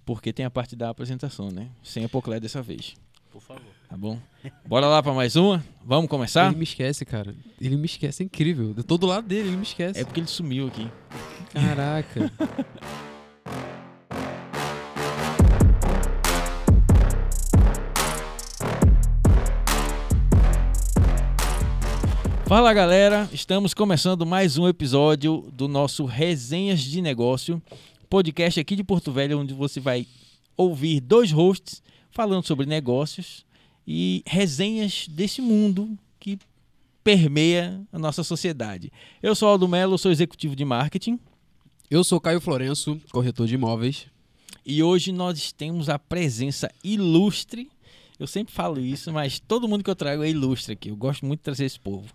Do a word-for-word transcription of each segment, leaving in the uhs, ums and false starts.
porque tem a parte da apresentação, né? Sem Epoclé dessa vez. Por favor. Tá bom? Bora lá pra mais uma? Vamos começar? Ele me esquece, cara. Ele me esquece, é incrível. Eu tô do lado dele, ele me esquece. É porque ele sumiu aqui. Caraca. Fala, galera, estamos começando mais um episódio do nosso Resenhas de Negócio, podcast aqui de Porto Velho, onde você vai ouvir dois hosts falando sobre negócios e resenhas desse mundo que permeia a nossa sociedade. Eu sou Aldo Melo, sou executivo de marketing. Eu sou Caio Florenço, corretor de imóveis. E hoje nós temos a presença ilustre. Eu sempre falo isso, mas todo mundo que eu trago é ilustre aqui. Eu gosto muito de trazer esse povo.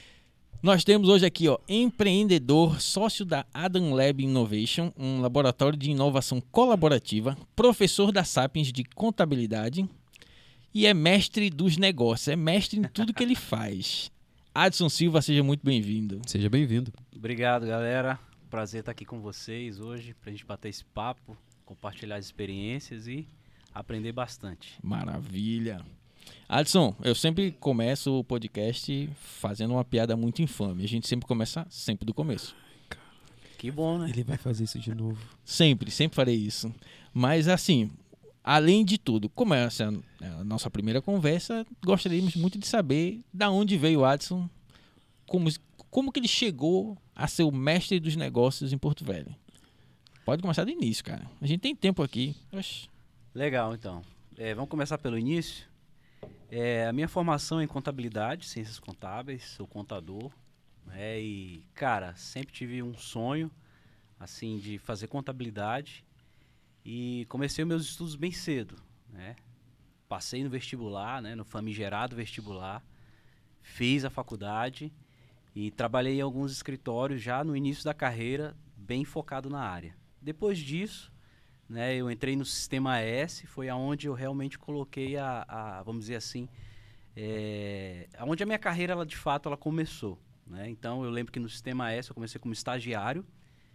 Nós temos hoje aqui, ó, empreendedor, sócio da Adam Lab Innovation, um laboratório de inovação colaborativa, professor da Sapiens de contabilidade e é mestre dos negócios, é mestre em tudo que ele faz. Adson Silva, seja muito bem-vindo. Seja bem-vindo. Obrigado, galera. Prazer estar aqui com vocês hoje, pra gente bater esse papo, compartilhar as experiências e aprender bastante. Maravilha. Adson, eu sempre começo o podcast fazendo uma piada muito infame. A gente sempre começa sempre do começo. Que bom, né? Ele vai fazer isso de novo. Sempre, sempre farei isso. Mas assim, além de tudo, como essa é a nossa primeira conversa, gostaríamos muito de saber da onde veio o Adson, como, como que ele chegou a ser o mestre dos negócios em Porto Velho. Pode começar do início, cara. A gente tem tempo aqui. Oxi. Legal, então. É, vamos começar pelo início. É, a minha formação é em contabilidade, ciências contábeis, sou contador, né, e, cara, sempre tive um sonho, assim, de fazer contabilidade e comecei meus estudos bem cedo, né? Passei no vestibular, né, no famigerado vestibular, fiz a faculdade e trabalhei em alguns escritórios já no início da carreira, bem focado na área. Depois disso, né, eu entrei no Sistema S, foi aonde eu realmente coloquei a, a vamos dizer assim, é, aonde a minha carreira, ela, de fato, ela começou, né? Então, eu lembro que no Sistema S eu comecei como estagiário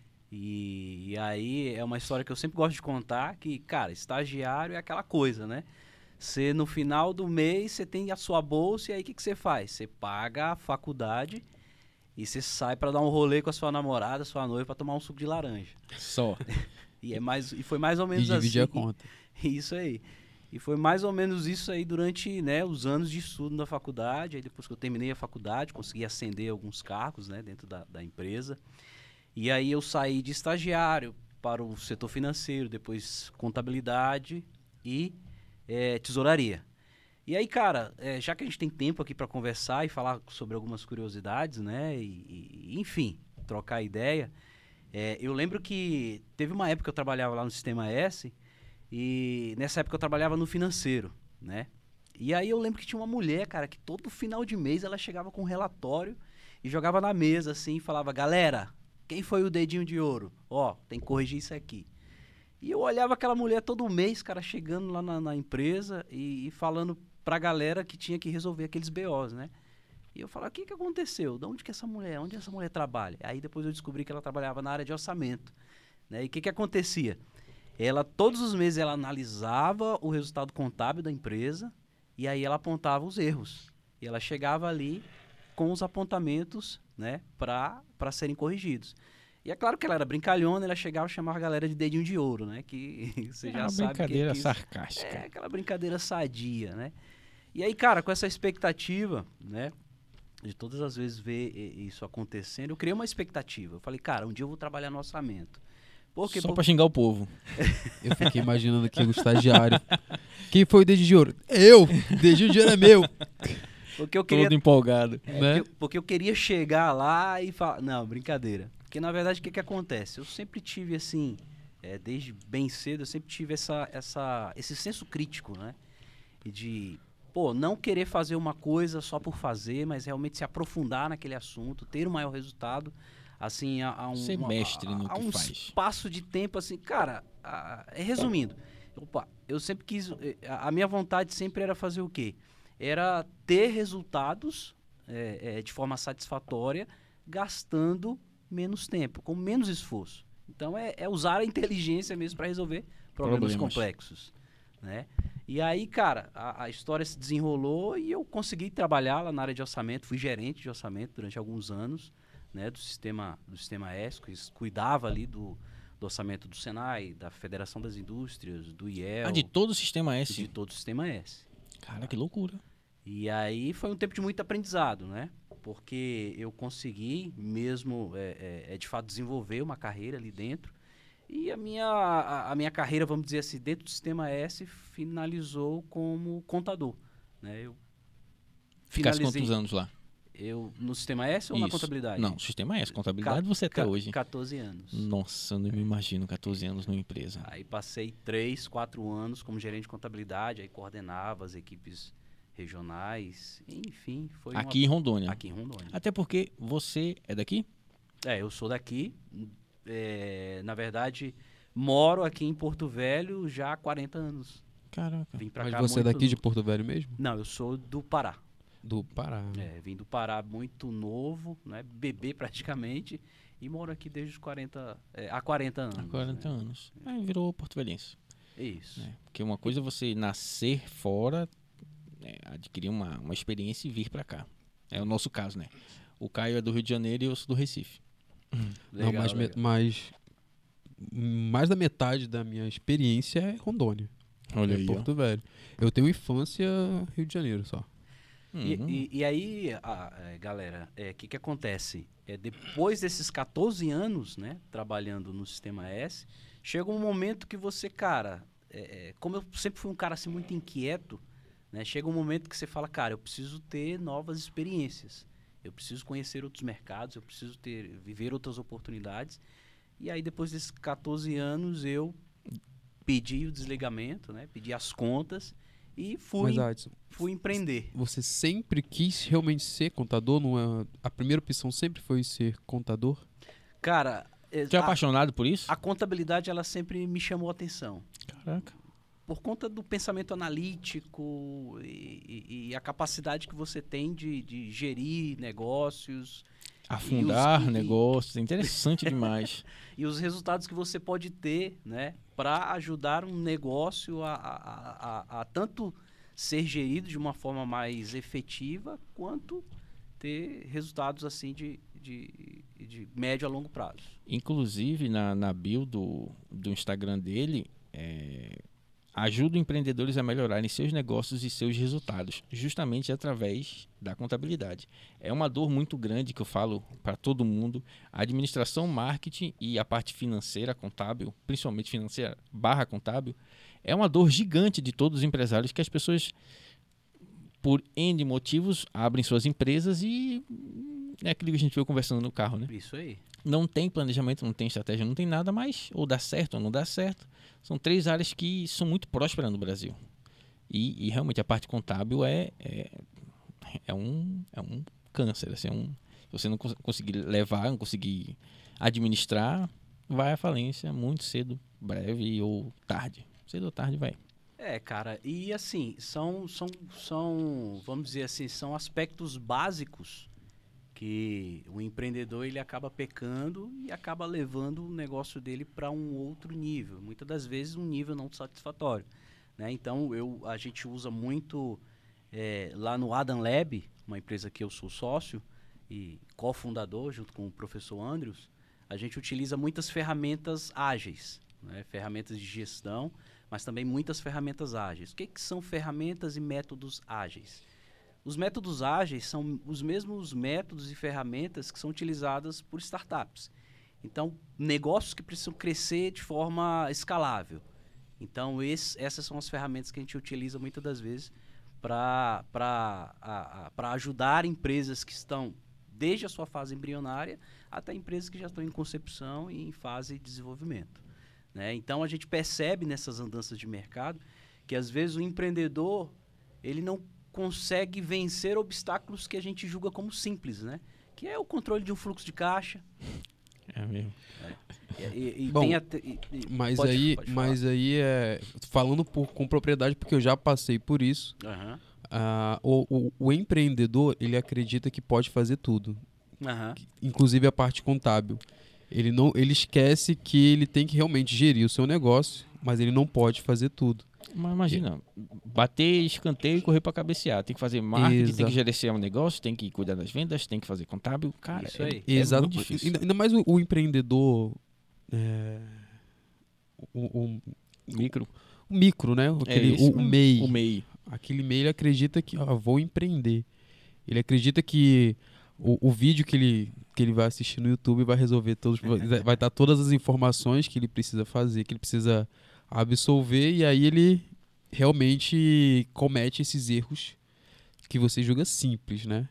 e, e aí é uma história que eu sempre gosto de contar, que, cara, estagiário é aquela coisa, né? Você, no final do mês, você tem a sua bolsa e aí o que, que você faz? Você paga a faculdade e você sai para dar um rolê com a sua namorada, sua noiva, para tomar um suco de laranja. Só. E, é mais, e foi mais ou menos E dividir assim. a conta. Isso aí. E foi mais ou menos isso aí durante, né, os anos de estudo na faculdade. Aí depois que eu terminei a faculdade, consegui ascender alguns cargos, né, dentro da, da empresa. E aí eu saí de estagiário para o setor financeiro, depois contabilidade e é, tesouraria. E aí, cara, é, já que a gente tem tempo aqui para conversar e falar sobre algumas curiosidades, né, e, e enfim, trocar ideia... É, eu lembro que teve uma época que eu trabalhava lá no Sistema S e nessa época eu trabalhava no financeiro, né? E aí eu lembro que tinha uma mulher, cara, que todo final de mês ela chegava com um relatório e jogava na mesa assim e falava: galera, quem foi o dedinho de ouro? Ó, tem que corrigir isso aqui. E eu olhava aquela mulher todo mês, cara, chegando lá na, na empresa e, e falando pra galera que tinha que resolver aqueles B Os, né? E eu falava: o que que aconteceu? De onde que essa mulher, onde essa mulher trabalha? Aí depois eu descobri que ela trabalhava na área de orçamento, né? E o que que acontecia? Ela, todos os meses, ela analisava o resultado contábil da empresa e aí ela apontava os erros. E ela chegava ali com os apontamentos, né, para para serem corrigidos. E é claro que ela era brincalhona, ela chegava e chamava a galera de dedinho de ouro, né? Que você É já uma sabe brincadeira que, que sarcástica. É aquela brincadeira sadia, né? E aí, cara, com essa expectativa, né, de todas as vezes ver isso acontecendo, eu criei uma expectativa. Eu falei: cara, um dia eu vou trabalhar no orçamento. Por quê? Só Por... pra xingar o povo. Eu fiquei imaginando aqui o estagiário. Quem foi o dedinho de ouro? Eu! O dedinho de ouro é meu! Porque eu queria... Todo empolgado. É, Né? porque, porque eu queria chegar lá e falar... Não, brincadeira. Porque, na verdade, o que que acontece? Eu sempre tive, assim, é, desde bem cedo, eu sempre tive essa, essa, esse senso crítico, né? E de... Pô, não querer fazer uma coisa só por fazer, mas realmente se aprofundar naquele assunto, ter um maior resultado, assim, a, a um... Ser mestre a, no a que um faz. espaço de tempo, assim, cara, a, a, resumindo, opa, eu sempre quis... A, a minha vontade sempre era fazer o quê? Era ter resultados é, é, de forma satisfatória, gastando menos tempo, com menos esforço. Então é, é usar a inteligência mesmo para resolver problemas, Problemas. complexos, né? E aí, cara, a, a história se desenrolou e eu consegui trabalhar lá na área de orçamento, fui gerente de orçamento durante alguns anos, né, do sistema do sistema ESCO, cuidava ali do, do orçamento do Senai, da Federação das Indústrias, do I E L, Ah, de todo o sistema de S. todo o sistema S. Cara, que loucura. E aí foi um tempo de muito aprendizado, né? Porque eu consegui mesmo, é, é, é, de fato, desenvolver uma carreira ali dentro. E a minha, a, a minha carreira, vamos dizer assim, dentro do sistema S, finalizou como contador, né? Eu Ficasse finalizei- quantos anos lá? Eu, no sistema S ou na Isso. contabilidade? Não, sistema S. Contabilidade Ca- você até ca- hoje. quatorze anos. Nossa, eu não me imagino quatorze anos numa empresa. Aí passei três, quatro anos como gerente de contabilidade, aí coordenava as equipes regionais, enfim, foi uma- Aqui em Rondônia. aqui em Rondônia. Até porque você é daqui? É, eu sou daqui, é, na verdade, moro aqui em Porto Velho já há quarenta anos. Caraca. Vim pra Mas cá você é muito- daqui de Porto Velho mesmo? Não, eu sou do Pará. Do Pará. É, vim do Pará muito novo, né, bebê praticamente, e moro aqui desde os quarenta, é, há quarenta anos. Há quarenta né? anos. Aí virou porto-velhense. Isso. Né? Porque uma coisa é você nascer fora, né, adquirir uma, uma experiência e vir pra cá. É o nosso caso, né? O Caio é do Rio de Janeiro e eu sou do Recife. Não, mas, me- legal. mas mais da metade da minha experiência é Rondônia. Olha é aí, ó. Porto Velho. Eu tenho infância Rio de Janeiro só. E, Uhum. e- e aí, a- é, galera, o que que acontece? É, depois desses quatorze anos, né, trabalhando no Sistema S, chega um momento que você, cara, é, é, como eu sempre fui um cara assim muito inquieto, né, chega um momento que você fala, cara, eu preciso ter novas experiências, eu preciso conhecer outros mercados, eu preciso ter, viver outras oportunidades. E aí, depois desses quatorze anos, eu pedi o desligamento, né, pedi as contas e fui, Mas, Adson, fui empreender. você sempre quis realmente ser contador? Não é... A primeira opção sempre foi ser contador? Cara, é, Você é a, apaixonado por isso? a contabilidade ela sempre me chamou a atenção. Caraca. Por conta do pensamento analítico e, e- e a capacidade que você tem de, de gerir negócios Afundar E os- e- negócios, é interessante demais. e os resultados que você pode ter, né, para ajudar um negócio a, a- a- a- a tanto ser gerido de uma forma mais efetiva, quanto ter resultados assim de, de, de médio a longo prazo. Inclusive, na, na bio do, do Instagram dele, é, ajuda empreendedores a melhorarem seus negócios e seus resultados, justamente através da contabilidade. É uma dor muito grande que eu falo para todo mundo. A administração, marketing e a parte financeira, contábil, principalmente financeira barra contábil, é uma dor gigante de todos os empresários que as pessoas, por N motivos, abrem suas empresas e é aquilo que a gente viu conversando no carro, né? Isso aí. Não tem planejamento, não tem estratégia, não tem nada, mas ou dá certo ou não dá certo. São três áreas que são muito prósperas no Brasil. E, e realmente a parte contábil é, é, é, um, é um câncer. Assim, é um, se você não cons- conseguir levar, não conseguir administrar, vai à falência muito cedo, breve ou tarde. Cedo ou tarde vai. É, cara, e assim, são, são, são, vamos dizer assim, são aspectos básicos que o empreendedor ele acaba pecando e acaba levando o negócio dele para um outro nível, muitas das vezes um nível não satisfatório, né? Então eu, a gente usa muito é, lá no Adam Lab, uma empresa que eu sou sócio e cofundador junto com o professor Andrews, a gente utiliza muitas ferramentas ágeis, né? Ferramentas de gestão, mas também muitas ferramentas ágeis. O que, que são ferramentas e métodos ágeis? Os métodos ágeis são os mesmos métodos e ferramentas que são utilizadas por startups. Então, negócios que precisam crescer de forma escalável. Então, esse, essas são as ferramentas que a gente utiliza muitas das vezes para ajudar empresas que estão desde a sua fase embrionária até empresas que já estão em concepção e em fase de desenvolvimento, né? Então, a gente percebe nessas andanças de mercado que, às vezes, o empreendedor ele não consegue vencer obstáculos que a gente julga como simples, né? Que é o controle de um fluxo de caixa. É mesmo. E, e- e Bom, tem até- e- e- Mas pode- aí, pode falar. mas aí é falando por, com propriedade, porque eu já passei por isso. Aham, Ah, o, o, o empreendedor ele acredita que pode fazer tudo, aham. inclusive a parte contábil. Ele, não, ele esquece que ele tem que realmente gerir o seu negócio, mas ele não pode fazer tudo. Mas imagina, bater escanteio e correr para cabecear. Tem que fazer marketing, Exato. tem que gerenciar um negócio, tem que cuidar das vendas, tem que fazer contábil. Cara, Isso é, aí. é Exato. muito difícil. Ainda, ainda mais o, o empreendedor. é, o, o- Micro. o micro, né? Aquele, esse o, o mesmo. M E I. O M E I. Aquele M E I, ele acredita que, ó, vou empreender. Ele acredita que o, o vídeo que ele, que ele vai assistir no YouTube vai resolver todos, vai, vai dar todas as informações que ele precisa fazer, que ele precisa absorver, e aí ele realmente comete esses erros que você julga simples, né?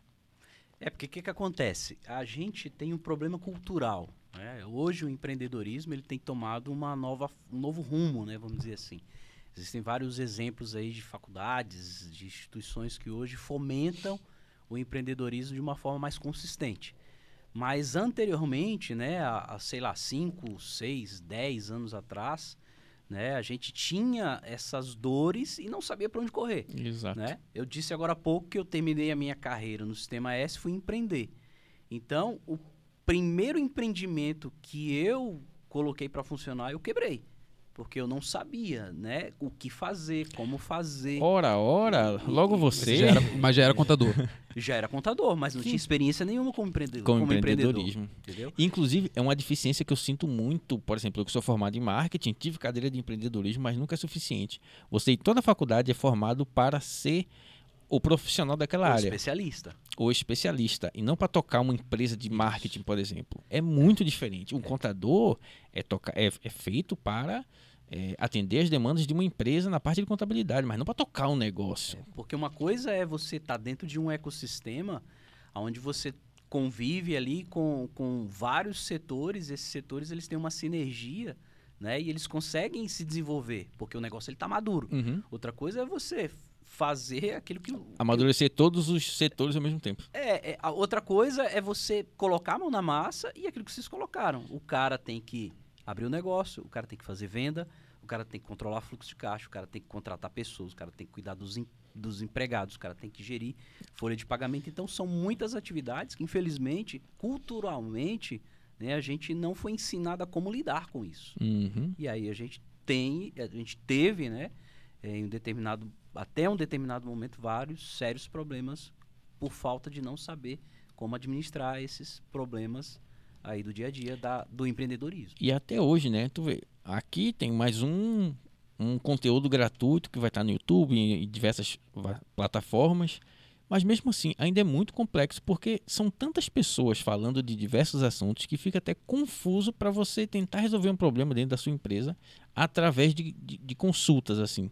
É, porque o que, que acontece? A gente tem um problema cultural, né? Hoje o empreendedorismo ele tem tomado uma nova, um novo rumo, né? Vamos dizer assim. Existem vários exemplos aí de faculdades, de instituições que hoje fomentam o empreendedorismo de uma forma mais consistente. Mas anteriormente, né, há, há, sei lá, cinco, seis, dez anos atrás, né, a gente tinha essas dores e não sabia para onde correr. Exato. Né? Eu disse agora há pouco que eu terminei a minha carreira no Sistema S e fui empreender. Então, o primeiro empreendimento que eu coloquei para funcionar, eu quebrei. Porque eu não sabia, né, o que fazer, como fazer. Ora, ora, logo você. Já era, mas já era contador. Já era contador, mas não Sim. tinha experiência nenhuma como, empreendedor, Com como empreendedor. empreendedorismo. Entendeu? Inclusive, é uma deficiência que eu sinto muito. Por exemplo, eu que sou formado em marketing, tive cadeira de empreendedorismo, mas nunca é suficiente. Você, em toda a faculdade, é formado para ser o profissional daquela O área. especialista. Ou especialista. E não para tocar uma empresa de marketing, por exemplo. É muito diferente. Um contador é, toca, é, é feito para é, atender as demandas de uma empresa na parte de contabilidade, mas não para tocar um negócio. Porque uma coisa é você estar dentro de um ecossistema onde você convive ali com, com vários setores. Esses setores eles têm uma sinergia, né? E eles conseguem se desenvolver, porque o negócio está maduro. Uhum. Outra coisa é você fazer aquilo que... o- Amadurecer todos os setores ao mesmo tempo. É, é, a outra coisa é você colocar a mão na massa e aquilo que vocês colocaram. O cara tem que abrir o negócio, o cara tem que fazer venda, o cara tem que controlar fluxo de caixa, o cara tem que contratar pessoas, o cara tem que cuidar dos, em- dos empregados, o cara tem que gerir folha de pagamento. Então, são muitas atividades que, infelizmente, culturalmente, né, a gente não foi ensinado a como lidar com isso. Uhum. E aí a gente tem, a gente teve, né, em um determinado, até um determinado momento, vários sérios problemas por falta de não saber como administrar esses problemas aí do dia a dia da, do empreendedorismo. E até hoje, né? Tu vê, aqui tem mais um, um conteúdo gratuito que vai estar no YouTube e em diversas va- plataformas. Mas mesmo assim, ainda é muito complexo porque são tantas pessoas falando de diversos assuntos que fica até confuso para você tentar resolver um problema dentro da sua empresa através de, de, de consultas, assim.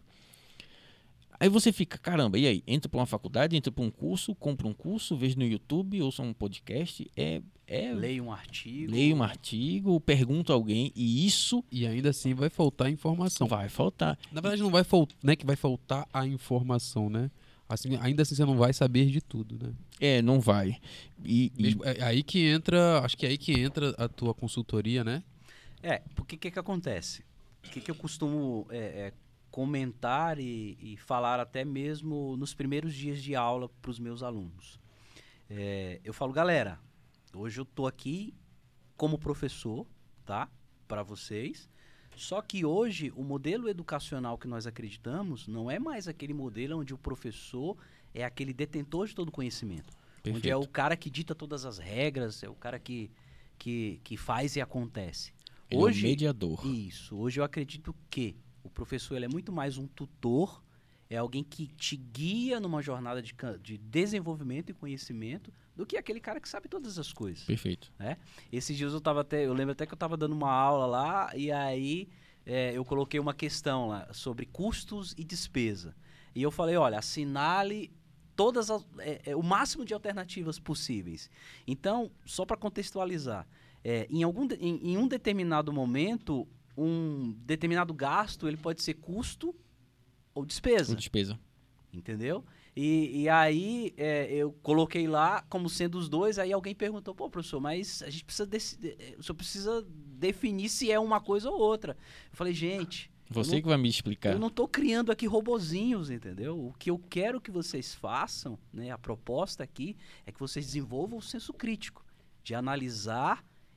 Aí você fica, caramba, e aí? Entra para uma faculdade, entra para um curso, compra um curso, veja no YouTube, ouça um podcast, é... é Leia um artigo. leia um artigo, pergunta a alguém, e isso E ainda assim vai faltar informação. vai faltar. Na verdade, não vai faltar, né, que vai faltar a informação, né? Assim, ainda assim você não vai saber de tudo, né? É, não vai. E, e- Mesmo- é aí que entra, acho que é aí que entra a tua consultoria, né? É, porque o que, que acontece? O que, que eu costumo é, é, comentar e, e falar até mesmo nos primeiros dias de aula para os meus alunos. É, eu falo, galera, hoje eu estou aqui como professor, tá? Para vocês. Só que hoje o modelo educacional que nós acreditamos não é mais aquele modelo onde o professor é aquele detentor de todo o conhecimento. Perfeito. Onde é o cara que dita todas as regras, é o cara que, que, que faz e acontece. ele Hoje, é o mediador. isso. Hoje eu acredito que o professor ele é muito mais um tutor, é alguém que te guia numa jornada de, ca- de desenvolvimento e conhecimento do que aquele cara que sabe todas as coisas. Perfeito. Esses dias eu tava até, eu lembro até que eu estava dando uma aula lá e aí é, eu coloquei uma questão lá sobre custos e despesa. E eu falei, olha, assinale todas as, é, é, o máximo de alternativas possíveis. Então, só para contextualizar, é, em, algum, de- em, em um determinado momento, um determinado gasto ele pode ser custo ou despesa. Com despesa. Entendeu? E, e aí é, eu coloquei lá como sendo os dois, aí alguém perguntou, pô, professor, mas a gente precisa deci- o senhor precisa definir se é uma coisa ou outra. Eu falei, gente, Você eu não, que vai me explicar. eu não tô criando aqui robozinhos, entendeu? O que eu quero que vocês façam, né, a proposta aqui, é que vocês desenvolvam o senso crítico, de analisar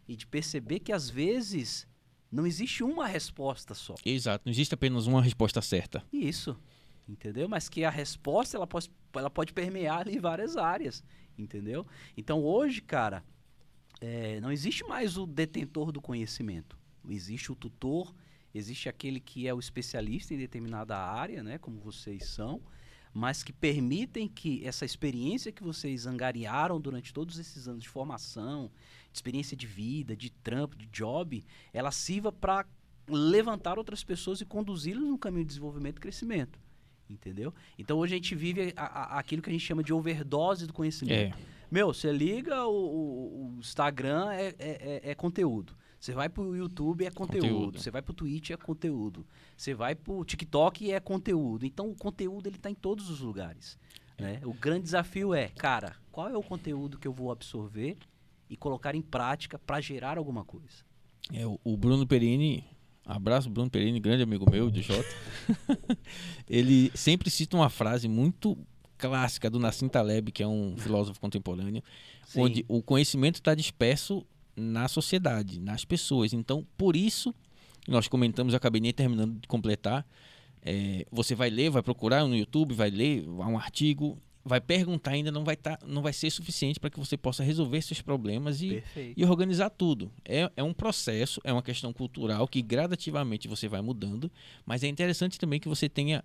e de perceber que às vezes não existe uma resposta só. Exato, não existe apenas uma resposta certa. Isso, entendeu? Mas que a resposta ela pode, ela pode permear ali várias áreas, entendeu? Então hoje, cara, é, não existe mais o detentor do conhecimento. Existe o tutor, existe aquele que é o especialista em determinada área, né, como vocês são, mas que permitem que essa experiência que vocês angariaram durante todos esses anos de formação, de experiência de vida, de trampo, de job, ela sirva para levantar outras pessoas e conduzi-las no caminho de desenvolvimento e crescimento. Entendeu? Então hoje a gente vive a, a, aquilo que a gente chama de overdose do conhecimento. É. Meu, você liga o, o, o Instagram, é, é, é conteúdo. Você vai pro YouTube, é conteúdo. Conteúdo. Você vai pro Twitch, é conteúdo. Você vai pro TikTok, é conteúdo. Então o conteúdo ele tá em todos os lugares. Né? O grande desafio é, cara, qual é o conteúdo que eu vou absorver e colocar em prática para gerar alguma coisa? É, o, o Bruno Perini, abraço Bruno Perini, grande amigo meu, do Jota. Ele sempre cita uma frase muito clássica do Nassim Taleb, que é um filósofo contemporâneo, Sim. onde o conhecimento está disperso na sociedade, nas pessoas. Então, por isso, nós comentamos, eu acabei nem terminando de completar, é, você vai ler, vai procurar no YouTube, vai ler um artigo, vai perguntar, ainda não vai, tá, não vai ser suficiente para que você possa resolver seus problemas e, e organizar tudo. É, é um processo, é uma questão cultural que gradativamente você vai mudando, mas é interessante também que você tenha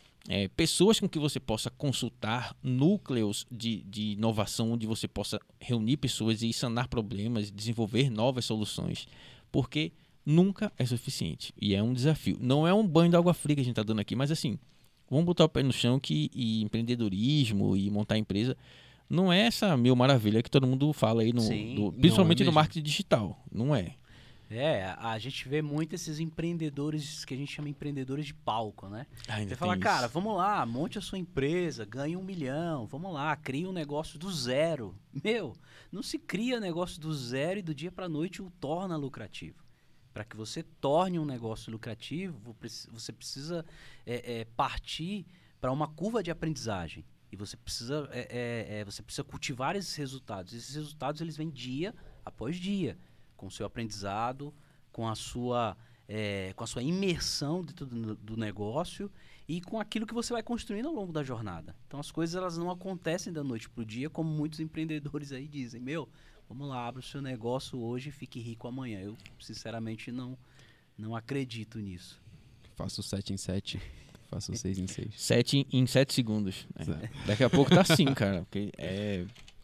É, pessoas com que você possa consultar, núcleos de, de inovação onde você possa reunir pessoas e sanar problemas, desenvolver novas soluções, porque nunca é suficiente e é um desafio. Não é um banho de água fria que a gente está dando aqui, mas assim, vamos botar o pé no chão que e empreendedorismo e montar empresa não é essa mil maravilha que todo mundo fala aí, no, Sim, do, principalmente não é no marketing digital, não é. É, a, a gente vê muito esses empreendedores que a gente chama empreendedores de palco, né? Ainda Você fala, tem cara, isso. vamos lá, monte a sua empresa, ganhe um milhão, vamos lá, crie um negócio do zero. Meu, não se cria negócio do zero e do dia para noite o torna lucrativo. Para que você torne um negócio lucrativo, você precisa é, é, partir para uma curva de aprendizagem. E você precisa, é, é, é, você precisa cultivar esses resultados. Esses resultados eles vêm dia após dia, com o seu aprendizado, com a sua, é, com a sua imersão dentro do, do negócio e com aquilo que você vai construindo ao longo da jornada. Então as coisas elas não acontecem da noite para o dia, como muitos empreendedores aí dizem. Meu, vamos lá, abra o seu negócio hoje e fique rico amanhã. Eu, sinceramente, não, não acredito nisso. Faço sete em sete, faço seis em seis. Sete em sete segundos. Né? Daqui a pouco tá assim, cara. Porque é...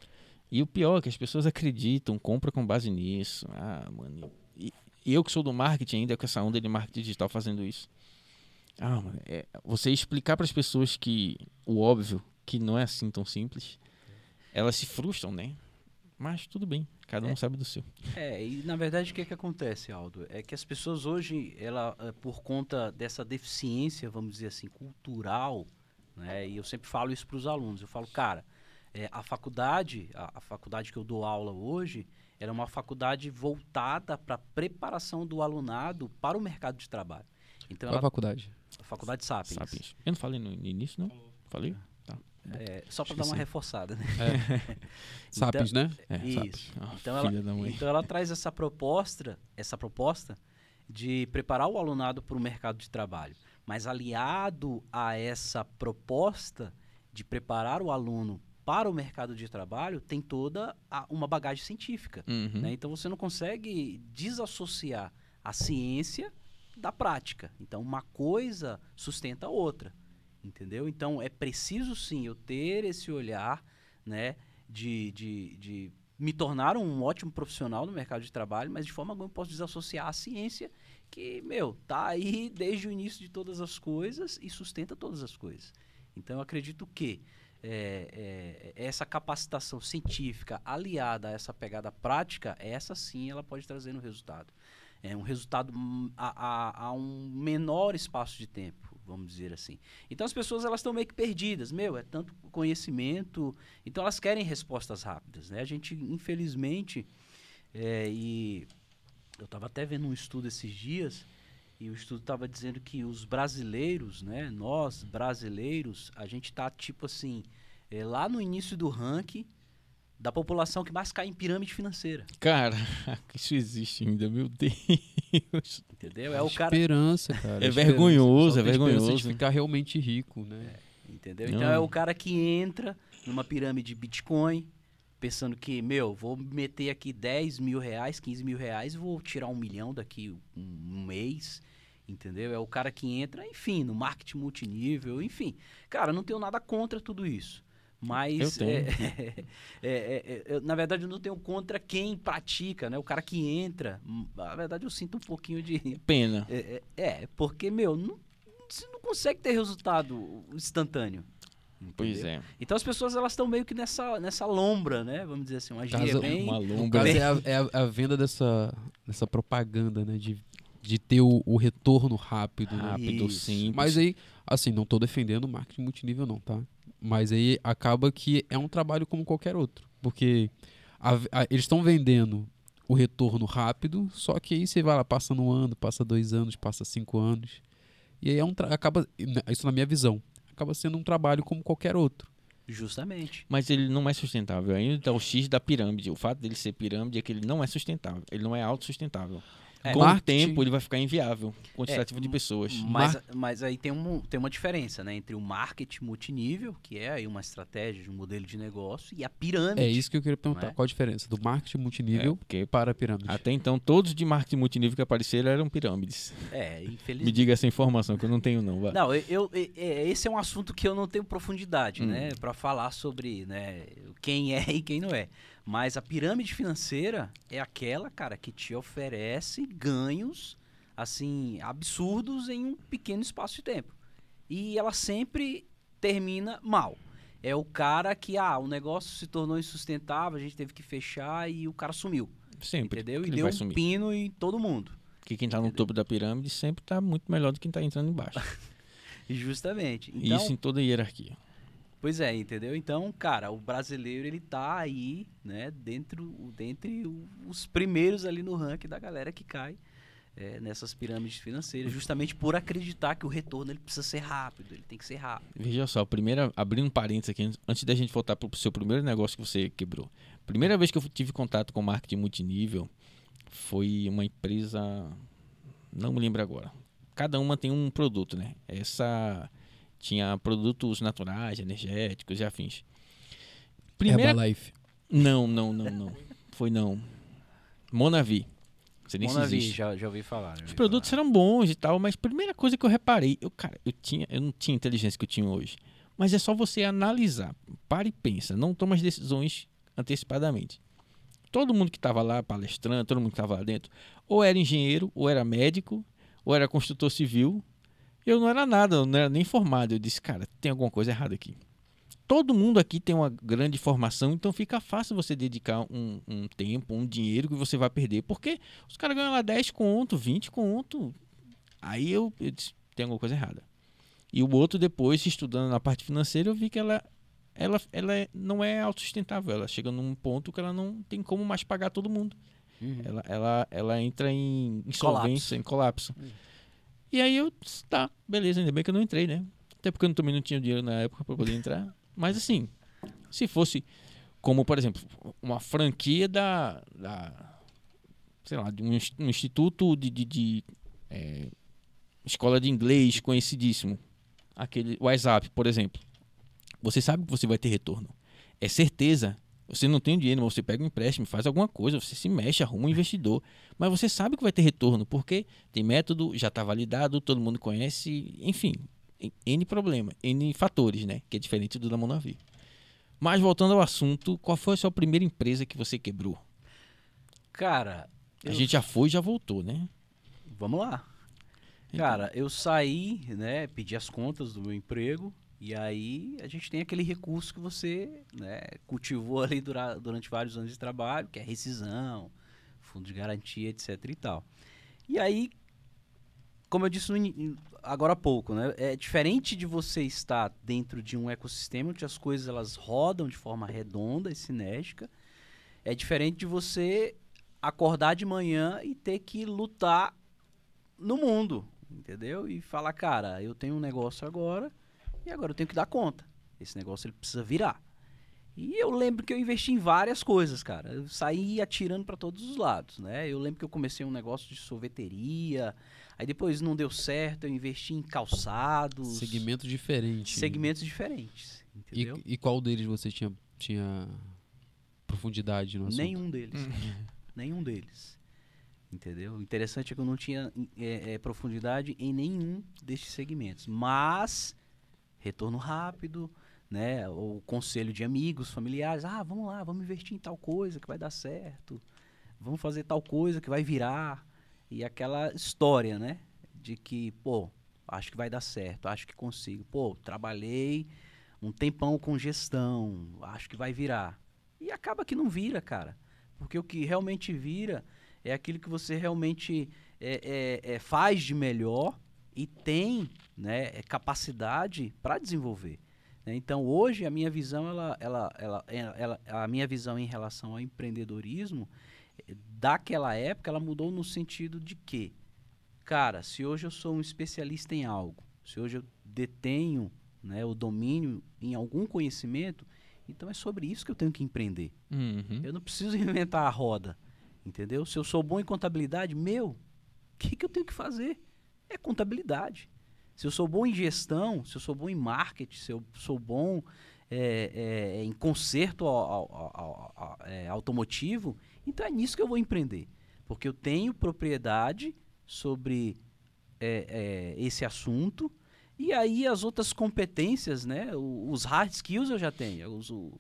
E o pior é que as pessoas acreditam, compram com base nisso. Ah, mano. E, e eu que sou do marketing ainda, com essa onda de marketing digital fazendo isso. Ah, mano. É, você explicar para as pessoas que o óbvio, que não é assim tão simples, elas se frustram, né? Mas tudo bem, cada um É. sabe do seu. É, e na verdade o que, que acontece, Aldo? É que as pessoas hoje, ela, eh, por conta dessa deficiência, vamos dizer assim, cultural, né? E eu sempre falo isso para os alunos, eu falo, cara, é, a faculdade, a, a faculdade que eu dou aula hoje, ela é uma faculdade voltada para a preparação do alunado para o mercado de trabalho. Então, Qual a ela, faculdade? a faculdade Sapiens. Sapiens. Eu não falei no início, não? Falei? Tá. É, só para dar uma Esqueci. reforçada, né? Sapiens, né? É, Isso. Sapiens. Ah, Então ela, filha da mãe. então ela traz essa proposta, essa proposta de preparar o alunado para o mercado de trabalho. Mas aliado a essa proposta de preparar o aluno para o mercado de trabalho, tem toda a, uma bagagem científica. Uhum. Né? Então você não consegue desassociar a ciência da prática. Então uma coisa sustenta a outra. Entendeu? Então é preciso sim eu ter esse olhar, né, de, de, de me tornar um ótimo profissional no mercado de trabalho, mas de forma alguma eu posso desassociar a ciência que, meu, tá aí desde o início de todas as coisas e sustenta todas as coisas. Então eu acredito que é, é, essa capacitação científica aliada a essa pegada prática, essa sim ela pode trazer um resultado. É um resultado a, a, a um menor espaço de tempo, vamos dizer assim. Então as pessoas elas estão meio que perdidas, meu, é tanto conhecimento, então elas querem respostas rápidas, né? A gente, infelizmente, é, e eu estava até vendo um estudo esses dias, e o estudo estava dizendo que os brasileiros, né, nós brasileiros, a gente está tipo assim, é, lá no início do ranking da população que mais cai em pirâmide financeira. Cara, isso existe ainda, meu Deus. Entendeu? É o cara... Esperança, cara. É esperança. vergonhoso, Só é tem esperança vergonhoso. de ficar realmente rico, né? Entendeu? Não. Então é o cara que entra numa pirâmide Bitcoin, pensando que, meu, vou meter aqui dez mil reais, quinze mil reais, vou tirar um milhão daqui um, um mês, entendeu? É o cara que entra, enfim, no marketing multinível, enfim. Cara, não tenho nada contra tudo isso. Mas, Eu tenho. é, é, é, é, na verdade, eu não tenho contra quem pratica, né? O cara que entra, na verdade, eu sinto um pouquinho de... Pena. É, é, é, porque, meu, não, você não consegue ter resultado instantâneo. Pois Entendeu? é. Então as pessoas elas estão meio que nessa, nessa lombra, né? Vamos dizer assim, uma gíria Caso- bem... Uma No lombra. caso, é a, é a- a venda dessa, dessa propaganda, né? De, de ter o, o retorno rápido, né? Rápido, Isso. simples. Mas aí, assim, não tô defendendo o marketing multinível, não, tá? Mas aí acaba que é um trabalho como qualquer outro. Porque a- a- eles estão vendendo o retorno rápido, só que aí você vai lá, passa um ano, passa dois anos, passa cinco anos. E aí é um tra- acaba, isso na minha visão, acaba sendo um trabalho como qualquer outro. Justamente. Mas ele não é sustentável. Ainda tá o X da pirâmide. O fato dele ser pirâmide é que ele não é sustentável. Ele não é autossustentável. É. Com Marketing- o tempo, ele vai ficar inviável. Quantitativo É, de pessoas. Mas, Mar- mas aí tem, um, tem uma diferença, né? Entre o marketing multinível, que é aí uma estratégia de um modelo de negócio, e a pirâmide. É isso que eu queria perguntar. Não é? Qual a diferença do marketing multinível É, porque para a pirâmide? até então, todos de marketing multinível que apareceram eram pirâmides. É, Me infelizmente. diga essa informação, que eu não tenho, não. Vá. Não, eu, eu- eu- é, esse é um assunto que eu não tenho profundidade, Hum. né? Pra falar sobre, né, quem é e quem não é. Mas a pirâmide financeira é aquela, cara, que te oferece ganhos, assim, absurdos em um pequeno espaço de tempo. E ela sempre termina mal. É o cara que, ah, o negócio se tornou insustentável, a gente teve que fechar e o cara sumiu. Sempre. Entendeu? E ele deu vai um sumir. pino em todo mundo. Porque quem tá no topo da pirâmide sempre tá muito melhor do que quem tá entrando embaixo. E justamente. E Então, isso em toda hierarquia. pois é, entendeu? Então, cara, o brasileiro, ele tá aí, né, dentro, dentre o- os primeiros ali no ranking da galera que cai é, nessas pirâmides financeiras, justamente por acreditar que o retorno ele precisa ser rápido, ele tem que ser rápido. Veja só, primeira, abrindo um parênteses aqui, antes da gente voltar pro seu primeiro negócio que você quebrou. Primeira vez que eu tive contato com marketing multinível foi uma empresa, não me lembro agora. Cada uma tem um produto, né? Essa tinha produtos naturais, energéticos e afins. Primeira... Herbalife. Não, não, não, não. Foi não. Monavi. Você nem se Monavi, existe. já, já ouvi falar. já Os ouvi produtos falar. eram bons e tal, mas a primeira coisa que eu reparei, eu, cara, eu tinha, eu não tinha a inteligência que eu tinha hoje. Mas é só você analisar, para e pensa, não toma as decisões antecipadamente. Todo mundo que estava lá palestrando, todo mundo que estava lá dentro, ou era engenheiro, ou era médico, ou era construtor civil. Eu não era nada, eu não era nem formado. Eu disse, cara, tem alguma coisa errada aqui. Todo mundo aqui tem uma grande formação, então fica fácil você dedicar um, um tempo, um dinheiro que você vai perder. Porque os caras ganham lá dez conto, vinte conto. Aí eu, eu disse, tem alguma coisa errada. E o outro, depois, estudando na parte financeira, eu vi que ela, ela, ela é- não é autossustentável. Ela chega num ponto que ela não tem como mais pagar todo mundo. Uhum. Ela, ela, ela entra em insolvência, em colapso. E aí eu disse, tá, beleza, ainda bem que eu não entrei, né? Até porque eu também não tinha dinheiro na época para poder entrar. Mas assim, se fosse como, por exemplo, uma franquia da, da sei lá, de um, ins- um instituto de, de, de, é, escola de inglês conhecidíssimo, aquele WhatsApp, por exemplo, você sabe que você vai ter retorno. É certeza. Você não tem dinheiro, mas você pega um empréstimo, faz alguma coisa, você se mexe, arruma um investidor. Mas você sabe que vai ter retorno, porque tem método, já está validado, todo mundo conhece, enfim, N problema, N fatores, né? Que é diferente do da Monavi. Mas voltando ao assunto, qual foi a sua primeira empresa que você quebrou? Cara, A eu- gente já foi e já voltou, né? vamos lá. Então. Cara, eu saí, né, pedi as contas do meu emprego, e aí a gente tem aquele recurso que você, né, cultivou ali dura- durante vários anos de trabalho, que é rescisão, fundo de garantia, etc e tal. E aí, como eu disse no ini- agora há pouco, né, é diferente de você estar dentro de um ecossistema onde as coisas elas rodam de forma redonda e sinérgica, é diferente de você acordar de manhã e ter que lutar no mundo, entendeu? E falar, cara, eu tenho um negócio agora e agora eu tenho que dar conta. Esse negócio ele precisa virar. E eu lembro que eu investi em várias coisas, cara. Eu saí atirando para todos os lados, né? Eu lembro que eu comecei um negócio de sorveteria, aí depois não deu certo, eu investi em calçados. Segmentos diferentes. Segmentos diferentes, entendeu? E, e qual deles você tinha, tinha profundidade no assunto? Nenhum deles. Nenhum deles. Entendeu? O interessante é que eu não tinha é, é, profundidade em nenhum destes segmentos. Mas, retorno rápido, né? O conselho de amigos, familiares. Ah, vamos lá, vamos investir em tal coisa que vai dar certo. Vamos fazer tal coisa que vai virar. E aquela história, né? De que, pô, acho que vai dar certo, acho que consigo. Pô, trabalhei um tempão com gestão, acho que vai virar. E acaba que não vira, cara. Porque o que realmente vira é aquilo que você realmente é, é, é, faz de melhor e tem, né, é, capacidade para desenvolver. Né? Então, hoje, a minha visão, ela, ela, ela, ela, a minha visão em relação ao empreendedorismo, daquela época, ela mudou no sentido de que, cara, se hoje eu sou um especialista em algo, se hoje eu detenho, né, o domínio em algum conhecimento, então é sobre isso que eu tenho que empreender. Uhum. Eu não preciso inventar a roda, entendeu? Se eu sou bom em contabilidade, meu, o que, que eu tenho que fazer? É contabilidade. Se eu sou bom em gestão, se eu sou bom em marketing, se eu sou bom é, é, em conserto ao, ao, ao, ao, é, automotivo, então é nisso que eu vou empreender. Porque eu tenho propriedade sobre é, é, esse assunto. E aí as outras competências, né, os hard skills eu já tenho, eu uso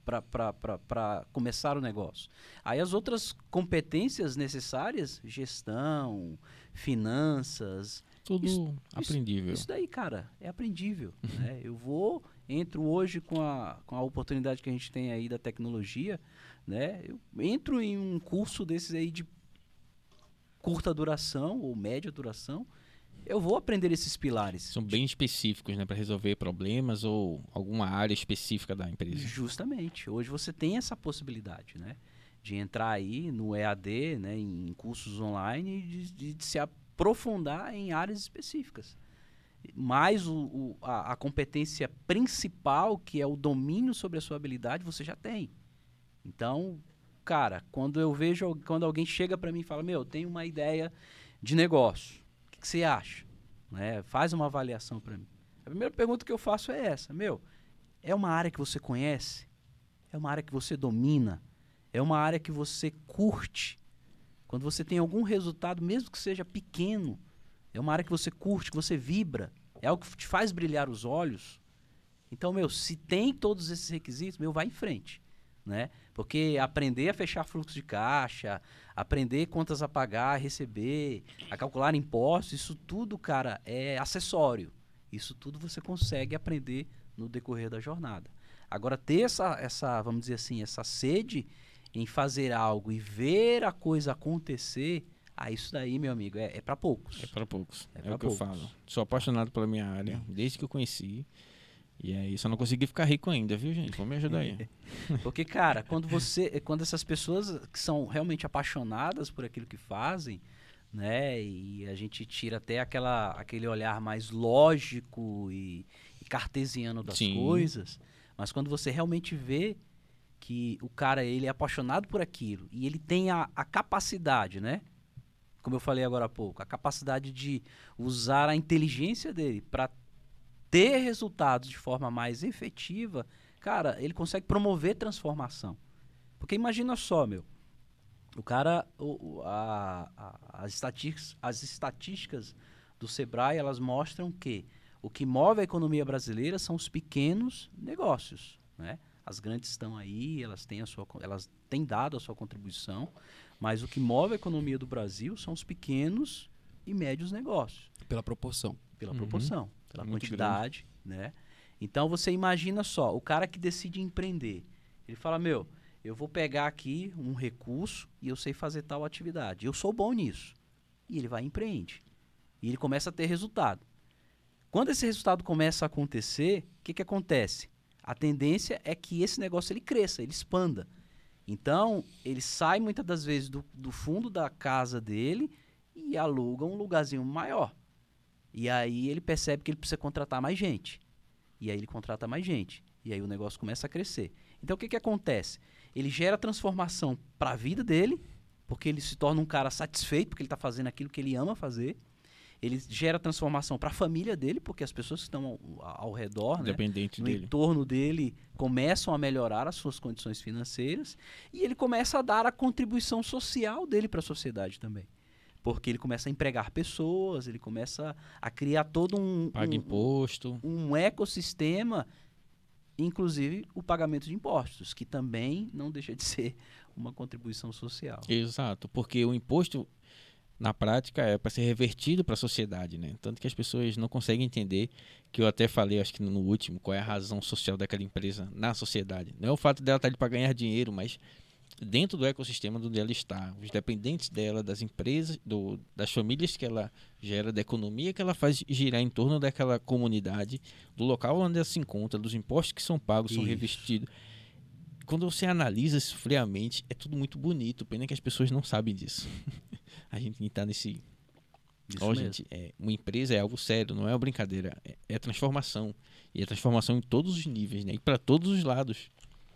para começar o negócio. Aí as outras competências necessárias, gestão, finanças... Tudo isso, aprendível. Isso, isso daí, cara, é aprendível. Né? Eu vou, entro hoje com a, com a oportunidade que a gente tem aí da tecnologia, né? Eu entro em um curso desses aí de curta duração ou média duração, eu vou aprender esses pilares. São bem específicos, né, para resolver problemas ou alguma área específica da empresa. Justamente. Hoje você tem essa possibilidade, né, de entrar aí no E A D, né, em cursos online e de, de, de se aprofundar em áreas específicas. Mas o, o, a, a competência principal, que é o domínio sobre a sua habilidade, você já tem. Então, cara, quando eu vejo, quando alguém chega para mim e fala, meu, eu tenho uma ideia de negócio, o que, que você acha? Né? Faz uma avaliação para mim. A primeira pergunta que eu faço é essa, meu, é uma área que você conhece? É uma área que você domina? É uma área que você curte? Quando você tem algum resultado, mesmo que seja pequeno, é uma área que você curte, que você vibra, é algo que te faz brilhar os olhos. Então, meu, se tem todos esses requisitos, meu, vai em frente. Né? Porque aprender a fechar fluxo de caixa, aprender contas a pagar, a receber, a calcular impostos, isso tudo, cara, é acessório. Isso tudo você consegue aprender no decorrer da jornada. Agora, ter essa, essa, vamos dizer assim, essa sede em fazer algo e ver a coisa acontecer, ah, isso daí, meu amigo, é, é para poucos. É para poucos. É, É, pra o que poucos. eu falo. Sou apaixonado pela minha área, desde que eu conheci. E aí, só não consegui ficar rico ainda, viu, gente? Vamos me ajudar aí. Porque, cara, quando você, quando essas pessoas que são realmente apaixonadas por aquilo que fazem, né, e a gente tira até aquela, aquele olhar mais lógico e, e cartesiano das Sim. coisas, mas quando você realmente vê que o cara, ele é apaixonado por aquilo e ele tem a, a capacidade, né, como eu falei agora há pouco, a capacidade de usar a inteligência dele para ter resultados de forma mais efetiva, cara, ele consegue promover transformação. Porque imagina só, meu, o cara, o, a, a, as, estatísticas, as estatísticas do Sebrae, elas mostram que o que move a economia brasileira são os pequenos negócios, né? As grandes estão aí, elas têm, a sua, elas têm dado a sua contribuição, mas o que move a economia do Brasil são os pequenos e médios negócios. Pela proporção. Pela Uhum. proporção, pela Muito quantidade, né? Então você imagina só, o cara que decide empreender, ele fala, meu, eu vou pegar aqui um recurso e eu sei fazer tal atividade. Eu sou bom nisso. E ele vai e empreende. E ele começa a ter resultado. Quando esse resultado começa a acontecer, o que, que acontece? A tendência é que esse negócio ele cresça, ele expanda. Então, ele sai muitas das vezes do, do fundo da casa dele e aluga um lugarzinho maior. E aí ele percebe que ele precisa contratar mais gente. E aí ele contrata mais gente. E aí o negócio começa a crescer. Então o que, que acontece? Ele gera transformação para a vida dele, porque ele se torna um cara satisfeito, porque ele está fazendo aquilo que ele ama fazer. Ele gera transformação para a família dele, porque as pessoas que estão ao, ao redor, né, Dependente no dele. entorno dele, começam a melhorar as suas condições financeiras e ele começa a dar a contribuição social dele para a sociedade também. Porque ele começa a empregar pessoas, ele começa a criar todo um, Paga um, imposto. um ecossistema, inclusive o pagamento de impostos, que também não deixa de ser uma contribuição social. Exato, porque o imposto, na prática, é para ser revertido para a sociedade, né? Tanto que as pessoas não conseguem entender, que eu até falei, acho que no último, qual é a razão social daquela empresa na sociedade. Não é o fato dela estar ali para ganhar dinheiro, mas dentro do ecossistema onde ela está, os dependentes dela, das empresas, do, das famílias que ela gera, da economia que ela faz girar em torno daquela comunidade, do local onde ela se encontra, dos impostos que são pagos, são Isso. revestidos. Quando você analisa isso friamente, é tudo muito bonito. Pena que as pessoas não sabem disso. A gente está nesse... Isso Ó, mesmo. gente, é, uma empresa é algo sério, não é uma brincadeira. É, é transformação. E é transformação em todos os níveis, né? E para todos os lados.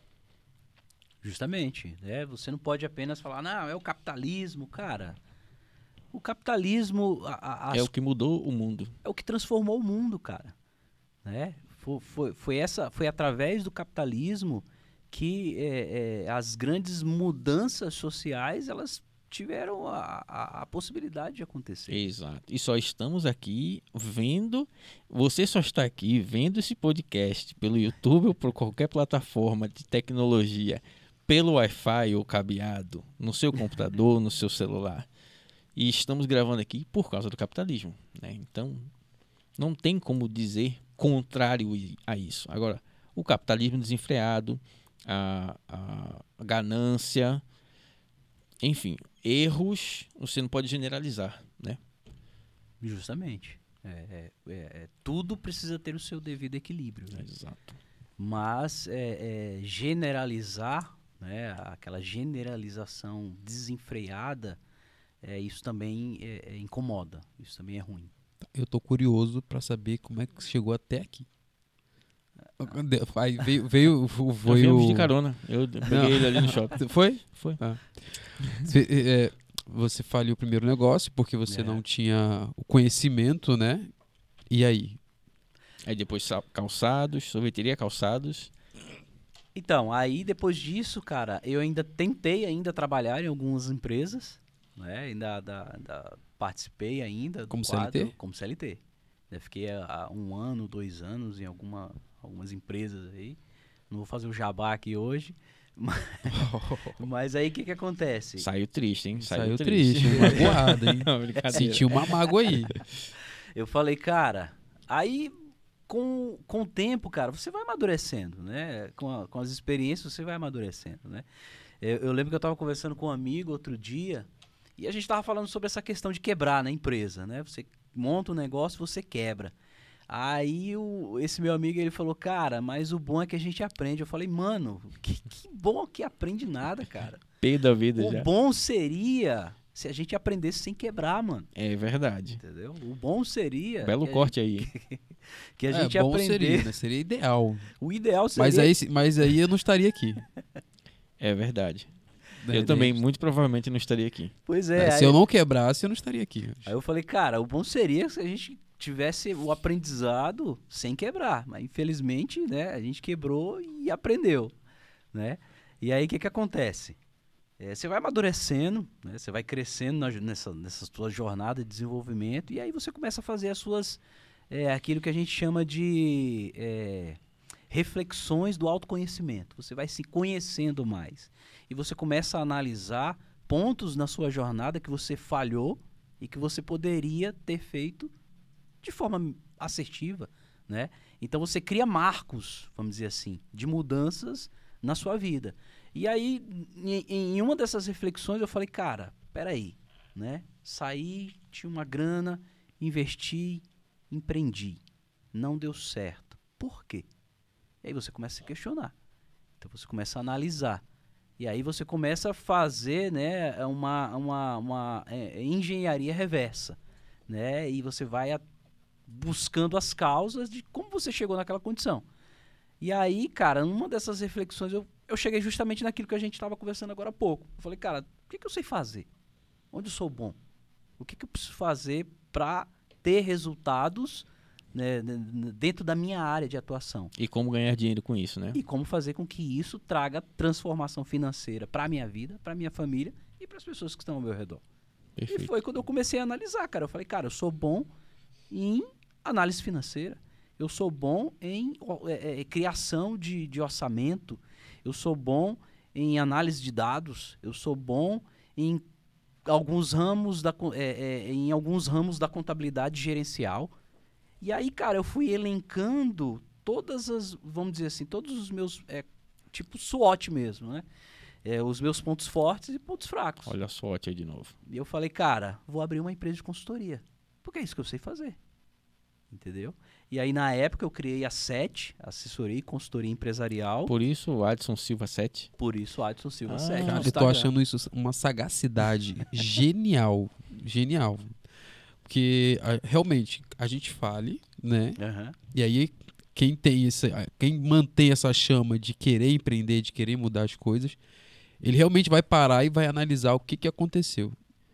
Justamente, né? Você não pode apenas falar, não, é o capitalismo, cara. O capitalismo a, a, as- É o que mudou o mundo. é o que transformou o mundo, cara. Né? Foi, foi, foi, essa, foi através do capitalismo que é, é, as grandes mudanças sociais elas tiveram a, a, a possibilidade de acontecer. Exato. E só estamos aqui vendo. Você só está aqui vendo esse podcast pelo YouTube ou por qualquer plataforma de tecnologia, pelo Wi-Fi ou cabeado, no seu computador, no seu celular. E estamos gravando aqui por causa do capitalismo, né? Então, não tem como dizer contrário a isso. Agora, o capitalismo desenfreado, a, a ganância, enfim, erros você não pode generalizar, né? Justamente. É, é, é, é, tudo precisa ter o seu devido equilíbrio. Né? Exato. Mas é, é, generalizar, né, aquela generalização desenfreada, é, isso também é, é, incomoda, isso também é ruim. Eu tô curioso pra saber como é que chegou até aqui. Aí veio, veio, Eu foi viemos o... de carona. Eu peguei Não. ele ali no shopping. Foi? Foi. Ah. Você, é, você faliu o primeiro negócio porque você É. não tinha o conhecimento, né? E aí? Aí depois sal- calçados, sorveteria calçados. Então, aí depois disso, cara, eu ainda tentei ainda trabalhar em algumas empresas, né? Ainda, da- da- participei ainda do Como quadro, C L T? como C L T. Eu fiquei há um ano, dois anos em alguma, algumas empresas aí. Não vou fazer o jabá aqui hoje. Mas, mas aí o que que acontece? Saiu triste, hein? Saiu triste, magoado, hein? Não, brincadeira. Sentiu uma mágoa aí. Eu falei, cara, aí com, com o tempo, cara, você vai amadurecendo, né? Com, a- com as experiências você vai amadurecendo, né? Eu, eu lembro que eu estava conversando com um amigo outro dia e a gente estava falando sobre essa questão de quebrar na empresa, né? Você monta um negócio, você quebra. Aí o, esse meu amigo, ele falou, cara, mas o bom é que a gente aprende. Eu falei, mano, que, que bom que aprende nada, cara. P da vida O já. bom seria se a gente aprendesse sem quebrar, mano. É verdade. Entendeu? O bom seria Belo que a corte aí. gente- que a É, gente bom aprender. seria, né? Seria ideal. O ideal seria. Mas aí, mas aí eu não estaria aqui. É verdade. né? Eu também, De- muito provavelmente, não estaria aqui. Pois é. Se aí, eu não quebrasse, eu não estaria aqui. hoje. aí eu falei, cara, o bom seria se a gente tivesse o aprendizado sem quebrar. Mas infelizmente, né, a gente quebrou e aprendeu, né? E aí o que que acontece? É, você vai amadurecendo, né? Você vai crescendo na, nessa, nessa sua jornada de desenvolvimento e aí você começa a fazer as suas, é, aquilo que a gente chama de é, reflexões do autoconhecimento. Você vai se conhecendo mais e você começa a analisar pontos na sua jornada que você falhou e que você poderia ter feito de forma assertiva, né? Então você cria marcos, vamos dizer assim, de mudanças na sua vida. E aí, em, em uma dessas reflexões, eu falei, cara, peraí, né? Saí, tinha uma grana, investi, empreendi. Não deu certo. Por quê? E aí você começa a se questionar. Então você começa a analisar. E aí você começa a fazer, né, uma, uma, uma é, engenharia reversa, né? E você vai a, buscando as causas de como você chegou naquela condição. E aí, cara, numa dessas reflexões, eu, eu cheguei justamente naquilo que a gente estava conversando agora há pouco. Eu falei, cara, o que, que eu sei fazer? Onde eu sou bom? O que, que eu preciso fazer para ter resultados, né, dentro da minha área de atuação? E como ganhar dinheiro com isso, né? E como fazer com que isso traga transformação financeira para a minha vida, para a minha família e para as pessoas que estão ao meu redor. Perfeito. E foi quando eu comecei a analisar, cara. Eu falei, cara, eu sou bom em análise financeira. Eu sou bom em é, é, criação de, de orçamento. Eu sou bom em análise de dados. Eu sou bom em alguns ramos da, é, é, em alguns ramos da contabilidade gerencial. E aí, cara, eu fui elencando todas as, vamos dizer assim, todos os meus, é, tipo SWOT mesmo, né? É, os meus pontos fortes e pontos fracos. Olha a SWOT aí de novo. E eu falei, cara, vou abrir uma empresa de consultoria. Porque é isso que eu sei fazer. Entendeu? E aí, na época, eu criei a SET, Assessoria e Consultoria Empresarial. Por isso, o Adson Silva sete. Por isso, Adson Silva Ah, sete. Cara, no eu tô Instagram. achando isso uma sagacidade genial. Genial. Porque a- realmente a gente fale, né? Aham. E aí quem tem esse, quem mantém essa chama de querer empreender, de querer mudar as coisas, ele realmente vai parar e vai analisar o que, que aconteceu.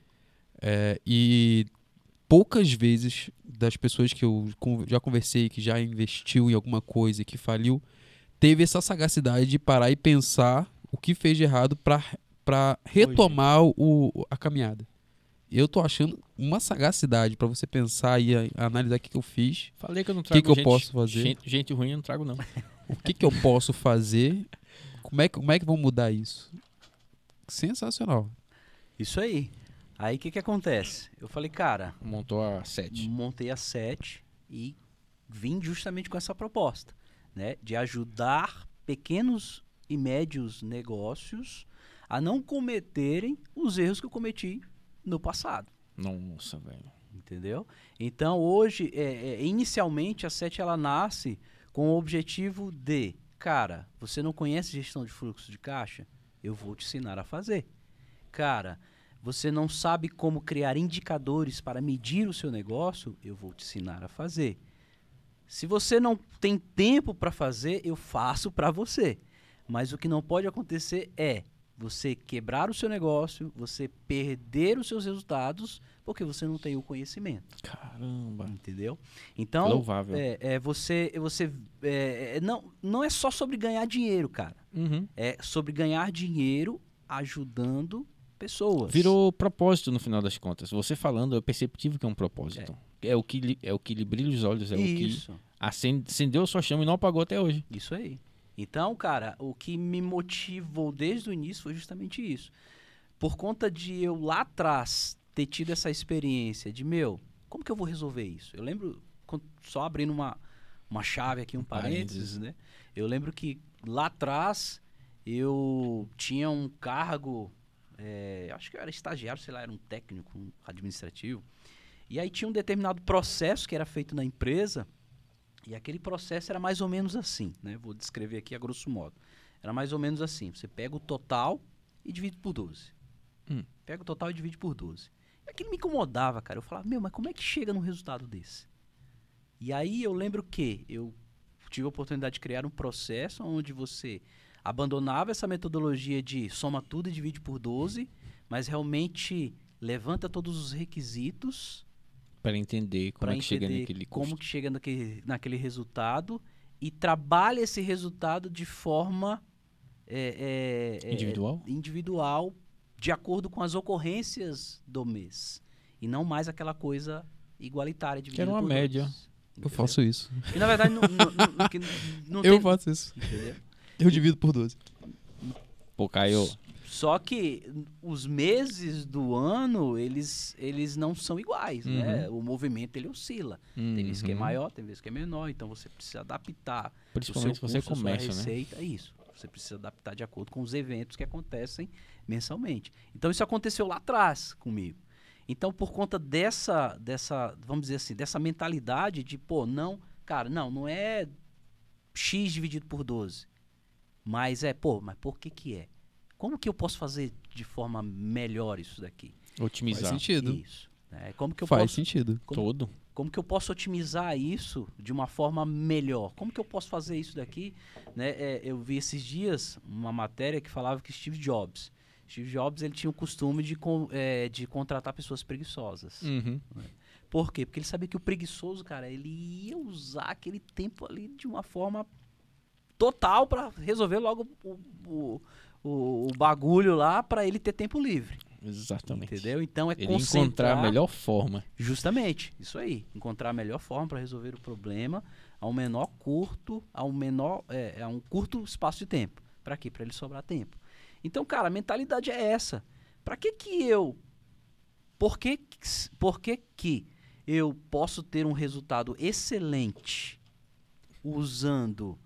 É, e poucas vezes das pessoas que eu con- já conversei, que já investiu em alguma coisa e que faliu, teve essa sagacidade de parar e pensar o que fez de errado para para retomar o, o- a caminhada. Eu tô achando uma sagacidade para você pensar e a- analisar o que, que eu fiz, Falei que eu não Que trago que eu gente, posso fazer? Gente, gente ruim eu não trago, não. o que, que eu posso fazer, como é que, como é que vão mudar isso. Sensacional. Isso aí. Aí, o que que acontece? Eu falei, cara, Montou a sete. montei a SET e vim justamente com essa proposta, né? De ajudar pequenos e médios negócios a não cometerem os erros que eu cometi no passado. Nossa, velho. Entendeu? Então, hoje, é, é, inicialmente, a SET ela nasce com o objetivo de, cara, você não conhece gestão de fluxo de caixa? Eu vou te ensinar a fazer. Cara, você não sabe como criar indicadores para medir o seu negócio? Eu vou te ensinar a fazer. Se você não tem tempo para fazer, eu faço para você. Mas o que não pode acontecer é você quebrar o seu negócio, você perder os seus resultados, porque você não tem o conhecimento. Caramba. Entendeu? Então, Louvável. é, é, você, você é, é, não, não é só sobre ganhar dinheiro, cara. Uhum. É sobre ganhar dinheiro ajudando pessoas. Virou propósito no final das contas. Você falando, é perceptível que é um propósito. É, o, que lhe, é o que lhe brilha os olhos, é o que Isso, acende, acendeu a sua chama e não apagou até hoje. isso aí. Então, cara, o que me motivou desde o início foi justamente isso. Por conta de eu lá atrás ter tido essa experiência de, meu, como que eu vou resolver isso? Eu lembro, con- só abrindo uma, uma chave aqui, um parênteses, parênteses. né? Eu lembro que lá atrás eu tinha um cargo, é, acho que eu era estagiário, sei lá, era um técnico um administrativo. E aí tinha um determinado processo que era feito na empresa, e aquele processo era mais ou menos assim, né? Vou descrever aqui a grosso modo. Era mais ou menos assim, você pega o total e divide por doze. Hum. Pega o total e divide por doze. E aquilo me incomodava, cara. Eu falava, meu, mas como é que chega num resultado desse? E aí eu lembro que eu tive a oportunidade de criar um processo onde você abandonava essa metodologia de soma tudo e divide por doze, mas realmente levanta todos os requisitos Para entender como para é que chega entender naquele como custo. que chega naquele, naquele resultado e trabalha esse resultado de forma é, é, é, Individual? individual, de acordo com as ocorrências do mês. E não mais aquela coisa igualitária dividida era uma por média. dois, Eu entendeu? faço isso. E na verdade não, não, não, que não Eu tem... faço isso. Entendeu? Eu divido por doze. Pô, Caio, Só que os meses do ano, eles, eles não são iguais, né? O movimento, ele oscila. Tem vezes que é Uhum. maior, tem vezes que é menor, então você precisa adaptar principalmente se o você seu custo, a sua começa, né? receita, é isso. Você precisa adaptar de acordo com os eventos que acontecem mensalmente. Então isso aconteceu lá atrás comigo. Então por conta dessa, dessa, vamos dizer assim, dessa mentalidade de, pô, não, cara, não, não é X dividido por doze. Mas é, pô, mas por que que é? Como que eu posso fazer de forma melhor isso daqui? Faz Otimizar sentido. Isso. Né? Como que eu Faz posso... sentido. Como, todo. Como que eu posso otimizar isso de uma forma melhor? Como que eu posso fazer isso daqui? Né? É, eu vi esses dias uma matéria que falava que Steve Jobs, Steve Jobs ele tinha o costume de, com, é, de contratar pessoas preguiçosas. Uhum. Né? Por quê? Porque ele sabia que o preguiçoso, cara, ele ia usar aquele tempo ali de uma forma total para resolver logo o, o, o, o bagulho lá para ele ter tempo livre. Exatamente. Entendeu? Então é Ele concentrar... encontrar a melhor forma. Justamente, isso aí. Encontrar a melhor forma para resolver o problema ao menor curto, ao menor, é, a um curto espaço de tempo. Para quê? Para ele sobrar tempo. Então, cara, a mentalidade é essa. Para que que eu... Por que, por que que eu posso ter um resultado excelente usando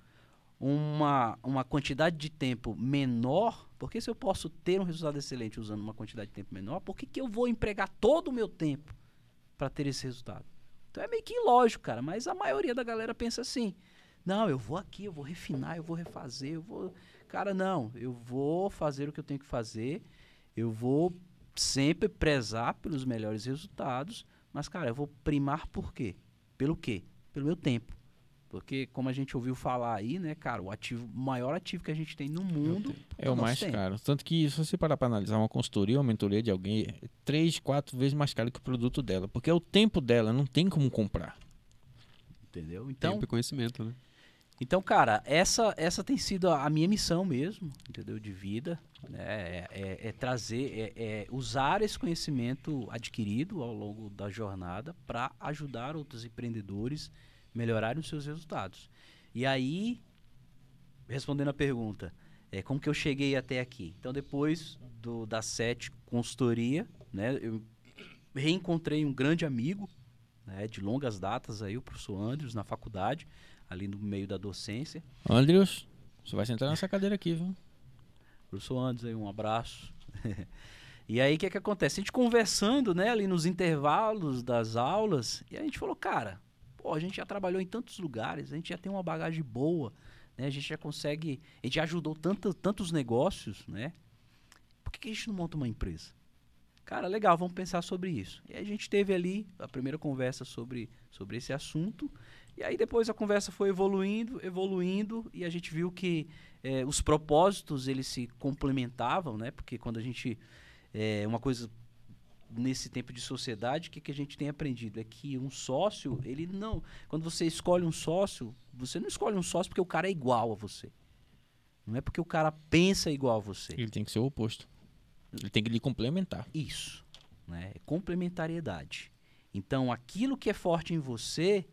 uma, uma quantidade de tempo menor? Porque se eu posso ter um resultado excelente usando uma quantidade de tempo menor, por que que eu vou empregar todo o meu tempo para ter esse resultado? Então é meio que ilógico, cara, mas a maioria da galera pensa assim: não, eu vou aqui, eu vou refinar, eu vou refazer, eu vou... Cara, não, eu vou fazer o que eu tenho que fazer, eu vou sempre prezar pelos melhores resultados, mas, cara, eu vou primar por quê? Pelo quê? Pelo meu tempo. Porque, como a gente ouviu falar aí, né, cara, o ativo, o maior ativo que a gente tem no mundo é o nosso mais tempo. caro. Tanto que, se você parar para analisar uma consultoria ou uma mentoria de alguém, é três, quatro vezes mais caro que o produto dela. Porque é o tempo dela, não tem como comprar. Entendeu? Então, Tempo e conhecimento, né? então cara, essa, essa tem sido a, a minha missão mesmo, entendeu? De vida, né? É, é, é trazer, é, é usar esse conhecimento adquirido ao longo da jornada para ajudar outros empreendedores melhorarem os seus resultados. E aí, respondendo a pergunta, é, como que eu cheguei até aqui? Então, depois do, da sete consultoria, né, eu reencontrei um grande amigo, né, de longas datas, aí, o professor Andrews, na faculdade, ali no meio da docência. Andrews, você vai sentar nessa cadeira aqui, viu? Professor Andrews, aí, um abraço. E aí, o que que acontece? A gente conversando, né, ali nos intervalos das aulas, e a gente falou, cara... Pô, a gente já trabalhou em tantos lugares, a gente já tem uma bagagem boa, né? A gente já consegue, a gente já ajudou tanto, tantos negócios, né? Por que, que a gente não monta uma empresa? Cara, legal, vamos pensar sobre isso. E aí a gente teve ali a primeira conversa sobre, sobre esse assunto, e aí depois a conversa foi evoluindo, evoluindo, e a gente viu que eh, os propósitos, eles se complementavam, né? Porque quando a gente, é, uma coisa... nesse tempo de sociedade, o que, que a gente tem aprendido? É que um sócio, ele não... Quando você escolhe um sócio, você não escolhe um sócio porque o cara é igual a você. Não é porque o cara pensa igual a você. Ele tem que ser o oposto. Ele tem que lhe complementar. Isso. Né? É complementariedade. Então, aquilo que é forte em você,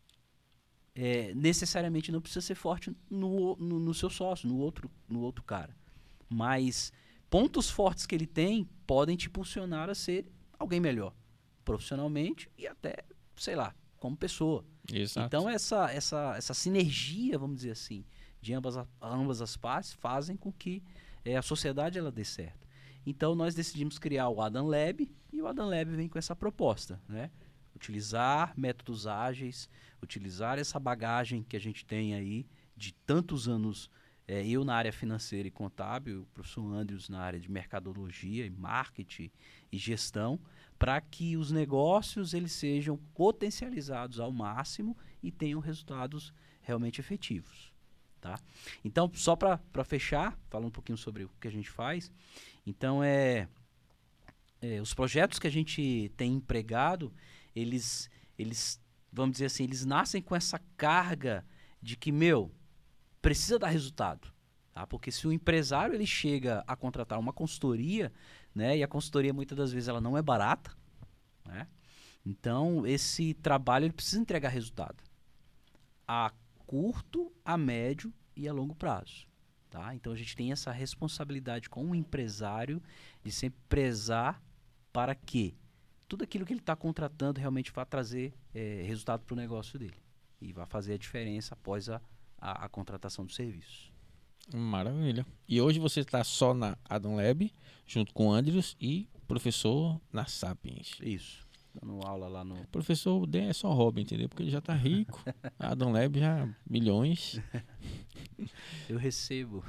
é, necessariamente não precisa ser forte no, no, no seu sócio, no outro, no outro cara. Mas... pontos fortes que ele tem podem te impulsionar a ser alguém melhor, profissionalmente e até, sei lá, como pessoa. Exato. Então, essa, essa, essa sinergia, vamos dizer assim, de ambas, a, ambas as partes fazem com que é, a sociedade ela dê certo. Então, nós decidimos criar o Adam Lab e o Adam Lab vem com essa proposta, né? Utilizar métodos ágeis, utilizar essa bagagem que a gente tem aí de tantos anos. É, eu na área financeira e contábil, o professor Andrews na área de mercadologia e marketing e gestão, para que os negócios eles sejam potencializados ao máximo e tenham resultados realmente efetivos. Tá? Então, só para fechar, falar um pouquinho sobre o que a gente faz, então é, é os projetos que a gente tem empregado, eles, eles, vamos dizer assim, eles nascem com essa carga de que, meu, precisa dar resultado, tá? Porque se o empresário ele chega a contratar uma consultoria, né, e a consultoria muitas das vezes ela não é barata, né? Então esse trabalho ele precisa entregar resultado a curto, a médio e a longo prazo, tá? Então a gente tem essa responsabilidade com o empresário de sempre prezar para que tudo aquilo que ele está contratando realmente vá trazer é, resultado para o negócio dele e vá fazer a diferença após a A, a contratação do serviço. Maravilha. E hoje você está só na Adam Lab, junto com o Andrews e professor na Sapiens. Isso. Dando aula lá no... Professor Dan é só hobby, entendeu? Porque ele já está rico. A Adam Lab já milhões. Eu recebo.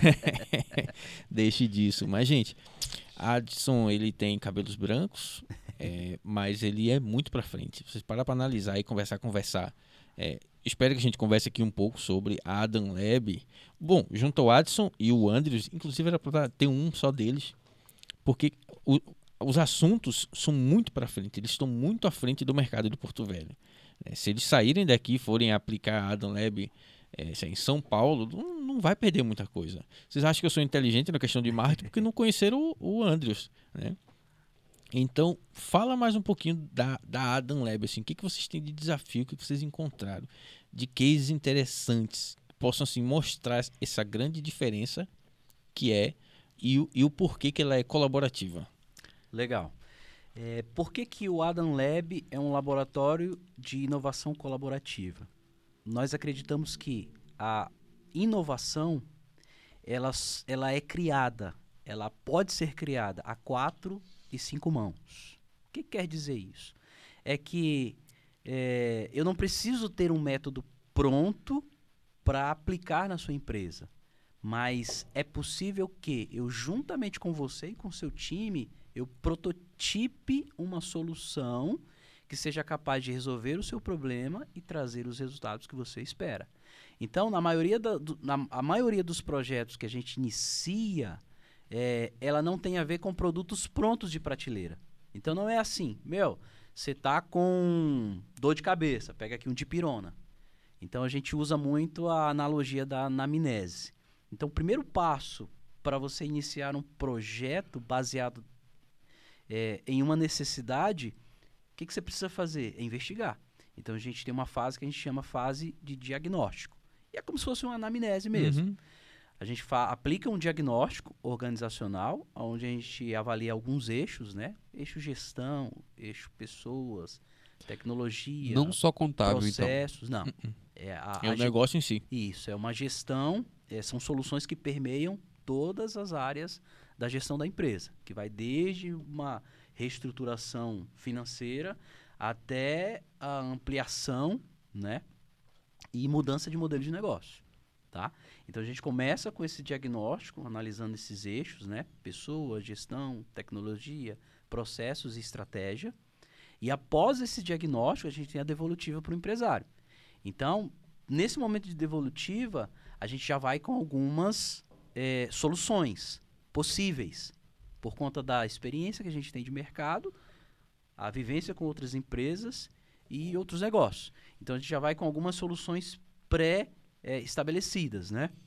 Deixe disso. Mas, gente, Adson, ele tem cabelos brancos, É, mas ele é muito para frente. Vocês param para analisar e conversar, conversar. É, espero que a gente converse aqui um pouco sobre a Adam Lab. Bom, junto ao Adson e o Andrews, inclusive era para ter um só deles, porque o, os assuntos são muito para frente, eles estão muito à frente do mercado de Porto Velho. É, se eles saírem daqui e forem aplicar a Adam Lab é, em São Paulo, não, não vai perder muita coisa. Vocês acham que eu sou inteligente na questão de marketing porque não conheceram o, o Andrews, né? Então, fala mais um pouquinho da, da Adam Lab, assim, o que, que vocês têm de desafio, o que, que vocês encontraram, de cases interessantes, que possam assim, mostrar essa grande diferença que é e o, e o porquê que ela é colaborativa. Legal. É, por que, que o Adam Lab é um laboratório de inovação colaborativa? Nós acreditamos que a inovação ela, ela é criada, ela pode ser criada a quatro e cinco mãos. O que, que quer dizer isso? É que é, eu não preciso ter um método pronto para aplicar na sua empresa, mas é possível que eu, juntamente com você e com o seu time, eu prototipe uma solução que seja capaz de resolver o seu problema e trazer os resultados que você espera. Então, na maioria, da, do, na, a maioria dos projetos que a gente inicia, é, ela não tem a ver com produtos prontos de prateleira. Então, não é assim, meu, você está com dor de cabeça, pega aqui um dipirona. Então, a gente usa muito a analogia da anamnese. Então, o primeiro passo para você iniciar um projeto baseado é, em uma necessidade, o que, que você precisa fazer? É investigar. Então, a gente tem uma fase que a gente chama fase de diagnóstico. E é como se fosse uma anamnese mesmo. Uhum. A gente fa- aplica um diagnóstico organizacional, onde a gente avalia alguns eixos, né? Eixo gestão, eixo pessoas, tecnologia, Não só contável, processos. então. Não. É, a, É a o ge- negócio em si. Isso, é uma gestão, é, são soluções que permeiam todas as áreas da gestão da empresa, que vai desde uma reestruturação financeira até a ampliação, né, e mudança de modelo de negócio, tá? Então a gente começa com esse diagnóstico, analisando esses eixos, né, pessoa, gestão, tecnologia, processos e estratégia, e após esse diagnóstico a gente tem a devolutiva para o empresário. Então, nesse momento de devolutiva, a gente já vai com algumas é, soluções possíveis, por conta da experiência que a gente tem de mercado, a vivência com outras empresas e outros negócios. Então, a gente já vai com algumas soluções pré-estabelecidas, né?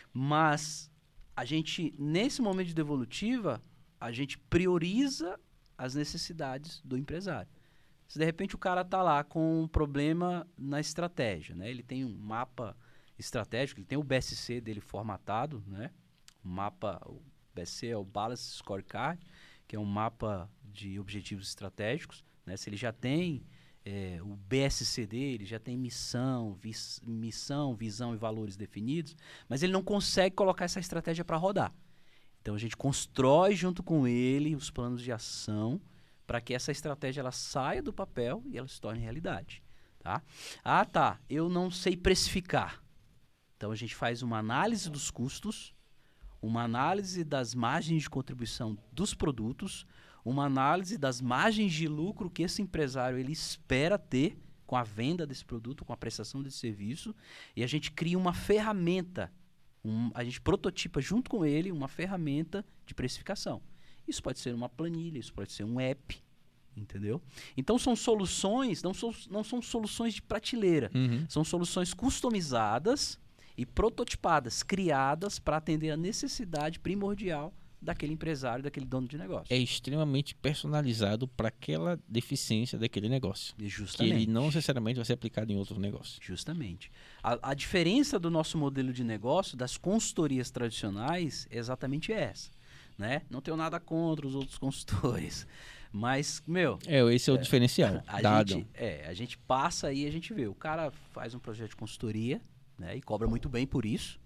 Mas, a gente, nesse momento de devolutiva, a gente prioriza as necessidades do empresário. Se de repente o cara está lá com um problema na estratégia, né? Ele tem um mapa estratégico, ele tem o B S C dele formatado, né? O mapa, o B S C é o Balance Scorecard, que é um mapa de objetivos estratégicos, né? Se ele já tem é, o B S C dele, já tem missão, vis, missão, visão e valores definidos, mas ele não consegue colocar essa estratégia para rodar. Então a gente constrói junto com ele os planos de ação para que essa estratégia ela saia do papel e ela se torne realidade, tá? Ah, tá, eu não sei precificar. Então a gente faz uma análise dos custos, uma análise das margens de contribuição dos produtos, uma análise das margens de lucro que esse empresário ele espera ter com a venda desse produto, com a prestação desse serviço, e a gente cria uma ferramenta, um, a gente prototipa junto com ele uma ferramenta de precificação. Isso pode ser uma planilha, isso pode ser um app, entendeu? Então são soluções, não são, não são soluções de prateleira, Uhum. são soluções customizadas e prototipadas, criadas para atender a necessidade primordial daquele empresário, daquele dono de negócio. É extremamente personalizado para aquela deficiência daquele negócio. E Que justamente. ele não necessariamente vai ser aplicado em outro negócio. Justamente. A, a diferença do nosso modelo de negócio das consultorias tradicionais é exatamente essa. Né? Não tenho nada contra os outros consultores, mas, meu... É, esse é o diferencial A da gente, Adam. é, a gente passa aí, a gente vê, o cara faz um projeto de consultoria, né, e cobra muito bem por isso.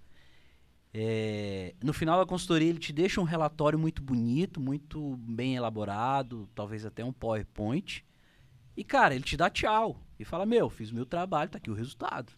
É, no final da consultoria ele te deixa um relatório muito bonito, muito bem elaborado, talvez até um PowerPoint. E, cara, ele te dá tchau e fala, meu, fiz o meu trabalho, tá aqui o resultado.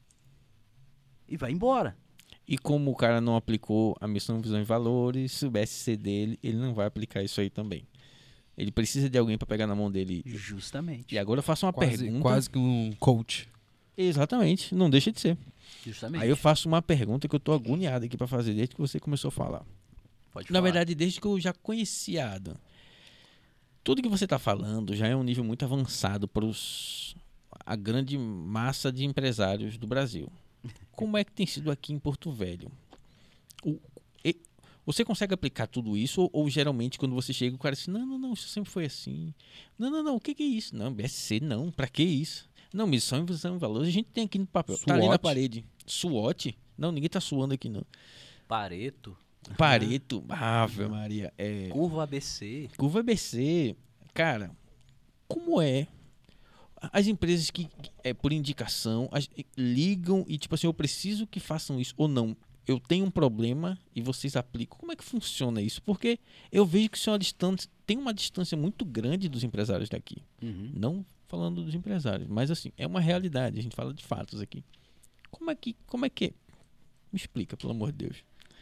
E vai embora. E como o cara não aplicou a missão, visão e valores, o B S C dele, ele não vai aplicar isso aí também. Ele precisa de alguém para pegar na mão dele. Justamente. E agora eu faço uma Quase, pergunta. quase que um coach. Exatamente, não deixa de ser. Justamente. Aí eu faço uma pergunta que eu tô agoniado aqui para fazer desde que você começou a falar. Pode Na falar. verdade, desde que eu já conhecia Adam. Tudo que você está falando já é um nível muito avançado para a grande massa de empresários do Brasil. Como é que tem sido aqui em Porto Velho? O, e, você consegue aplicar tudo isso? Ou, ou geralmente quando você chega o cara diz, não, não, não, isso sempre foi assim. Não, não, não, o que, que é isso? Não, B S C não, para que isso? Não, missão e visão e valores a gente tem aqui no papel. Tá ali na parede. SWOT? Não, ninguém tá suando aqui não. Pareto. Pareto, Ave Maria. É... Curva A B C. Curva A B C. Cara, como é? As empresas que, é, por indicação, as, ligam e tipo assim, eu preciso que façam isso ou não. Eu tenho um problema e vocês aplicam. Como é que funciona isso? Porque eu vejo que isso é uma distância, tem uma distância muito grande dos empresários daqui. Uhum. Não falando dos empresários, mas assim, é uma realidade. A gente fala de fatos aqui. Como é que, como é que é? Me explica, pelo amor de Deus.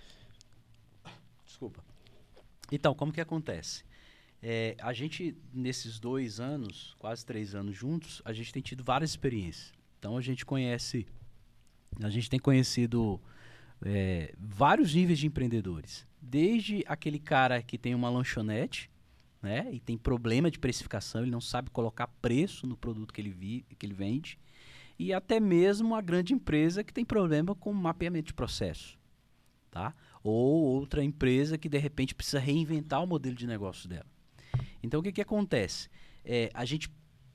Desculpa. Então, como que acontece? É, a gente, nesses dois anos, quase três anos juntos, a gente tem tido várias experiências. Então, a gente conhece, a gente tem conhecido é, vários níveis de empreendedores. Desde aquele cara que tem uma lanchonete, né, e tem problema de precificação, ele não sabe colocar preço no produto que ele, vi, que ele vende, e até mesmo a grande empresa que tem problema com mapeamento de processo, tá? Ou outra empresa que de repente precisa reinventar o modelo de negócio dela. Então o que, que acontece? É, a gente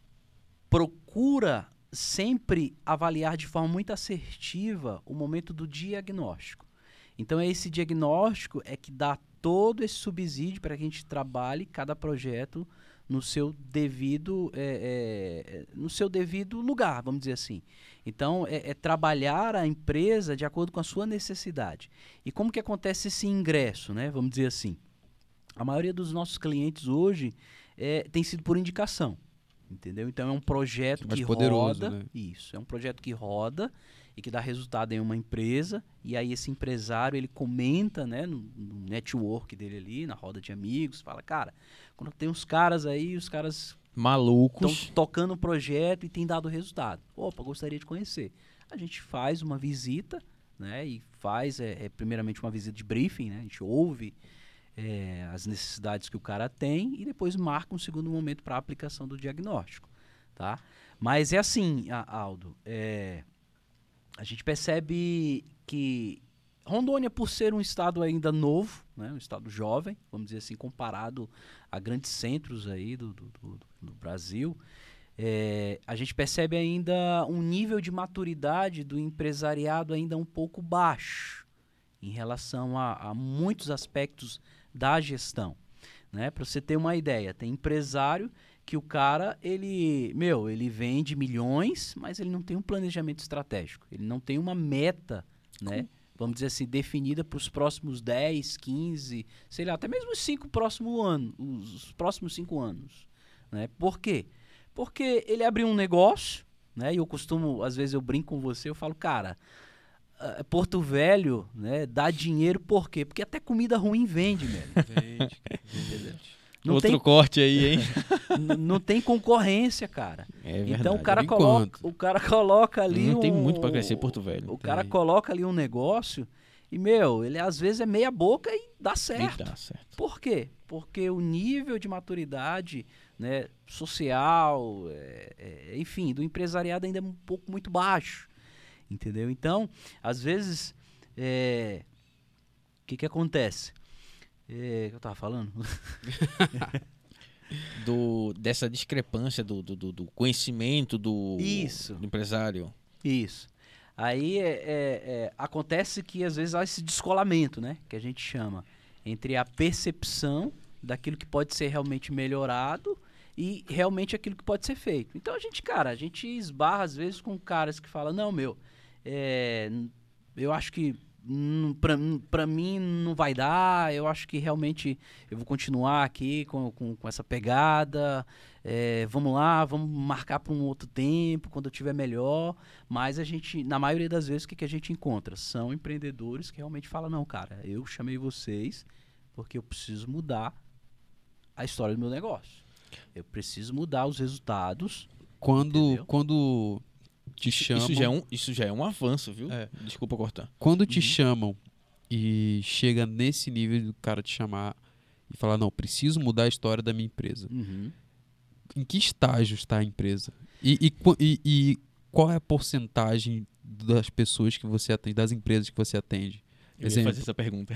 procura sempre avaliar de forma muito assertiva o momento do diagnóstico. Então é esse diagnóstico é que dá todo esse subsídio para que a gente trabalhe cada projeto no seu devido é, é, no seu devido lugar, vamos dizer assim. Então é, é trabalhar a empresa de acordo com a sua necessidade. E como que acontece esse ingresso, né? Vamos dizer assim. A maioria dos nossos clientes hoje é, tem sido por indicação, entendeu? Então é um projeto Mais que poderoso, roda, né? isso, é um projeto que roda e que dá resultado em uma empresa, e aí esse empresário ele comenta, né, no, no network dele ali, na roda de amigos, fala, cara, quando tem uns caras aí, os caras Malucos. estão tocando o projeto e tem dado resultado. Opa, gostaria de conhecer. A gente faz uma visita, né, e faz é, é, primeiramente uma visita de briefing, né, a gente ouve É, as necessidades que o cara tem e depois marca um segundo momento para a aplicação do diagnóstico, tá? Mas é assim, Aldo, é, a gente percebe que Rondônia, por ser um estado ainda novo, né, um estado jovem, vamos dizer assim, comparado a grandes centros aí do, do, do, do Brasil, é, a gente percebe ainda um nível de maturidade do empresariado ainda um pouco baixo em relação a, a muitos aspectos da gestão, né? Para você ter uma ideia, tem empresário que o cara, ele, meu, ele vende milhões, mas ele não tem um planejamento estratégico, ele não tem uma meta, né? Vamos dizer assim, definida para os próximos dez, quinze, sei lá, até mesmo os cinco próximos anos, os próximos cinco anos, né? Por quê? Porque ele abriu um negócio, né? E eu costumo, às vezes eu brinco com você, eu falo, cara, Porto Velho, né, dá dinheiro por quê? Porque até comida ruim vende, velho. Vende, vende. Não Outro tem, corte aí, hein? não tem concorrência, cara. É verdade. Então o cara, Por coloca, enquanto. o cara coloca ali Não um... tem muito pra crescer Porto Velho. O cara Tem. coloca ali um negócio e, meu, ele às vezes é meia boca e dá E certo. dá certo. Por quê? Porque o nível de maturidade, né, social, é, é, enfim, do empresariado ainda é um pouco muito baixo. Entendeu? Então, às vezes, é, o que que acontece? É, que eu tava falando? Do, dessa discrepância do, do, do conhecimento do, Isso. do empresário. Isso. Aí é, é, é, acontece que às vezes há esse descolamento, né? Que a gente chama entre a percepção daquilo que pode ser realmente melhorado e realmente aquilo que pode ser feito. Então a gente, cara, a gente esbarra às vezes com caras que falam, não, meu, é, eu acho que hum, pra, pra mim não vai dar, eu acho que realmente eu vou continuar aqui com, com, com essa pegada, é, vamos lá, vamos marcar para um outro tempo, quando eu tiver melhor, mas a gente, na maioria das vezes, o que, que a gente encontra? São empreendedores que realmente falam, não, cara, eu chamei vocês porque eu preciso mudar a história do meu negócio. Eu preciso mudar os resultados. Quando, Entendeu? quando te Isso, chamam... isso, já é um, isso já é um avanço, viu? É. Desculpa cortar. Quando te Uhum. chamam e chega nesse nível do cara te chamar e falar, não, preciso mudar a história da minha empresa. Uhum. Em que estágio está a empresa? E, e, qu- e- e qual é a porcentagem das pessoas que você atende, das empresas que você atende? Eu ia Exemplo. fazer essa pergunta.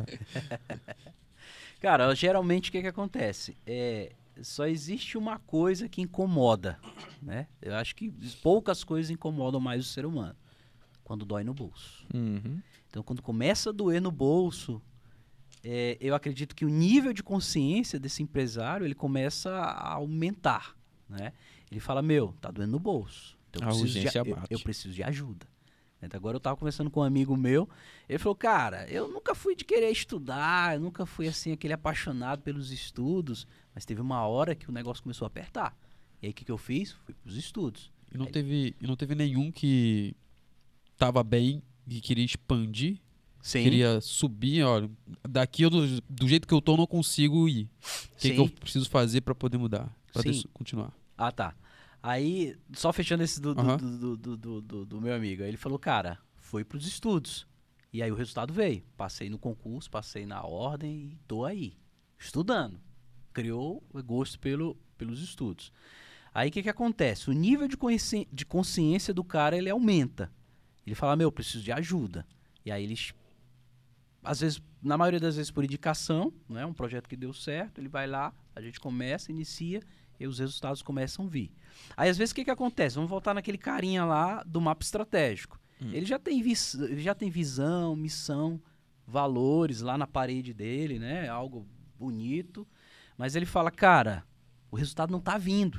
Ah, Cara, geralmente o que, que acontece? É, só existe uma coisa que incomoda, né? Eu acho que poucas coisas incomodam mais o ser humano. Quando dói no bolso. Uhum. Então, quando começa a doer no bolso, é, eu acredito que o nível de consciência desse empresário, ele começa a aumentar, né? Ele fala, meu, tá doendo no bolso. Então, eu A preciso de, urgência eu, bate. eu preciso de ajuda. Então, agora eu tava conversando com um amigo meu, ele falou, cara, eu nunca fui de querer estudar, eu nunca fui assim, aquele apaixonado pelos estudos, mas teve uma hora que o negócio começou a apertar. E aí, o que, que eu fiz? Fui pros estudos. e, não Aí- teve, e não teve nenhum que estava bem e queria expandir, Sim, queria subir, olha, daqui eu, do, do jeito que eu tô, eu não consigo ir. O que, que eu sim. preciso fazer para poder mudar, para Sim. continuar? Ah, tá. Aí, só fechando esse do, do, Aham. do, do, do, do- do meu amigo. Aí ele falou, cara, foi pros estudos. E aí o resultado veio. Passei no concurso, passei na ordem e tô aí, estudando. Criou o gosto pelo, pelos estudos. Aí o que que acontece? O nível de, consci- de consciência do cara, ele aumenta. Ele fala, meu, preciso de ajuda. E aí eles, às vezes, na maioria das vezes por indicação, né? Um projeto que deu certo, ele vai lá, a gente começa, inicia, e os resultados começam a vir. Aí, às vezes, o que que acontece? Vamos voltar naquele carinha lá do mapa estratégico. Hum. Ele já tem, vis- ele já tem visão, missão, valores lá na parede dele, né? Algo bonito. Mas ele fala, cara, o resultado não tá vindo.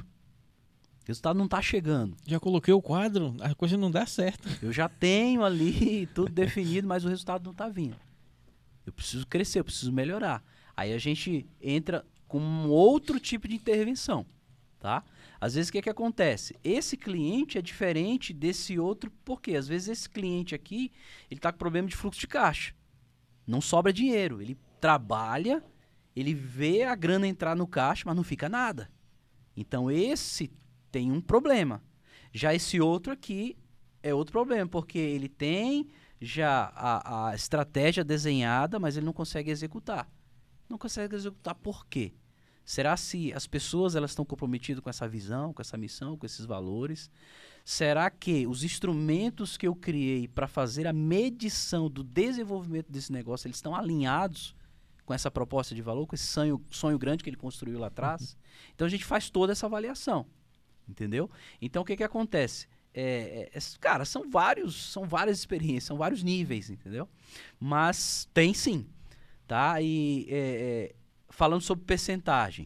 O resultado não tá chegando. Já coloquei o quadro, a coisa não dá certo. Eu já tenho ali tudo definido, mas o resultado não tá vindo. Eu preciso crescer, eu preciso melhorar. Aí a gente entra com um outro tipo de intervenção, tá? Às vezes o que que acontece? Esse cliente é diferente desse outro, porque às vezes esse cliente aqui, ele tá com problema de fluxo de caixa. Não sobra dinheiro, ele trabalha, ele vê a grana entrar no caixa, mas não fica nada. Então esse tem um problema. Já esse outro aqui é outro problema, porque ele tem já a, a estratégia desenhada, mas ele não consegue executar. Não consegue executar por quê? Será se as pessoas elas estão comprometidas com essa visão, com essa missão, com esses valores? Será que os instrumentos que eu criei para fazer a medição do desenvolvimento desse negócio, eles estão alinhados com essa proposta de valor, com esse sonho, sonho grande que ele construiu lá atrás? Então a gente faz toda essa avaliação, entendeu? Então o que que acontece? É, é, cara, são vários, são várias experiências, são vários níveis, entendeu? Mas tem sim, tá? E é, é, falando sobre percentagem,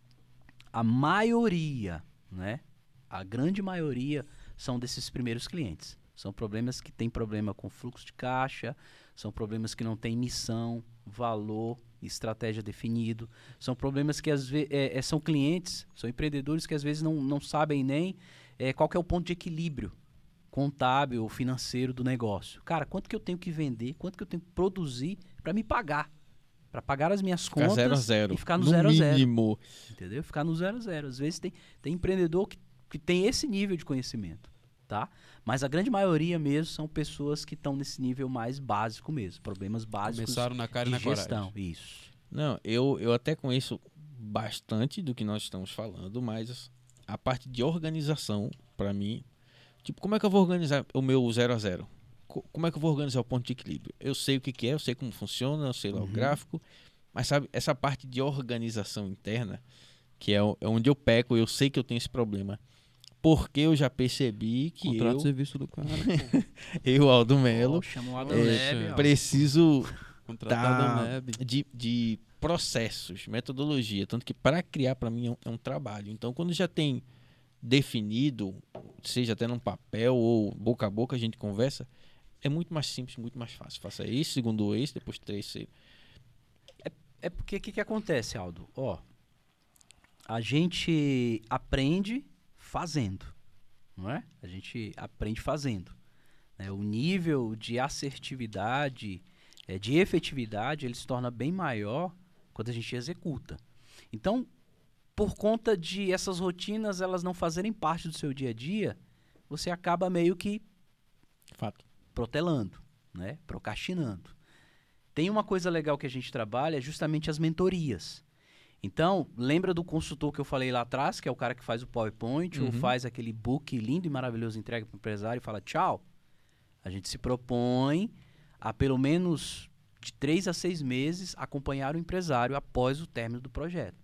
a maioria, né? A grande maioria são desses primeiros clientes. São problemas que têm problema com fluxo de caixa, são problemas que não têm missão, valor, estratégia definido. São problemas que às vezes é, é, são clientes, são empreendedores que às vezes não, não sabem nem é, qual que é o ponto de equilíbrio contábil ou financeiro do negócio. Cara, quanto que eu tenho que vender, quanto que eu tenho que produzir para me pagar? Para pagar as minhas Ficar contas zero a zero. e ficar no, no zero a zero. mínimo. Entendeu? Ficar no zero a zero. Às vezes tem, tem empreendedor que, que tem esse nível de conhecimento, tá? Mas a grande maioria mesmo são pessoas que estão nesse nível mais básico mesmo. Problemas básicos Começaram na cara e de na coragem. gestão. Isso. Não, eu, eu até conheço bastante do que nós estamos falando, mas a parte de organização, para mim, tipo, como é que eu vou organizar o meu zero a zero? Co- Como é que eu vou organizar o ponto de equilíbrio? Eu sei o que, que é, eu sei como funciona, eu sei lá o Uhum. gráfico, mas sabe, essa parte de organização interna, que é, o- é onde eu peco, eu sei que eu tenho esse problema. Porque eu já percebi que Contrato eu, de serviço do cara. eu, Aldo Melo, Ó, chama o Adam É, Leve, ó. preciso Contratado Tá. Web. de, de processos, metodologia, tanto que para criar para mim é um, é um trabalho. Então, quando já tem definido, seja até num papel ou boca a boca a gente conversa, é muito mais simples, muito mais fácil. Faça isso, segundo esse, depois terceiro. É porque o que, que acontece, Aldo? Ó, a gente aprende fazendo, não é? A gente aprende fazendo, né? O nível de assertividade, eh, de efetividade, ele se torna bem maior quando a gente executa. Então, por conta de essas rotinas elas não fazerem parte do seu dia a dia, você acaba meio que Fato. protelando, né? Procrastinando. Tem uma coisa legal que a gente trabalha, é justamente as mentorias. Então, lembra do consultor que eu falei lá atrás, que é o cara que faz o PowerPoint, Uhum. ou faz aquele book lindo e maravilhoso, entrega para o empresário e fala tchau? A gente se propõe a pelo menos de três a seis meses acompanhar o empresário após o término do projeto.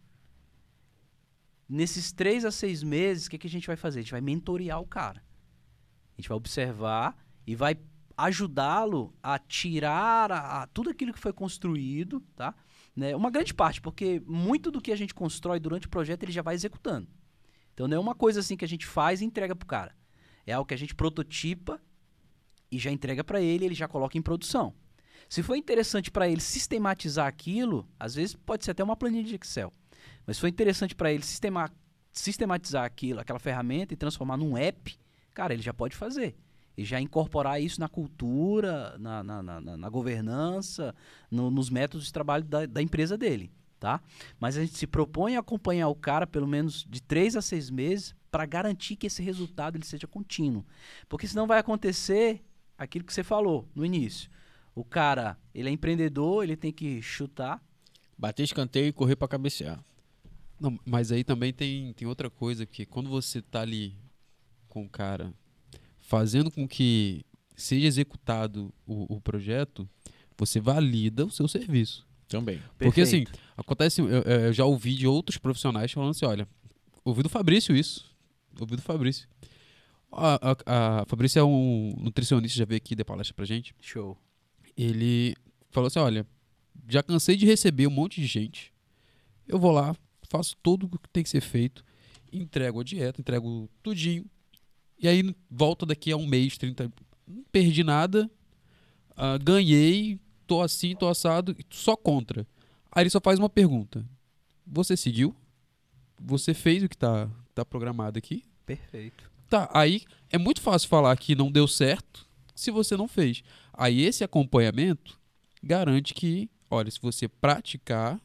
Nesses três a seis meses, o que, que a gente vai fazer? A gente vai mentorear o cara. A gente vai observar e vai ajudá-lo a tirar a, a tudo aquilo que foi construído, tá? Né? Uma grande parte, porque muito do que a gente constrói durante o projeto ele já vai executando. Então não é uma coisa assim que a gente faz e entrega pro cara. É algo que a gente prototipa e já entrega para ele, ele já coloca em produção. Se for interessante para ele sistematizar aquilo, às vezes pode ser até uma planilha de Excel, mas se for interessante para ele sistema, sistematizar aquilo, aquela ferramenta e transformar num app, cara, ele já pode fazer. E já incorporar isso na cultura, na, na, na, na governança, no, nos métodos de trabalho da, da empresa dele, tá? Mas a gente se propõe a acompanhar o cara pelo menos de três a seis meses para garantir que esse resultado ele seja contínuo. Porque senão vai acontecer aquilo que você falou no início. O cara, ele é empreendedor, ele tem que chutar. Bater escanteio e correr para cabecear. Não, mas aí também tem, tem outra coisa, que quando você tá ali com o cara fazendo com que seja executado o, o projeto, você valida o seu serviço. Também. Porque assim, Perfeito. acontece, eu, eu já ouvi de outros profissionais falando assim, olha, ouvi do Fabrício isso, ouvi do Fabrício. A, a, a Fabrício é um nutricionista, já veio aqui dar palestra pra gente. Show. Ele falou assim, olha, já cansei de receber um monte de gente, eu vou lá, faço tudo o que tem que ser feito, entrego a dieta, entrego tudinho, e aí volta daqui a um mês, trinta, não perdi nada, uh, ganhei, tô assim, tô assado, só contra. Aí ele só faz uma pergunta, você seguiu? Você fez o que tá, tá programado aqui? Perfeito. Tá, aí é muito fácil falar que não deu certo se você não fez. Aí esse acompanhamento garante que, olha, se você praticar,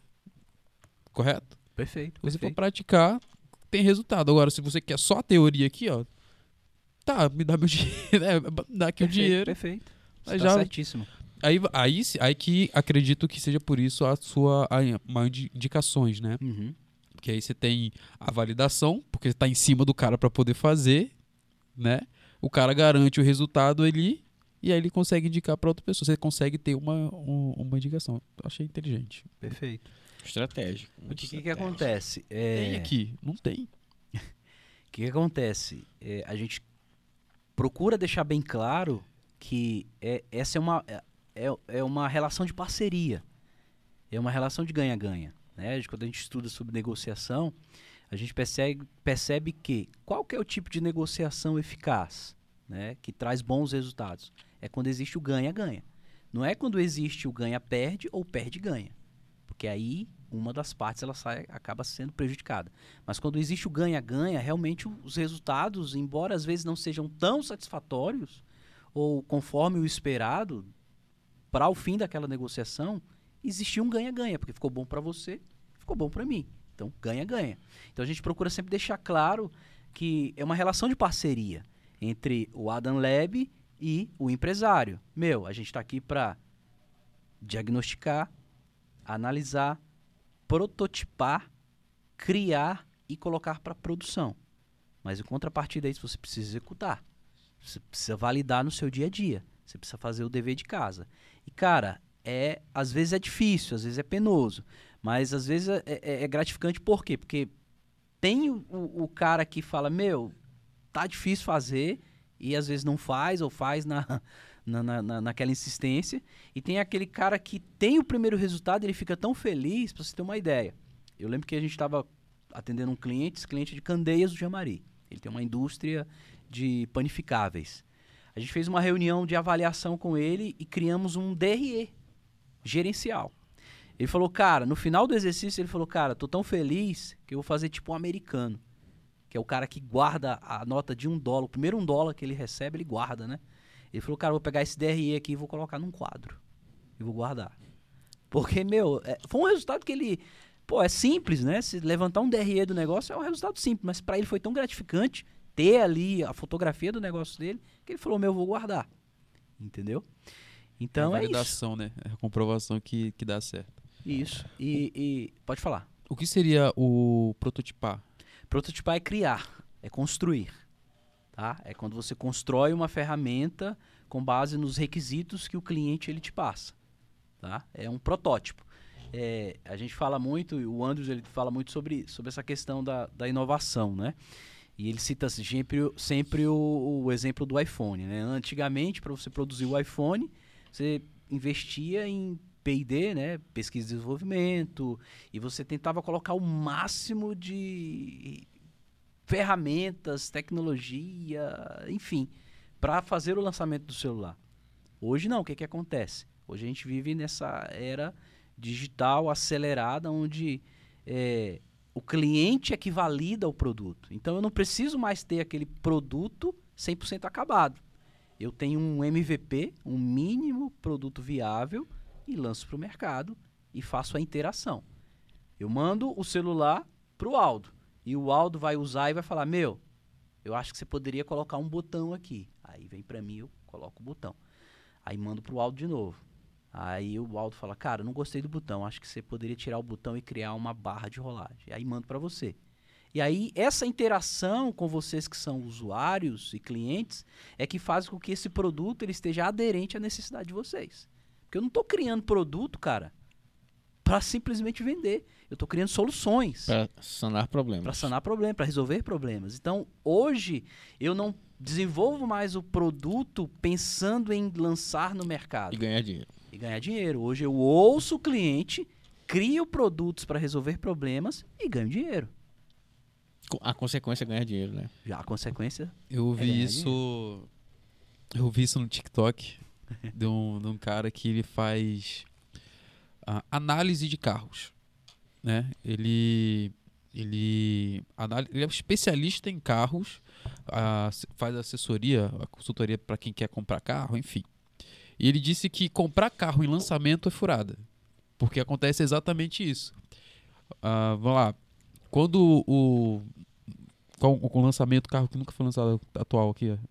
correto? Perfeito. Se você for perfeito. praticar, tem resultado. Agora, se você quer só a teoria aqui, ó, tá, me dá meu dinheiro, é, me dá aqui o Perfeito, dinheiro. Perfeito. Você Aí tá já- certíssimo. Aí, aí, aí que acredito que seja por isso a sua a, uma indi- indicações, né? Uhum. Porque aí você tem a validação, porque você tá em cima do cara para poder fazer, né? O cara garante o resultado ali e aí ele consegue indicar para outra pessoa. Você consegue ter uma, um- uma indicação. Eu achei inteligente. Perfeito. Estratégico. O muito que, que, que estratégico. acontece? É, Tem aqui? Não tem. O que, que acontece? É, a gente procura deixar bem claro que é, essa é uma, é, é uma relação de parceria. É uma relação de ganha-ganha. Né? Quando a gente estuda sobre negociação, a gente percebe, percebe que qual que é o tipo de negociação eficaz, né? Que traz bons resultados? É quando existe o ganha-ganha. Não é quando existe o ganha-perde ou perde-ganha. Porque aí uma das partes ela sai, acaba sendo prejudicada. Mas quando existe o ganha-ganha, realmente o- os resultados, embora às vezes não sejam tão satisfatórios ou conforme o esperado, para o fim daquela negociação, existia um ganha-ganha, porque ficou bom para você, ficou bom para mim. Então, ganha-ganha. Então, a gente procura sempre deixar claro que é uma relação de parceria entre o Adam Lab e o empresário. Meu, a gente está aqui para diagnosticar, analisar, prototipar, criar e colocar para produção. Mas em contrapartida a isso você precisa executar. Você precisa validar no seu dia a dia. Você precisa fazer o dever de casa. E, cara, é, às vezes é difícil, às vezes é penoso. Mas às vezes é, é- é gratificante. Por quê? Porque tem o, o- o cara que fala, meu, tá difícil fazer, e às vezes não faz, ou faz na, na, na- na- naquela insistência. E tem aquele cara que tem o primeiro resultado, ele fica tão feliz, pra você ter uma ideia. Eu lembro que a gente estava atendendo um cliente, esse cliente é de Candeias do Jamari. Ele tem uma indústria de panificáveis. A gente fez uma reunião de avaliação com ele e criamos um D R E gerencial. Ele falou, cara, no final do exercício, ele falou, cara, tô tão feliz que eu vou fazer tipo um americano, que é o cara que guarda a nota de um dólar, o primeiro um dólar que ele recebe, ele guarda, né? Ele falou, cara, eu vou pegar esse D R E aqui e vou colocar num quadro e vou guardar. Porque, meu, é, foi um resultado que ele Pô, é simples, né? Se levantar um D R E do negócio é um resultado simples, mas para ele foi tão gratificante ter ali a fotografia do negócio dele, que ele falou, meu, eu vou guardar. Entendeu? Então é a é isso. validação, né? É a comprovação que, que dá certo. Isso. E, e pode falar. O que seria o prototipar? Prototipar é criar, é construir. Tá? É quando você constrói uma ferramenta com base nos requisitos que o cliente ele te passa. Tá? É um protótipo. É, a gente fala muito, o Andrews ele fala muito sobre, sobre essa questão da, da inovação, né? E ele cita sempre, sempre o, o exemplo do iPhone, né? Antigamente, para você produzir o iPhone, você investia em P e D, né? Pesquisa e desenvolvimento, e você tentava colocar o máximo de ferramentas, tecnologia, enfim, para fazer o lançamento do celular. Hoje não, o que, que acontece? Hoje a gente vive nessa era digital acelerada, onde é, o cliente é que valida o produto. Então eu não preciso mais ter aquele produto cem por cento acabado. Eu tenho um M V P, um mínimo produto viável, e lanço para o mercado e faço a interação. Eu mando o celular para o Aldo, e o Aldo vai usar e vai falar, meu, eu acho que você poderia colocar um botão aqui. Aí vem para mim, eu coloco o botão. Aí mando para o Aldo de novo. Aí o Aldo fala, cara, não gostei do botão, acho que você poderia tirar o botão e criar uma barra de rolagem. Aí mando para você. E aí essa interação com vocês que são usuários e clientes é que faz com que esse produto ele esteja aderente à necessidade de vocês. Porque eu não estou criando produto, cara, para simplesmente vender. Eu estou criando soluções. Para sanar problemas. Para sanar problemas, para resolver problemas. Então, hoje, eu não desenvolvo mais o produto pensando em lançar no mercado. E ganhar dinheiro. E ganhar dinheiro. Hoje eu ouço o cliente, crio produtos para resolver problemas e ganho dinheiro. A consequência é ganhar dinheiro, né? Já a consequência Eu é vi ganhar isso. Eu vi isso no TikTok de, um, de um cara que ele faz ah, análise de carros, né? Ele ele, anal- ele é especialista em carros, ah, faz assessoria, a consultoria para quem quer comprar carro, enfim. E ele disse que comprar carro em lançamento é furada, porque acontece exatamente isso. Ah, vamos lá, quando o com o lançamento, o carro que nunca foi lançado atual aqui, é,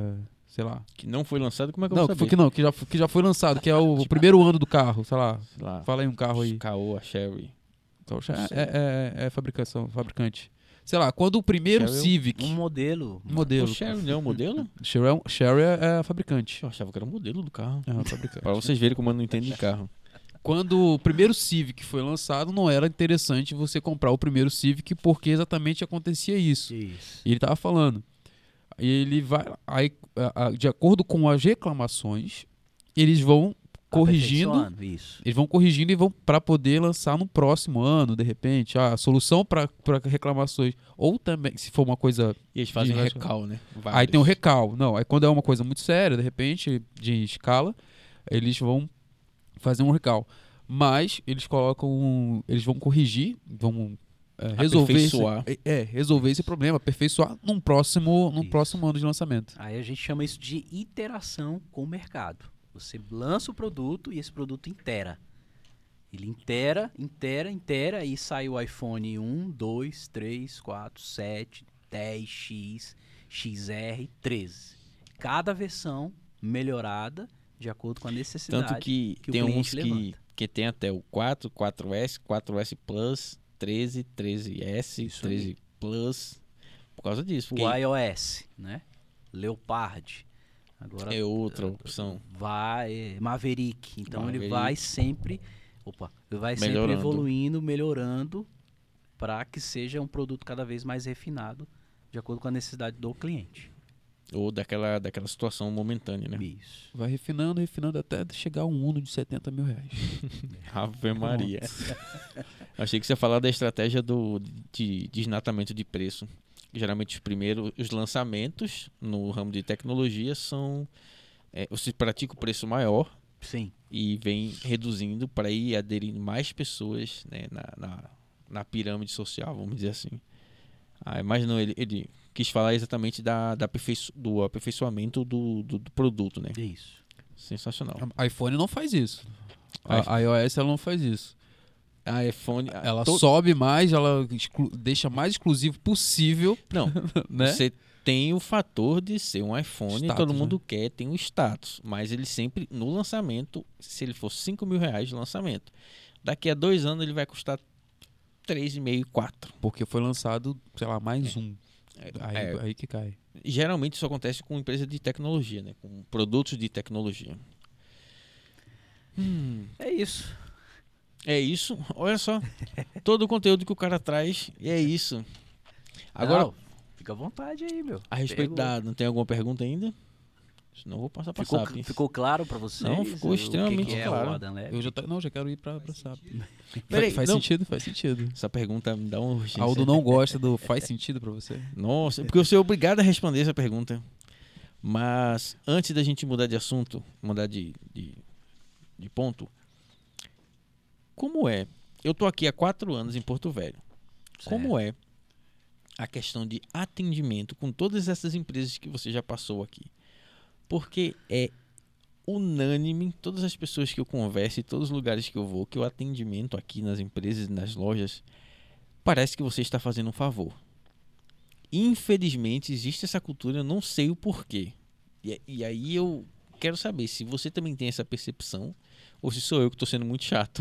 sei lá. Que não foi lançado, como é que eu Não, vou que, saber? foi, que não, que já, que já foi lançado, que é o, o primeiro ano do carro, sei lá. Sei lá, Fala aí um carro aí. Caoa, Sherry. Então, já Não sei. é, é, é fabricação, fabricante. Sei lá, quando o primeiro Cheryl, Civic, um modelo. um modelo. O Sherry não é um modelo? Cheryl, é um- Cheryl é, é a fabricante. Eu achava que era um modelo do carro. É a fabricante. Pra vocês verem como eu não entendo de carro. Quando o primeiro Civic foi lançado, não era interessante você comprar o primeiro Civic porque exatamente acontecia isso. Isso. E ele tava falando. Ele vai. Aí, a- a- de acordo com as reclamações, eles vão corrigindo. Aperfeiçoando, Isso. Eles vão corrigindo e vão para poder lançar no próximo ano, de repente. Ah, a solução para reclamações. Ou também, se for uma coisa. E eles fazem De um recal. recal, né? Aí Vários. tem o recal. Não, aí quando é uma coisa muito séria, de repente, de escala, eles vão fazer um recal. Mas eles colocam. um- Eles vão corrigir, vão é, resolver esse, Aperfeiçoar. é, é, resolver esse problema, aperfeiçoar num próximo, num Isso. próximo ano de lançamento. Aí a gente chama isso de iteração com o mercado. Você lança o produto e esse produto intera. Ele intera, intera, intera e sai o iPhone um, dois, três, quatro, sete, dez, X, X R, treze. Cada versão melhorada de acordo com a necessidade. Tanto que, que o tem cliente uns que, levanta. que tem até o quatro, quatro S, quatro S Plus, treze, treze S, Isso treze aí. Plus. Por causa disso. O Porque iOS, né? Leopard. Agora é outra opção. vai Maverick. Então ele Maverick. vai sempre, opa, ele vai sempre Melhorando. evoluindo, melhorando para que seja um produto cada vez mais refinado de acordo com a necessidade do cliente. Ou daquela, daquela situação momentânea, né? Isso. Vai refinando, refinando até chegar a um Uno de setenta mil reais. Ave Maria. Achei que você ia falar da estratégia do, de desnatamento de preço. Geralmente os primeiros, os lançamentos no ramo de tecnologia são... É, você pratica o preço maior Sim. e vem reduzindo para ir aderindo mais pessoas, né, na, na, na pirâmide social, vamos dizer assim. Ah, mas não, ele, ele quis falar exatamente da, da aperfeiço, do aperfeiçoamento do, do, do produto, né? Isso. Sensacional. A iPhone não faz isso. A, a iOS ela não faz isso. A iPhone... Ela to- sobe mais, ela exclu- deixa mais exclusivo possível, Não, né? você tem o fator de ser um iPhone, Status, todo mundo né? quer, tem o status. Mas ele sempre, no lançamento, se ele for cinco mil reais de lançamento, daqui a dois anos ele vai custar três vírgula cinco, quatro. Porque foi lançado, sei lá, mais um. Aí, É, aí que cai. geralmente isso acontece com empresas de tecnologia, né? Com produtos de tecnologia. Hum, É isso. é isso. Olha só. Todo o conteúdo que o cara traz, e é isso. Agora, Não, fica à vontade aí, meu. a respeito Pergunta. da... Não tem alguma pergunta ainda? Senão eu vou passar pra Ficou, S A P. ficou claro pra vocês? Não, ficou o extremamente que que é claro. o Adam Lab? Eu já, tá- não, já quero ir pra, pra S A P. Peraí, faz não. sentido, faz sentido. Essa pergunta me dá uma urgência. Aldo não gosta do faz sentido pra você? Nossa, porque eu sou obrigado a responder essa pergunta. Mas antes da gente mudar de assunto, mudar de, de, de ponto, como é? Eu tô aqui há quatro anos em Porto Velho. Como é a questão de atendimento com todas essas empresas que você já passou aqui? Porque é unânime, todas as pessoas que eu converso e todos os lugares que eu vou, que o atendimento aqui nas empresas e nas lojas parece que você está fazendo um favor. Infelizmente existe essa cultura, eu não sei o porquê. E, e aí eu quero saber se você também tem essa percepção ou se sou eu que estou sendo muito chato.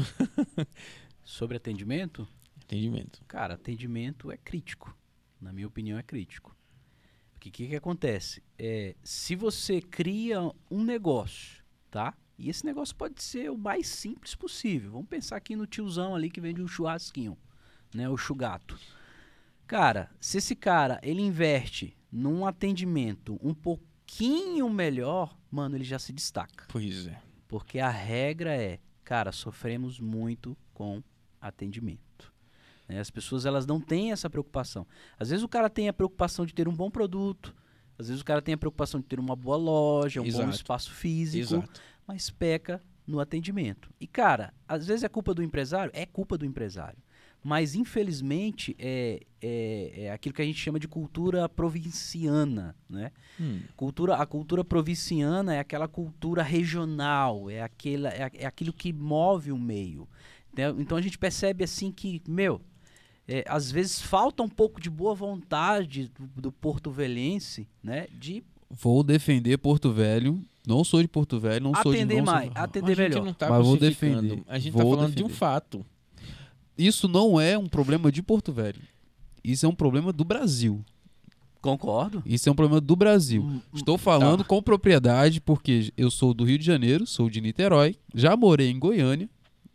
Sobre atendimento? Atendimento. Cara, atendimento é crítico. Na minha opinião, é crítico. Porque o que, que acontece? É, se você cria um negócio, tá? E esse negócio pode ser o mais simples possível. Vamos pensar aqui no tiozão ali que vende um churrasquinho, né? O chugato. Cara, se esse cara, ele investe num atendimento um pouquinho melhor, mano, ele já se destaca. Pois é. Porque a regra é, cara, sofremos muito com atendimento. Né? As pessoas, elas não têm essa preocupação. Às vezes o cara tem a preocupação de ter um bom produto, às vezes o cara tem a preocupação de ter uma boa loja, um Exato. bom espaço físico, Exato. mas peca no atendimento. E, cara, às vezes é culpa do empresário? É culpa do empresário. Mas, infelizmente, é, é, é aquilo que a gente chama de cultura provinciana, né? Hum. Cultura, a cultura provinciana é aquela cultura regional, é, aquela, é, é aquilo que move o meio. Né? Então a gente percebe assim que, meu, é, às vezes falta um pouco de boa vontade do, do porto-velhense, né? De Vou defender Porto Velho. Não sou de Porto Velho, não sou de atender não sou- mais, A atender gente melhor. não tá Mas vou crucificando. defender. A gente Vou tá falando de um defender. fato. Isso não é um problema de Porto Velho. Isso é um problema do Brasil. Concordo. Isso é um problema do Brasil. Hum, Estou falando tá. com propriedade porque eu sou do Rio de Janeiro, sou de Niterói, já morei em Goiânia,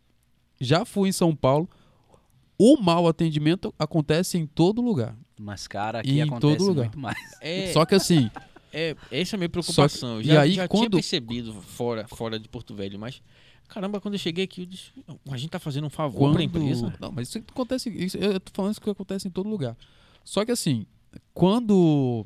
já fui em São Paulo. O mau atendimento acontece em todo lugar. Mas, cara, E aqui em acontece todo lugar. muito mais. É, Só que assim, é, essa é a minha preocupação. Só Eu que- já, e aí, já tinha quando- percebido fora, fora de Porto Velho, mas caramba, quando eu cheguei aqui, eu disse, a gente tá fazendo um favor pra empresa. Não, mas isso acontece. Isso, eu tô falando isso que acontece em todo lugar. Só que assim, quando.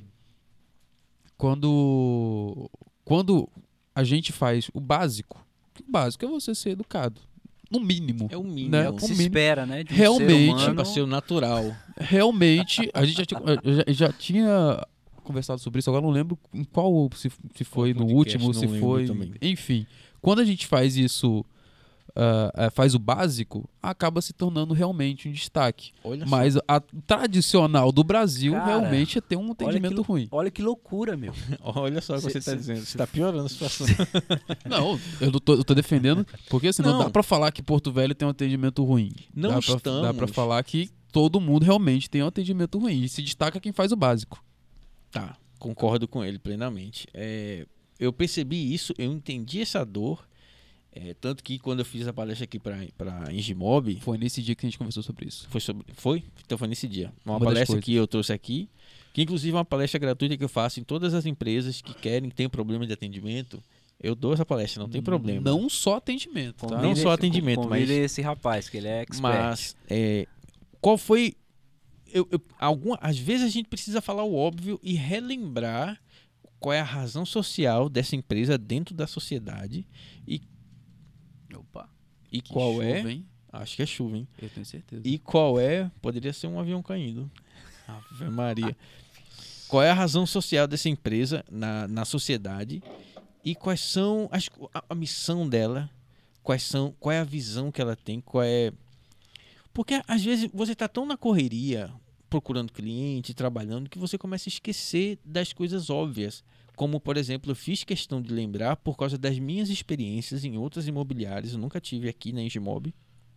Quando. Quando a gente faz o básico, o básico é você ser educado. No mínimo. É o mínimo. Né? É o que o se mínimo. espera, né? De um Realmente, ser É humano. pra ser o natural. Realmente, a gente já tinha, eu já, já tinha conversado sobre isso, agora não lembro em qual, se, se foi Qual no podcast, último, não se lembro foi. também. Enfim, quando a gente faz isso, ah, ah, faz o básico, acaba se tornando realmente um destaque. Olha Mas a tradicional do Brasil Cara, realmente é ter um Olha atendimento que, ruim. olha que loucura, meu. só. Olha só o que Cê- você tá cê- dizendo. Você tá piorando a situação. Não, eu não tô, eu tô defendendo, porque assim, não, Não. dá pra falar que Porto Velho tem um atendimento ruim. Não dá pra, estamos. dá pra falar que todo mundo realmente tem um atendimento ruim. E se destaca quem faz o básico. Tá, concordo com ele plenamente. É, eu percebi isso, eu entendi essa dor. É, tanto que quando eu fiz a palestra aqui para para Engimob, Foi nesse dia que a gente conversou sobre isso. foi sobre. Foi? Então foi nesse dia. Uma, Uma das palestra coisas. que eu trouxe aqui, que inclusive é uma palestra gratuita que eu faço em todas as empresas que querem, que têm problema de atendimento. Eu dou essa palestra, não tem problema. Não só atendimento, tá? Não só atendimento, convide mas- esse rapaz, que ele é expert. Mas é, qual foi. Eu, eu, alguma, às vezes a gente precisa falar o óbvio e relembrar qual é a razão social dessa empresa dentro da sociedade e, Opa. e Que qual chuva, é. hein? Acho que é chuva, hein? Eu tenho certeza. E qual é. Poderia ser um avião caindo. Ave Maria. Qual é a razão social dessa empresa na, na sociedade e quais são as, a, a missão dela, quais são, qual é a visão que ela tem, qual é Porque às vezes você tá tão na correria, procurando cliente, trabalhando, que você começa a esquecer das coisas óbvias. Como, por exemplo, eu fiz questão de lembrar por causa das minhas experiências em outras imobiliárias, eu nunca tive aqui na Engimob,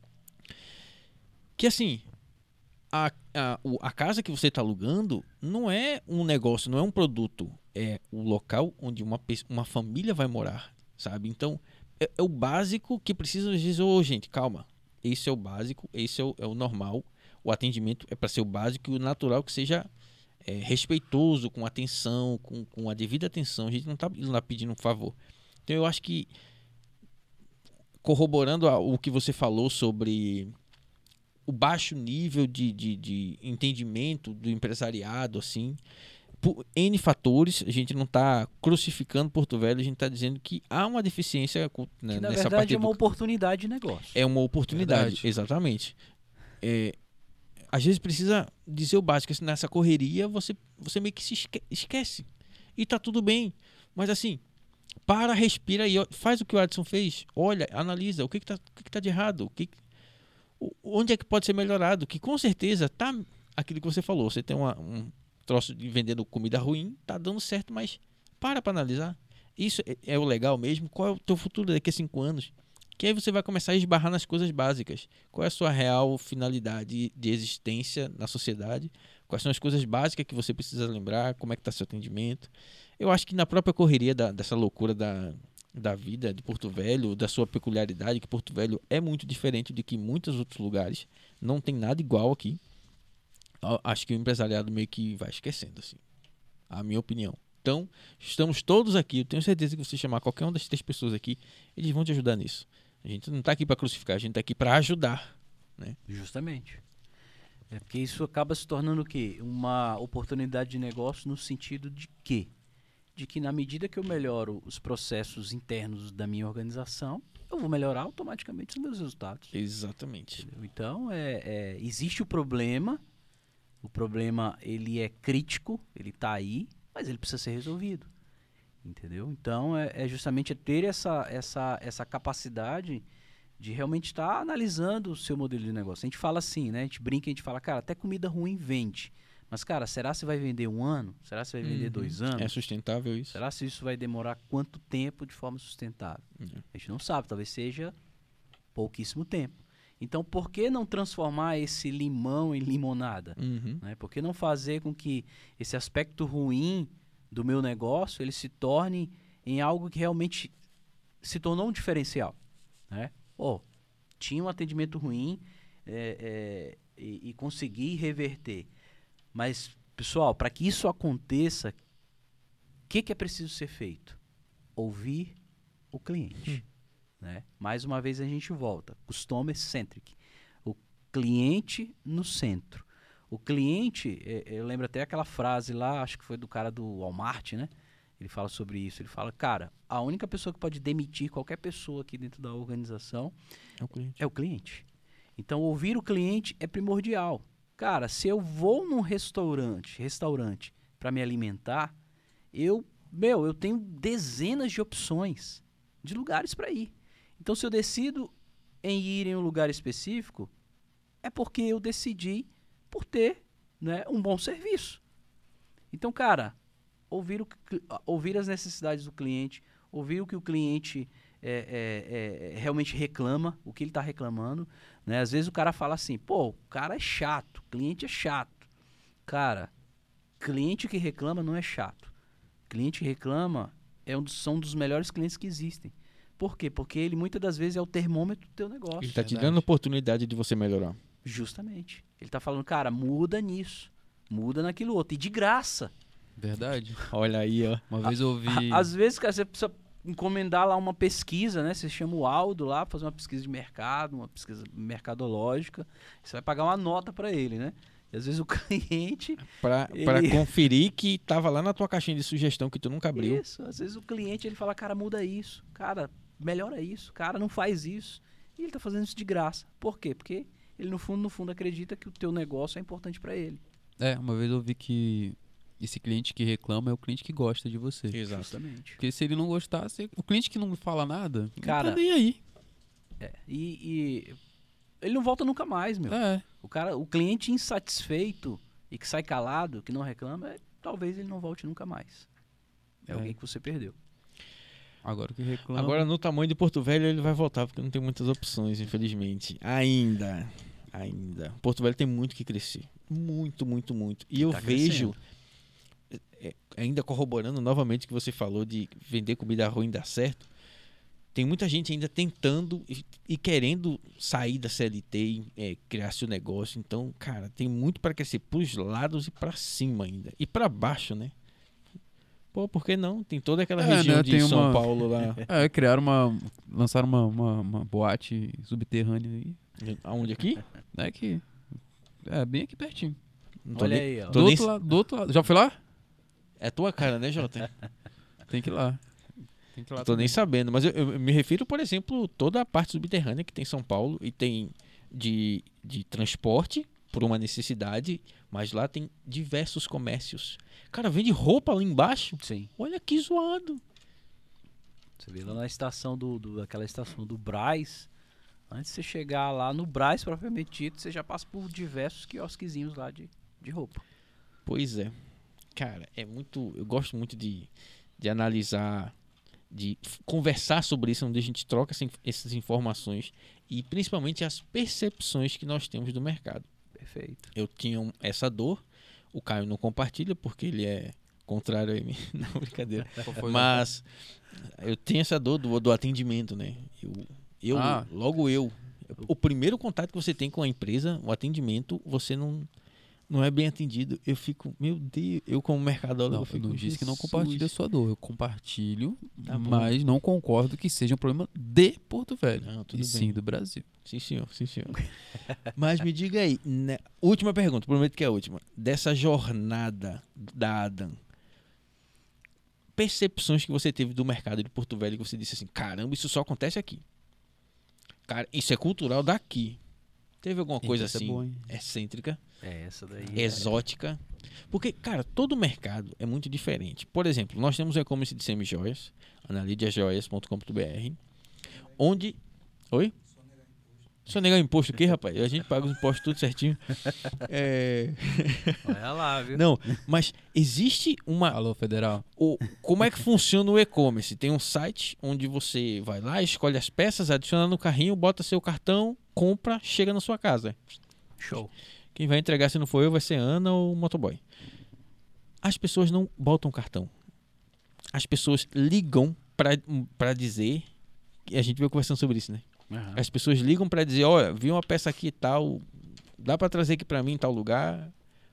que assim, a, a, o- a casa que você está alugando não é um negócio, não é um produto, é o local onde uma, pe- uma família vai morar, sabe? Então, é, é o básico que precisa, às vezes, ô gente, calma, esse é o básico, esse é o, é o normal, o atendimento é para ser o básico e o natural que seja é, respeitoso, com atenção, com, com a devida atenção. A gente não está lá pedindo um favor. Então eu acho que, corroborando a- o que você falou sobre o baixo nível de, de, de entendimento do empresariado, assim, por N fatores, a gente não está crucificando Porto Velho, a gente está dizendo que há uma deficiência cu- né, Que na nessa verdade parte é uma do... oportunidade de negócio. É uma oportunidade, Verdade. exatamente. É, às vezes precisa dizer o básico, assim, nessa correria você, você meio que se esque- esquece. E tá tudo bem. Mas assim, para, respira e ó, faz o que o Adson fez. Olha, analisa o que, que, tá, o que, que tá de errado, o que, o- onde é que pode ser melhorado. Que com certeza tá aquilo que você falou. Você tem uma- um troço de vendendo comida ruim, tá dando certo, mas para para analisar. Isso é, é o legal mesmo? Qual é o teu futuro daqui a cinco anos? Que aí você vai começar a esbarrar nas coisas básicas. Qual é a sua real finalidade de existência na sociedade? Quais são as coisas básicas que você precisa lembrar? Como é que está seu atendimento? Eu acho que na própria correria da- dessa loucura da, da vida de Porto Velho, da sua peculiaridade, que Porto Velho é muito diferente de que muitos outros lugares. Não tem nada igual aqui. A- Acho que o empresariado meio que vai esquecendo, assim. A minha opinião. Então, estamos todos aqui. Eu tenho certeza que você chamar qualquer uma das três pessoas aqui, eles vão te ajudar nisso. A gente não está aqui para crucificar, a gente está aqui para ajudar. Justamente. É porque isso acaba se tornando o quê? Uma oportunidade de negócio no sentido de quê? De que na medida que eu melhoro os processos internos da minha organização, eu vou melhorar automaticamente os meus resultados. Exatamente. Entendeu? Então, é, é, existe o problema, o problema ele é crítico, ele está aí, mas ele precisa ser resolvido. Entendeu? Então, é, é justamente ter essa, essa, essa capacidade de realmente estar analisando o seu modelo de negócio. A gente fala assim, né? A gente brinca, a gente fala, cara, até comida ruim vende. Mas, cara, será se vai vender um ano? Será se vai vender Uhum. dois anos? É sustentável isso? Será se isso vai demorar quanto tempo de forma sustentável? Uhum. A gente não sabe, talvez seja pouquíssimo tempo. Então, por que não transformar esse limão em limonada? Uhum. Né? Por que não fazer com que esse aspecto ruim do meu negócio ele se torne em algo que realmente se tornou um diferencial? Né? Pô, tinha um atendimento ruim é, é, e, e consegui reverter. Mas, pessoal, para que isso aconteça, o que, que é preciso ser feito? Ouvir o cliente. Hum. Né? Mais uma vez a gente volta. Customer centric. O cliente no centro. O cliente, eh, eu lembro até aquela frase lá, acho que foi do cara do Walmart, né? Ele fala sobre isso. Ele fala, cara, a única pessoa que pode demitir qualquer pessoa aqui dentro da organização É o cliente. é o cliente. Então, ouvir o cliente é primordial. Cara, se eu vou num restaurante, restaurante para me alimentar, eu, meu, eu tenho dezenas de opções de lugares para ir. Então, se eu decido em ir em um lugar específico, é porque eu decidi por ter, né, um bom serviço. Então, cara, ouvir, o, cli- ouvir as necessidades do cliente, ouvir o que o cliente é, é, é, realmente reclama, o que ele está reclamando. Né? Às vezes o cara fala assim, pô, o cara é chato, cliente é chato. Cara, cliente que reclama não é chato. Cliente que reclama é um dos, são um dos melhores clientes que existem. Por quê? Porque ele muitas das vezes é o termômetro do teu negócio. Ele está te Verdade. dando a oportunidade de você melhorar. Justamente. Ele está falando, cara, muda nisso, muda naquilo outro. E de graça. Verdade. Olha aí, ó. Uma vez eu ouvi. Às vezes, cara, você precisa encomendar lá uma pesquisa, né? Você chama o Aldo lá, fazer uma pesquisa de mercado, uma pesquisa mercadológica. Você vai pagar uma nota para ele, né? E às vezes o cliente... Pra, Ele- pra conferir que tava lá na tua caixinha de sugestão que tu nunca abriu. Isso, às vezes o cliente ele fala, cara, muda isso. Cara, melhora isso. Cara, não faz isso. E ele tá fazendo isso de graça. Por quê? Porque ele no fundo, no fundo acredita que o teu negócio é importante para ele. É, uma vez eu ouvi que esse cliente que reclama é o cliente que gosta de você. Exato. Justamente. Porque se ele não gostasse, o cliente que não fala nada, Cara, não tá nem aí. É, e, e ele não volta nunca mais, meu. É. O cara, o cliente insatisfeito e que sai calado, que não reclama, é, talvez ele não volte nunca mais. É, É. alguém que você perdeu. Agora que reclama. Agora, no tamanho de Porto Velho, ele vai voltar, porque não tem muitas opções, infelizmente. Ainda. Ainda. Porto Velho tem muito que crescer. Muito, muito, muito. E eu tá vejo, é, ainda corroborando novamente o que você falou de vender comida ruim dar certo, tem muita gente ainda tentando e, e querendo sair da C L T e é, criar seu negócio. Então, cara, tem muito para crescer pros lados e para cima ainda. E para baixo, né? Pô, por que não? Tem toda aquela É, região né, de tem São uma- Paulo lá. É, criaram uma. Lançaram uma, uma, uma boate subterrânea aí. Aonde aqui? É que. É, bem aqui pertinho. Não tô Olha nem- aí, ó. tô Do nem- outro, lado, do outro lado. Já foi lá? É tua cara, né, Jota? Tem que ir lá. Tem que ir lá. Não tô nem também. sabendo, mas eu, eu me refiro, por exemplo, toda a parte subterrânea que tem em São Paulo e tem de, de transporte por uma necessidade, mas lá tem diversos comércios. Cara, vende roupa lá embaixo. Sim. Olha que zoado. Você vê lá na estação do, do aquela estação do Brás, antes de você chegar lá no Brás propriamente dito, você já passa por diversos quiosquezinhos lá de, de roupa. Pois é. Cara, é muito. Eu gosto muito de, de analisar, de f- conversar sobre isso, onde a gente troca essa inf- essas informações e principalmente as percepções que nós temos do mercado. Perfeito. Eu tinha um- essa dor, o Caio não compartilha porque ele é contrário a mim. Não, brincadeira. Qual foi, Mas eu tenho essa dor do, do atendimento, né? Eu, eu Ah. logo eu. O primeiro contato que você tem com a empresa, o atendimento, você não, não é bem atendido. Eu fico, meu Deus, eu como mercadólogo, Não, eu eu fico, não disse que não Jesus. compartilha a sua dor. Eu compartilho, Tá bom. mas não concordo que seja um problema de Porto Velho. Não, tudo e bem. sim do Brasil. Sim, senhor, sim, senhor. Mas me diga aí, né, última pergunta, prometo que é a última. Dessa jornada da Adam, percepções que você teve do mercado de Porto Velho que você disse assim, caramba, isso só acontece aqui. Cara, isso é cultural daqui. Teve alguma Eita, coisa essa é assim, boa, hein? excêntrica, É essa daí. exótica? Porque, cara, todo mercado é muito diferente. Por exemplo, nós temos o e-commerce de semi-joias, analidia joias ponto com ponto b r, onde... Oi? Só negar imposto o quê, rapaz? A gente paga os impostos tudo certinho. É... Olha lá, viu? Não, mas existe uma... Alô, federal. O, como é que funciona o e-commerce? Tem um site onde você vai lá, escolhe as peças, adiciona no carrinho, bota seu cartão, compra, chega na sua casa. Show. Quem vai entregar, se não for eu, vai ser a Ana ou o motoboy. As pessoas não botam cartão. As pessoas ligam para dizer... E a gente veio conversando sobre isso, né? Aham. As pessoas ligam para dizer, olha, vi uma peça aqui e tal, dá para trazer aqui para mim em tal lugar.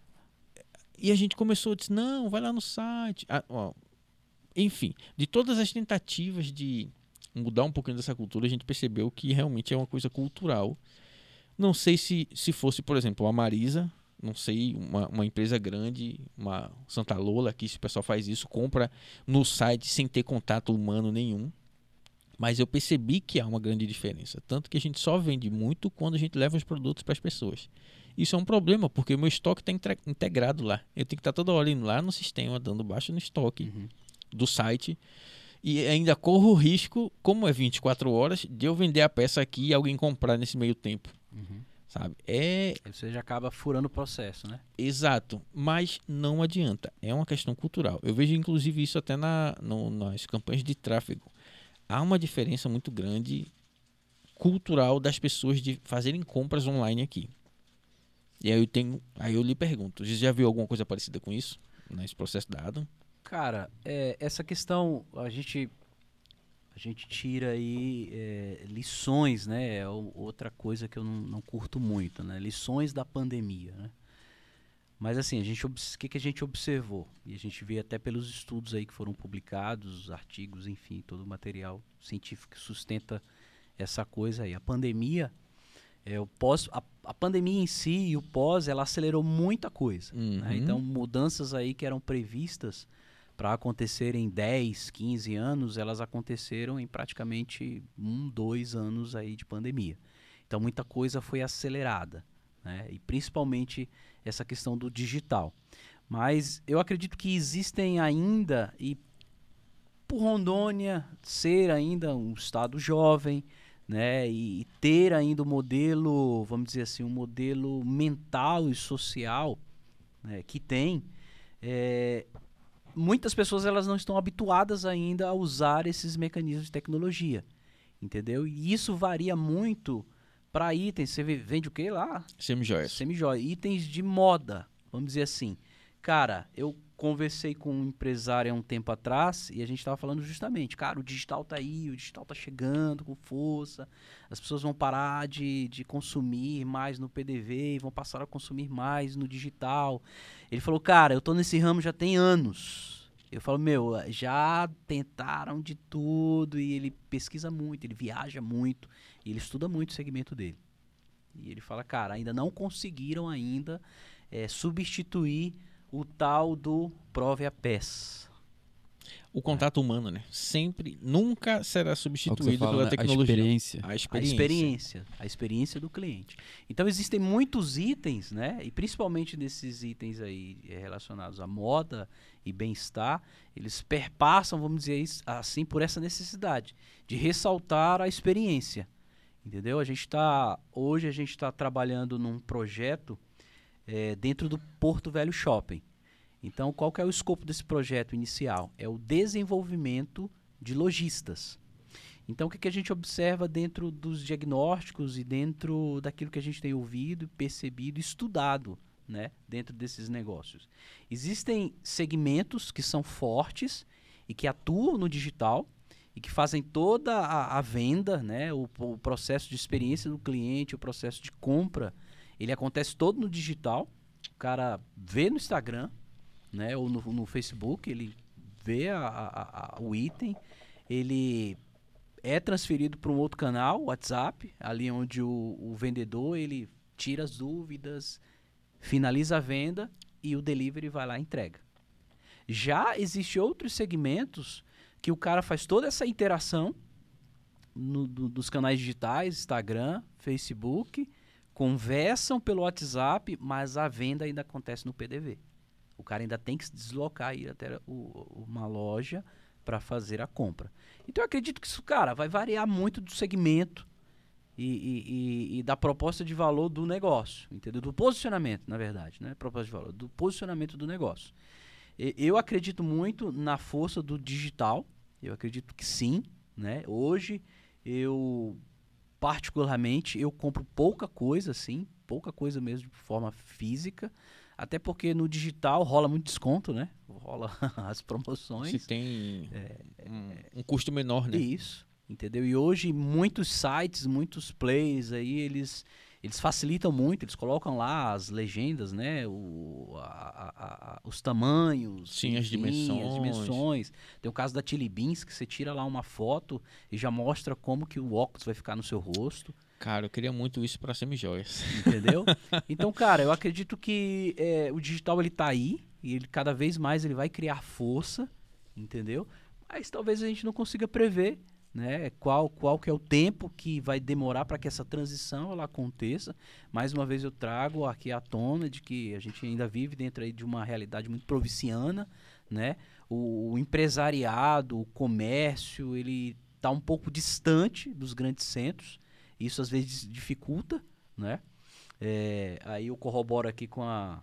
E a gente começou a dizer, não, vai lá no site. Ah, ó. Enfim, de todas as tentativas de mudar um pouquinho dessa cultura, a gente percebeu que realmente é uma coisa cultural. Não sei se, se fosse, por exemplo, a Marisa, não sei, uma, uma empresa grande, uma Santa Lola, que se o pessoal faz isso, compra no site sem ter contato humano nenhum. Mas eu percebi que há uma grande diferença. Tanto que a gente só vende muito quando a gente leva os produtos para as pessoas. Isso é um problema, porque o meu estoque está integrado lá. Eu tenho que estar toda hora indo lá no sistema, dando baixo no estoque Uhum. do site. E ainda corro o risco, como é vinte e quatro horas, de eu vender a peça aqui e alguém comprar nesse meio tempo. Uhum. Sabe? É Aí você já acaba furando o processo, né? exato, mas não adianta. É uma questão cultural. Eu vejo inclusive isso até na, no, nas campanhas de tráfego. Há uma diferença muito grande cultural das pessoas de fazerem compras online aqui. E aí eu tenho, aí eu lhe pergunto, você já viu alguma coisa parecida com isso nesse processo da Adam? Cara, é, essa questão a gente a gente tira aí é, lições, né? É o- outra coisa que eu não, não curto muito, né? Lições da pandemia, né? Mas assim, a gente obs- o que, que a gente observou? E a gente vê até pelos estudos aí que foram publicados, artigos, enfim, todo o material científico que sustenta essa coisa aí. A pandemia, é, o pós, a, a pandemia em si e o pós, ela acelerou muita coisa. Né? Uhum. Então, mudanças aí que eram previstas para acontecer em dez, quinze anos, elas aconteceram em praticamente um, dois anos aí de pandemia. Então, muita coisa foi acelerada, né? E principalmente essa questão do digital. Mas eu acredito que existem ainda, e por Rondônia ser ainda um estado jovem, né, e ter ainda um modelo, vamos dizer assim, um modelo mental e social, né, que tem, é, muitas pessoas elas não estão habituadas ainda a usar esses mecanismos de tecnologia, entendeu? E isso varia muito para itens. Você vende o que lá? Semijoias. Semijoias. Itens de moda, vamos dizer assim. Cara, eu conversei com um empresário há um tempo atrás e a gente estava falando justamente, cara, o digital tá aí, o digital tá chegando com força, as pessoas vão parar de, de consumir mais no P D V e vão passar a consumir mais no digital. Ele falou, cara, eu tô nesse ramo já tem anos. Eu falo, meu, já tentaram de tudo, e ele pesquisa muito, ele viaja muito, e ele estuda muito o segmento dele. E ele fala, cara, ainda não conseguiram ainda é, substituir o tal do prove a peça. O contato humano, né? Sempre, nunca será É o que você substituído fala, pela né? tecnologia. A experiência. A A experiência. experiência, a experiência do cliente. Então existem muitos itens, né? E principalmente desses itens aí eh, relacionados à moda e bem-estar, eles perpassam, vamos dizer isso, assim, por essa necessidade de ressaltar a experiência. Entendeu? A gente tá, hoje a gente está trabalhando num projeto eh, dentro do Porto Velho Shopping. Então, qual que é o escopo desse projeto inicial? É o desenvolvimento de lojistas. Então, o que, que a gente observa dentro dos diagnósticos e dentro daquilo que a gente tem ouvido, percebido, estudado, né, dentro desses negócios? Existem segmentos que são fortes e que atuam no digital e que fazem toda a, a venda, né, o, o processo de experiência do cliente, o processo de compra, ele acontece todo no digital. O cara vê no Instagram, né, ou no, no Facebook, ele vê a, a, a, o item, ele é transferido para um outro canal, WhatsApp, ali onde o, o vendedor ele tira as dúvidas, finaliza a venda e o delivery vai lá e entrega. Já existem outros segmentos que o cara faz toda essa interação no, do, dos canais digitais, Instagram, Facebook, conversam pelo WhatsApp, mas a venda ainda acontece no P D V. O cara ainda tem que se deslocar e ir até o, uma loja para fazer a compra. Então eu acredito que isso, cara, vai variar muito do segmento e, e, e, e da proposta de valor do negócio, entendeu? Do posicionamento, na verdade, né? Proposta de valor, do posicionamento do negócio. E, eu acredito muito na força do digital, eu acredito que sim, né? Hoje, eu, particularmente, eu compro pouca coisa, assim, pouca coisa mesmo de forma física, até porque no digital rola muito desconto, né? Rola as promoções. Se tem é, um, um custo menor, né? Isso, entendeu? E hoje muitos sites, muitos players aí, eles, eles facilitam muito, eles colocam lá as legendas, né? O, a, a, a, os tamanhos, Sim, as dimensões. as dimensões. Tem o caso da Chili Beans, que você tira lá uma foto e já mostra como que o óculos vai ficar no seu rosto. Cara, eu queria muito isso para semijoias. Entendeu? Então, cara, eu acredito que é, o digital ele tá aí e ele cada vez mais ele vai criar força, entendeu? Mas talvez a gente não consiga prever, né, qual qual que é o tempo que vai demorar para que essa transição ela aconteça. Mais uma vez eu trago aqui à tona de que a gente ainda vive dentro aí de uma realidade muito provinciana, né? O, o empresariado, o comércio, ele tá um pouco distante dos grandes centros. Isso às vezes dificulta, né? É, aí eu corroboro aqui com a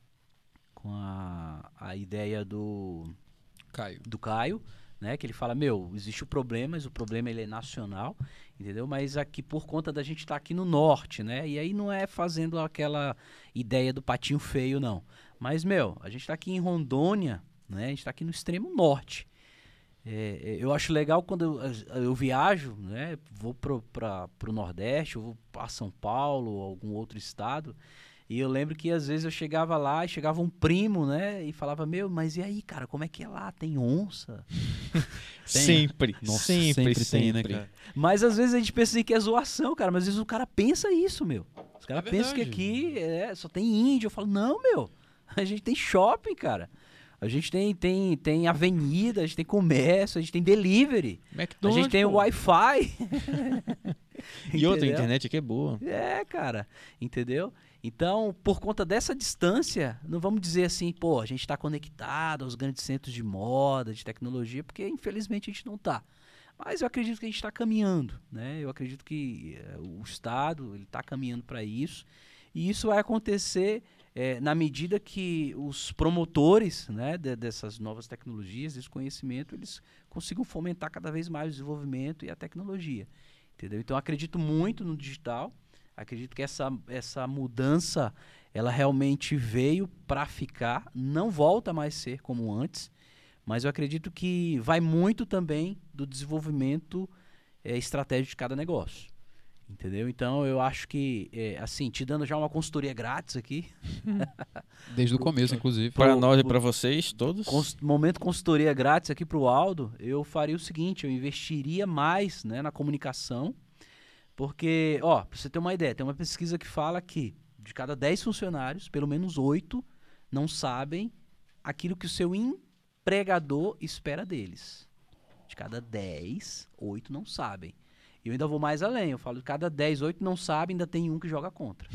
com a, a ideia do Caio. do Caio, né? Que ele fala, meu, existe o problema, mas o problema ele é nacional, entendeu? Mas aqui por conta da gente estar aqui no norte, né? E aí não é fazendo aquela ideia do patinho feio, não. Mas, meu, a gente está aqui em Rondônia, né? A gente está aqui no extremo norte. É, eu acho legal quando eu, eu viajo, né? Vou para o Nordeste, eu vou para São Paulo, ou algum outro estado, e eu lembro que às vezes eu chegava lá e chegava um primo, né? E falava, meu, mas e aí, cara, como é que é lá? Tem onça? Sempre, Nossa, sempre, sempre tem, né, sempre. cara? Mas às vezes a gente pensa assim que é zoação, cara, mas às vezes o cara pensa isso, meu. Os caras É pensam que verdade. aqui é, só tem índio. Eu falo, não, meu, a gente tem shopping, cara. A gente tem, tem, tem avenida, a gente tem comércio, a gente tem delivery. A McDonald's, gente tem pô. o Wi-Fi. E outra, a Entendeu? internet aqui é boa. É, cara, entendeu? Então, por conta dessa distância, não vamos dizer assim, pô, a gente está conectado aos grandes centros de moda, de tecnologia, porque infelizmente a gente não tá. Mas eu acredito que a gente está caminhando, né? Eu acredito que eh, o Estado ele está caminhando para isso. E isso vai acontecer eh, na medida que os promotores, né, de- dessas novas tecnologias, desse conhecimento, eles consigam fomentar cada vez mais o desenvolvimento e a tecnologia. Entendeu? Então, eu acredito muito no digital. Acredito que essa, essa mudança ela realmente veio para ficar. Não volta mais a ser como antes. Mas eu acredito que vai muito também do desenvolvimento eh, estratégico de cada negócio. Entendeu? Então, eu acho que, eh, assim, te dando já uma consultoria grátis aqui, Desde o começo, inclusive. Para pro- nós e pro- para vocês, todos. cons- momento consultoria grátis aqui para o Aldo, eu faria o seguinte, eu investiria mais, né, na comunicação, porque, ó, para você ter uma ideia, tem uma pesquisa que fala que de cada dez funcionários, pelo menos oito não sabem aquilo que o seu empregador espera deles. De cada dez, oito não sabem. E eu ainda vou mais além, eu falo de cada dez, oito não sabem, ainda tem um que joga contra.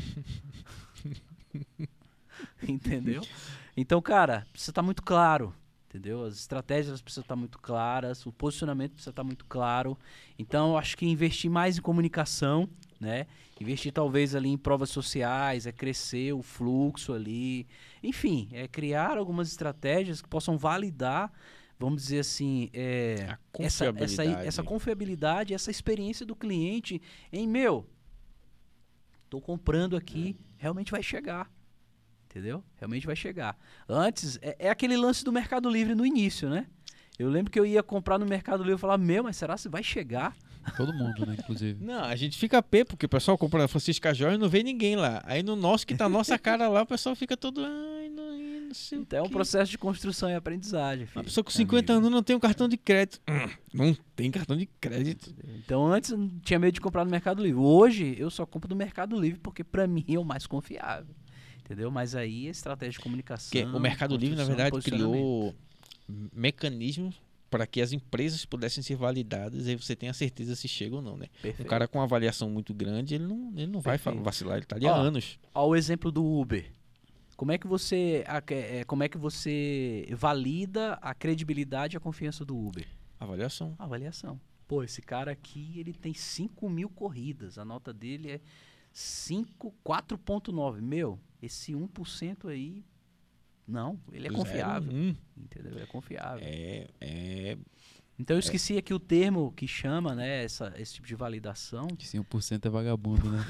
Entendeu? Então, cara, precisa estar muito claro, entendeu? As estratégias precisam estar muito claras, o posicionamento precisa estar muito claro. Então, eu acho que investir mais em comunicação, né? Investir talvez ali em provas sociais, é crescer o fluxo ali. Enfim, é criar algumas estratégias que possam validar, vamos dizer assim, é, A essa, essa, confiabilidade. essa confiabilidade, essa experiência do cliente em, meu, tô comprando aqui, realmente vai chegar. Entendeu? Realmente vai chegar. Antes, é, é aquele lance do Mercado Livre no início, né? Eu lembro que eu ia comprar no Mercado Livre e falava, meu, mas será que vai chegar? Todo mundo, né, inclusive. Não, a gente fica pé, porque o pessoal compra na Francisca Jorge e não vê ninguém lá. Aí no nosso, que tá a nossa cara lá, o pessoal fica todo. Ai, não, não sei Então é o um quê." processo de construção e aprendizagem. Uma filho. pessoa com cinquenta Amigo. anos não tem um cartão de crédito. Hum, Não tem cartão de crédito. Então antes eu não tinha medo de comprar no Mercado Livre. Hoje eu só compro no Mercado Livre porque pra mim é o mais confiável. Entendeu? Mas aí é estratégia de comunicação. Porque o Mercado Livre, na construção, verdade, posicionamento. criou mecanismos para que as empresas pudessem ser validadas e aí você tenha certeza se chega ou não, né? Um Perfeito. cara com uma avaliação muito grande, ele não, ele não vai fa- Perfeito. vacilar, ele tá ali há Ó, anos. Ó, o exemplo do Uber. Como é que você, a- é, como é que você valida a credibilidade e a confiança do Uber? Avaliação. Avaliação. Pô, esse cara aqui, ele tem cinco mil corridas. A nota dele é cinco, quatro ponto nove. Meu, esse um por cento aí, não, ele é Zero, confiável. um. Entendeu? Ele é confiável. É, é. Então eu esqueci aqui o termo que chama, né, essa, esse tipo de validação. Que cinco por cento é vagabundo, né?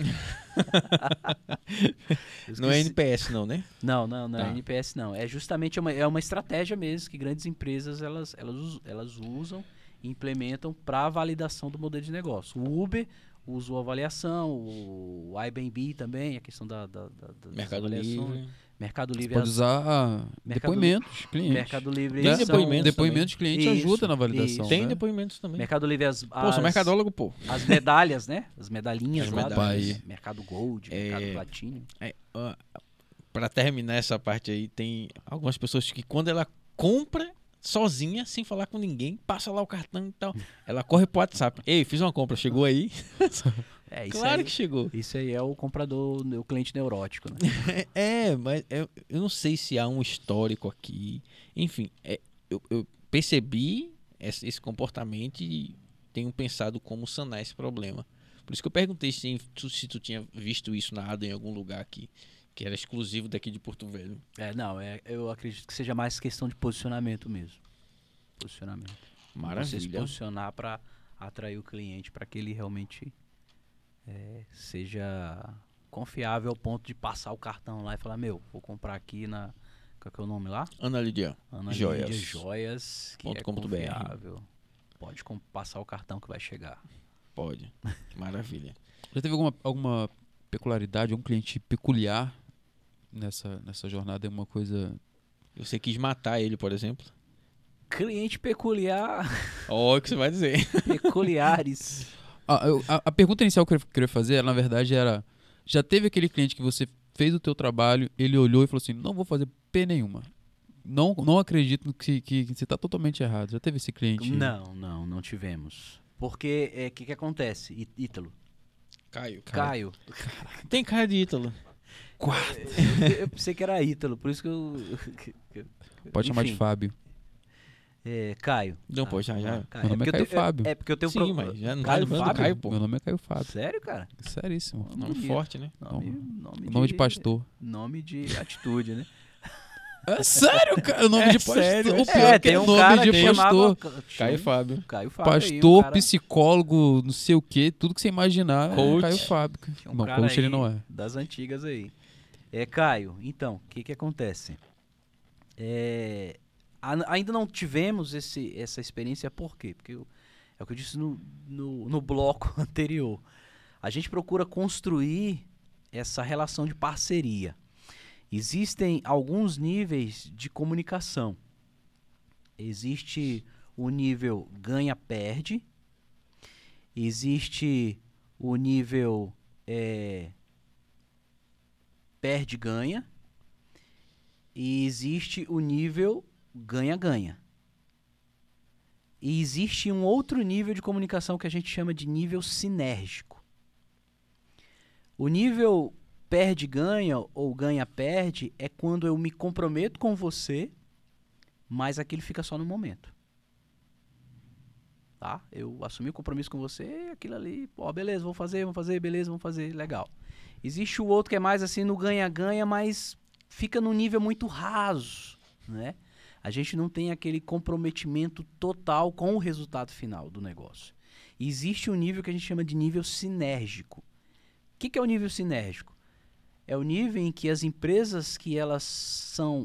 Eu Não é esqueci- N P S, não, né? Não, não, não é Tá. N P S não. É justamente uma, é uma estratégia mesmo que grandes empresas elas, elas, us- elas usam e implementam para a validação do modelo de negócio. O Uber usa a avaliação, o Airbnb também, a questão da, da, da, das Mercado avaliações. Livre. Mercado Livre Pode as- usar ah, Mercado depoimentos de clientes. Mercado Livre Tem são- depoimentos Depoimentos de clientes Isso, ajuda na validação. isso. Tem né? depoimentos também. Mercado Livre as, Pô, sou as- mercadólogo, pô. as medalhas, né? As medalhinhas As lá. medalhas. Do Mercado Gold, É. Mercado Platinum. É, ó, pra terminar essa parte aí, tem algumas pessoas que quando ela compra sozinha, sem falar com ninguém, passa lá o cartão e tal, ela corre pro WhatsApp. Ei, fiz uma compra, chegou aí? É, isso Claro aí, que chegou. Isso aí é o comprador, o cliente neurótico, né? É, mas eu, eu não sei se há um histórico aqui. Enfim, é, eu, eu percebi esse, esse comportamento e tenho pensado como sanar esse problema. Por isso que eu perguntei se tu, se tu tinha visto isso na Ada em algum lugar aqui, que era exclusivo daqui de Porto Velho. É, não, é, eu acredito que seja mais questão de posicionamento mesmo. Posicionamento. Você se Maravilha. posicionar para atrair o cliente, para que ele realmente é, seja confiável ao ponto de passar o cartão lá e falar, meu, vou comprar aqui na... Qual que é o nome lá? Ana Lidia. Ana Joias. Lídia Joias, que Ponto é com ponto br. confiável. Pode com- passar o cartão que vai chegar. Pode. Maravilha. Já teve alguma, alguma peculiaridade, algum cliente peculiar nessa, nessa jornada? Alguma coisa... Você quis matar ele, por exemplo? Cliente peculiar, Ó, o que você vai dizer. peculiares. Ah, eu- a, a pergunta inicial que eu queria fazer, na verdade, era... Já teve aquele cliente que você fez o teu trabalho, ele olhou e falou assim, não vou fazer P nenhuma. Não, não acredito que, que, que você está totalmente errado. Já teve esse cliente? Não, não, não tivemos. Porque o é, que, que acontece, Í- Ítalo? Caio. Caio. Tem cara de Ítalo. Eu, eu pensei que era Ítalo, por isso que eu. que- que- Pode chamar de enfim. Fábio. É, Caio. Não, pô, já, já. Caio. Meu nome é porque eu Caio tenho- Fábio. É porque eu tenho Sim, pro- mas já não Caio tá falando do Fábio? Caio, pô. Meu nome é Caio Fábio. Sério, cara? Seríssimo. Nome de- forte, né? Nome, Não. nome, Nome de pastor. Nome de atitude, né? É sério, cara? O nome É de pastor. sério, é O pior É, é que tem é um nome cara de que chamava... pastor. Caio Fábio. Caio Fábio aí, um Pastor, cara- psicólogo, não sei o quê, tudo que você imaginar. Coach. É Caio Fábio. cara. tinha um Não, cara coach ele aí não é. das antigas aí. É, Caio, então, o que que acontece? É, a- ainda não tivemos esse, essa experiência, por quê? Porque eu- é o que eu disse no, no, no bloco anterior. A gente procura construir essa relação de parceria. Existem alguns níveis de comunicação. Existe o nível ganha-perde, existe o nível é, perde-ganha e existe o nível ganha-ganha. E existe um outro nível de comunicação que a gente chama de nível sinérgico. O nível perde-ganha ou ganha-perde é quando eu me comprometo com você, mas aquilo fica só no momento. Tá? Eu assumi o compromisso com você, aquilo ali, ó, beleza, vou fazer, vou fazer, beleza, vamos fazer, legal. Existe o outro que é mais assim no ganha-ganha, mas fica num nível muito raso, né? A gente não tem aquele comprometimento total com o resultado final do negócio. E existe um nível que a gente chama de nível sinérgico. O que, que é o nível sinérgico? É o nível em que as empresas que elas são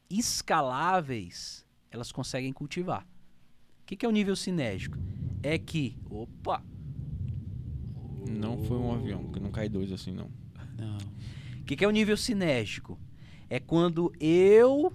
escaláveis, elas conseguem cultivar. O que, que é o nível sinérgico? É que, opa, Não foi um avião, porque não cai dois assim, não. Não. o que, que é o nível sinérgico? É quando eu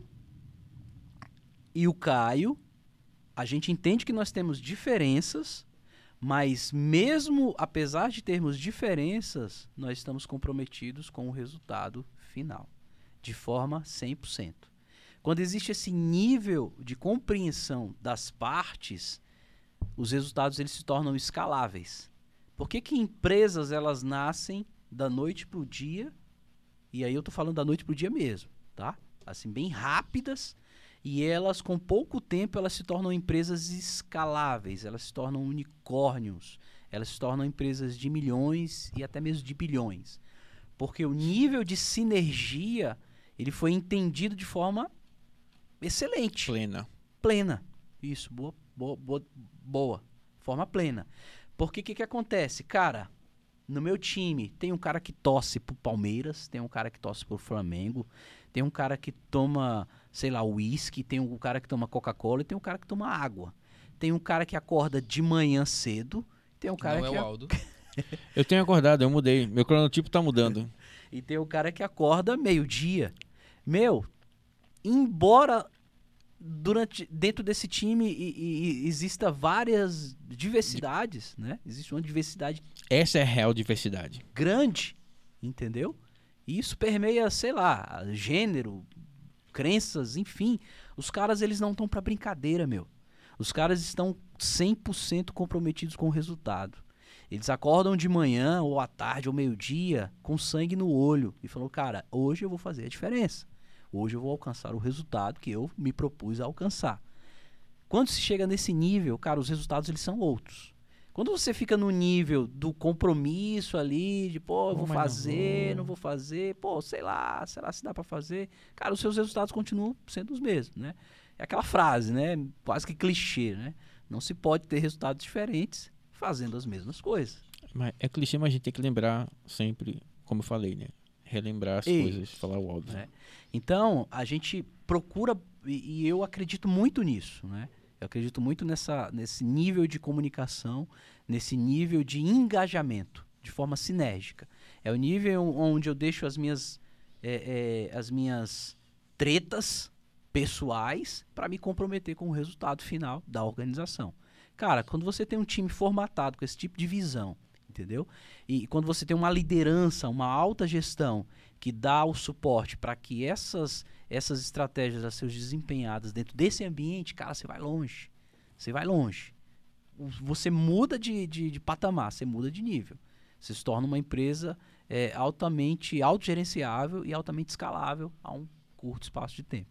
e o Caio, a gente entende que nós temos diferenças, mas mesmo apesar de termos diferenças, nós estamos comprometidos com o resultado final, de forma cem por cento. Quando existe esse nível de compreensão das partes, os resultados eles se tornam escaláveis. Por que que empresas elas nascem da noite para o dia? E aí eu tô falando da noite para o dia mesmo, tá? Assim, bem rápidas. E elas, com pouco tempo, elas se tornam empresas escaláveis. Elas se tornam unicórnios. Elas se tornam empresas de milhões e até mesmo de bilhões. Porque o nível de sinergia, ele foi entendido de forma excelente. Plena. Plena. Isso, boa, boa, boa, boa. Forma plena. Porque o que, que acontece? Cara, no meu time tem um cara que torce pro Palmeiras, tem um cara que torce pro Flamengo, tem um cara que toma, sei lá, uísque, tem um cara que toma Coca-Cola e tem um cara que toma água. Tem um cara que acorda de manhã cedo, tem um cara Não é que o a- Aldo. Eu tenho acordado, eu mudei. Meu cronotipo tá mudando. e tem o cara que acorda meio-dia. Meu, embora durante dentro desse time e, e- e exista várias diversidades, né? Existe uma diversidade Essa é a real diversidade. grande, entendeu? E isso permeia, sei lá, gênero, crenças, enfim. Os caras, eles não estão pra brincadeira, meu. Os caras estão cem por cento comprometidos com o resultado. Eles acordam de manhã, ou à tarde, ou meio-dia, com sangue no olho. E falam, cara, hoje eu vou fazer a diferença. Hoje eu vou alcançar o resultado que eu me propus a alcançar. Quando se chega nesse nível, cara, os resultados eles são outros. Quando você fica no nível do compromisso ali, de pô, eu Pô, vou mas não fazer, vou. não vou fazer, pô, sei lá, será se dá pra fazer? Cara, os seus resultados continuam sendo os mesmos, né? É aquela frase, né? Quase que clichê, né? Não se pode ter resultados diferentes fazendo as mesmas coisas. Mas é clichê, mas a gente tem que lembrar sempre, como eu falei, né? Relembrar as Ei. coisas, falar o óbvio. Né? Então, a gente procura, e, e eu acredito muito nisso, né? Eu acredito muito nessa, nesse nível de comunicação, nesse nível de engajamento, de forma sinérgica. É o nível onde eu deixo as minhas, é, é, as minhas tretas pessoais para me comprometer com o resultado final da organização. Cara, quando você tem um time formatado com esse tipo de visão, entendeu? E quando você tem uma liderança, uma alta gestão que dá o suporte para que essas, essas estratégias a serem desempenhadas dentro desse ambiente, cara, você vai longe. Você vai longe. Você muda de, de, de patamar, você muda de nível. Você se torna uma empresa é, altamente autogerenciável e altamente escalável a um curto espaço de tempo.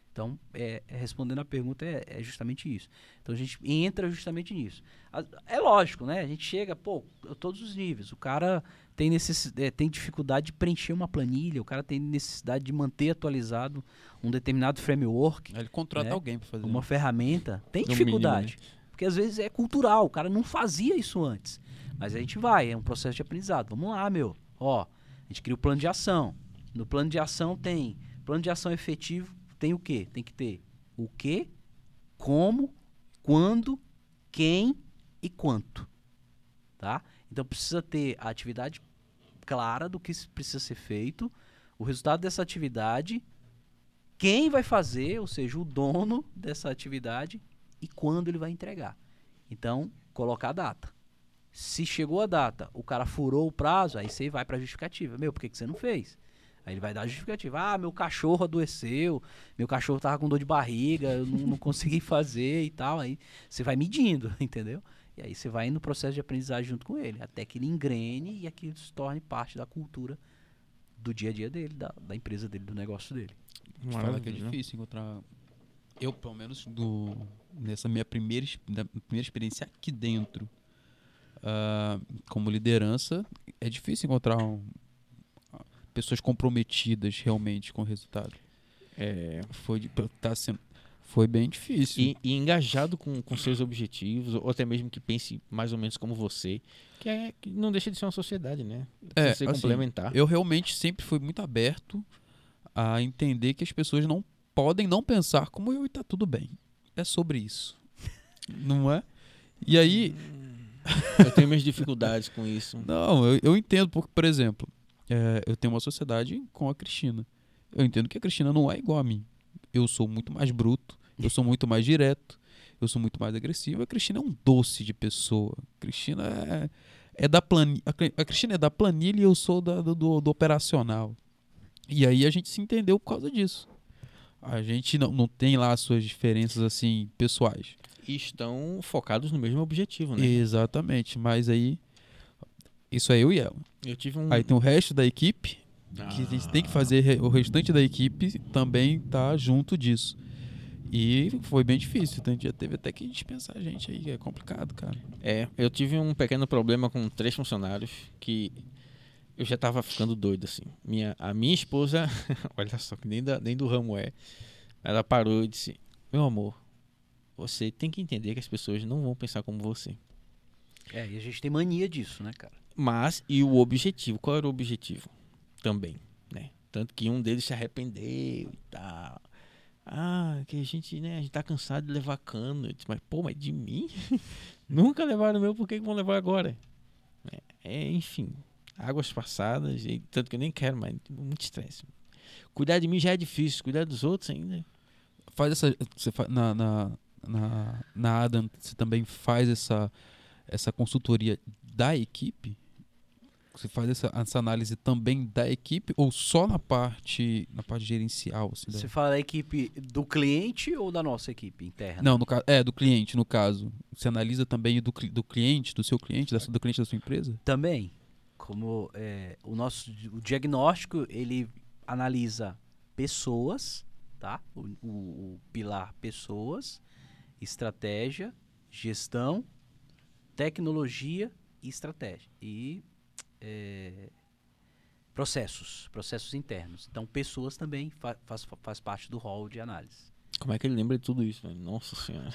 Então, é, é, respondendo a pergunta, é, é justamente isso. Então, a gente entra justamente nisso. A- É lógico, né? A gente chega, pô, a todos os níveis. O cara tem, necessi- é, tem dificuldade de preencher uma planilha, o cara tem necessidade de manter atualizado um determinado framework, Aí ele contrata né? alguém pra fazer. uma ferramenta. Tem No dificuldade. mínimo, Porque às vezes é cultural, o cara não fazia isso antes. Mas a gente vai, é um processo de aprendizado. Vamos lá, meu. Ó, a gente cria o plano de ação. No plano de ação tem plano de ação efetivo, tem o quê? Tem que ter o quê, como, quando, quem e quanto. Tá? Então precisa ter a atividade clara do que precisa ser feito, o resultado dessa atividade, quem vai fazer, ou seja, o dono dessa atividade e quando ele vai entregar. Então, colocar a data. Se chegou a data, o cara furou o prazo, aí você vai para a justificativa. Meu, por que, que você não fez? Aí ele vai dar a justificativa. Ah, meu cachorro adoeceu, meu cachorro tava com dor de barriga, eu não, não consegui fazer e tal. Aí você vai medindo, entendeu? E aí você vai no processo de aprendizagem junto com ele, até que ele engrene e aquilo se torne parte da cultura do dia a dia dele, da, da empresa dele, do negócio dele. Te falar que é Maravilha. difícil encontrar. Eu, pelo menos, do, nessa minha primeira, ex- da primeira experiência aqui dentro, ah, como liderança, é difícil encontrar um- pessoas comprometidas realmente com o resultado. É, Foi, de- tá sendo, foi bem difícil. e, e engajado com, com seus objetivos, ou até mesmo que pense mais ou menos como você, que, é, que não deixa de ser uma sociedade, né? Precisa É, ser assim, complementar. eu realmente sempre fui muito aberto a entender que as pessoas não podem não pensar como eu e tá tudo bem. É sobre isso. Não é? E aí, Eu tenho minhas dificuldades com isso. não, eu, eu entendo, porque, por exemplo, é, eu tenho uma sociedade com a Cristina. Eu entendo que a Cristina não é igual a mim. Eu sou muito mais bruto, eu sou muito mais direto, eu sou muito mais agressivo. A Cristina é um doce de pessoa. A Cristina é, é da planilha. A Cristina é da planilha e eu sou da- do, do- do operacional. E aí a gente se entendeu por causa disso. A gente não, não tem lá as suas diferenças assim pessoais. E estão focados no mesmo objetivo, né? Exatamente, mas aí isso é eu e ela. Eu tive um. Aí tem o resto da equipe, que a gente tem que fazer, re- o restante da equipe também tá junto disso. E foi bem difícil, então a gente já teve até que dispensar a gente aí, é complicado, cara. É, eu tive um pequeno problema com três funcionários que eu já tava ficando doido, assim. Minha, a minha esposa, olha só que nem, da, nem do ramo é, ela parou e disse: meu amor, você tem que entender que as pessoas não vão pensar como você. É, e a gente tem mania disso, né, cara? Mas, e o objetivo? Qual era o objetivo? Também, né? Tanto que um deles se arrependeu e tal. Ah, que a gente, né, a gente tá cansado de levar cano. Eu disse, mas, pô, mas de mim? Nunca levaram o meu, por que que vão levar agora? É, é, enfim, águas passadas, e tanto que eu nem quero mais, muito estresse. Cuidar de mim já é difícil, cuidar dos outros ainda. Faz essa. Você fa- na, na, na, na Adam, você também faz essa, essa consultoria da equipe? Você faz essa, essa análise também da equipe ou só na parte, na parte gerencial? Assim, da- Você fala da equipe do cliente ou da nossa equipe interna? Não, no ca- é do cliente, no caso. Você analisa também do, cli- do cliente, do seu cliente, da, sua- do cliente da sua empresa? Também, como é, o nosso o diagnóstico, ele analisa pessoas, tá? O, o- o pilar pessoas, estratégia, gestão, tecnologia e estratégia. E é, processos, processos internos. Então, pessoas também fa- faz, faz parte do rol de análise. Como é que ele lembra de tudo isso, velho? Nossa senhora.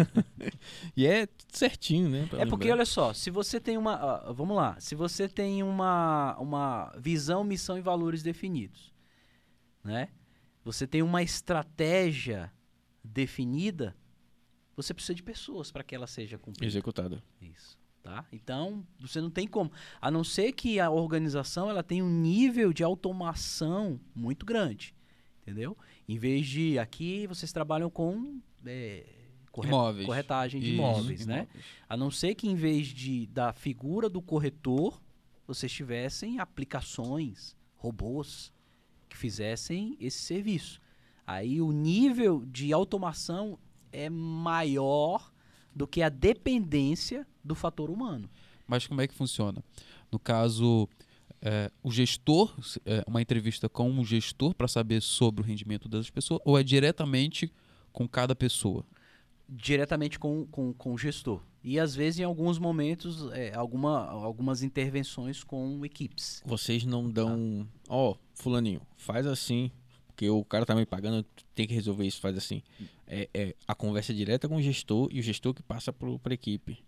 E é tudo certinho, né? pra É porque, lembrar. olha só, se você tem uma. ah, vamos lá. Se você tem uma, uma visão, missão e valores definidos, né? Você tem uma estratégia definida, você precisa de pessoas para que ela seja cumprida. Executada. Isso, tá? Então, você não tem como. A não ser que a organização ela tenha um nível de automação muito grande, entendeu? Em vez de aqui vocês trabalham com é, corre- Imóveis. corretagem de Isso, imóveis, né? A não ser que em vez de da figura do corretor, vocês tivessem aplicações, robôs que fizessem esse serviço. Aí o nível de automação é maior do que a dependência do fator humano. Mas como é que funciona? No caso, é, o gestor, é, uma entrevista com um gestor para saber sobre o rendimento das pessoas, ou é diretamente com cada pessoa? Diretamente com, com, com o gestor. E às vezes, em alguns momentos, é, alguma, algumas intervenções com equipes. Vocês não dão, ó, oh, fulaninho, faz assim, porque o cara tá me pagando, tem que resolver isso, faz assim. É, é a conversa é direta com o gestor e o gestor que passa para a equipe.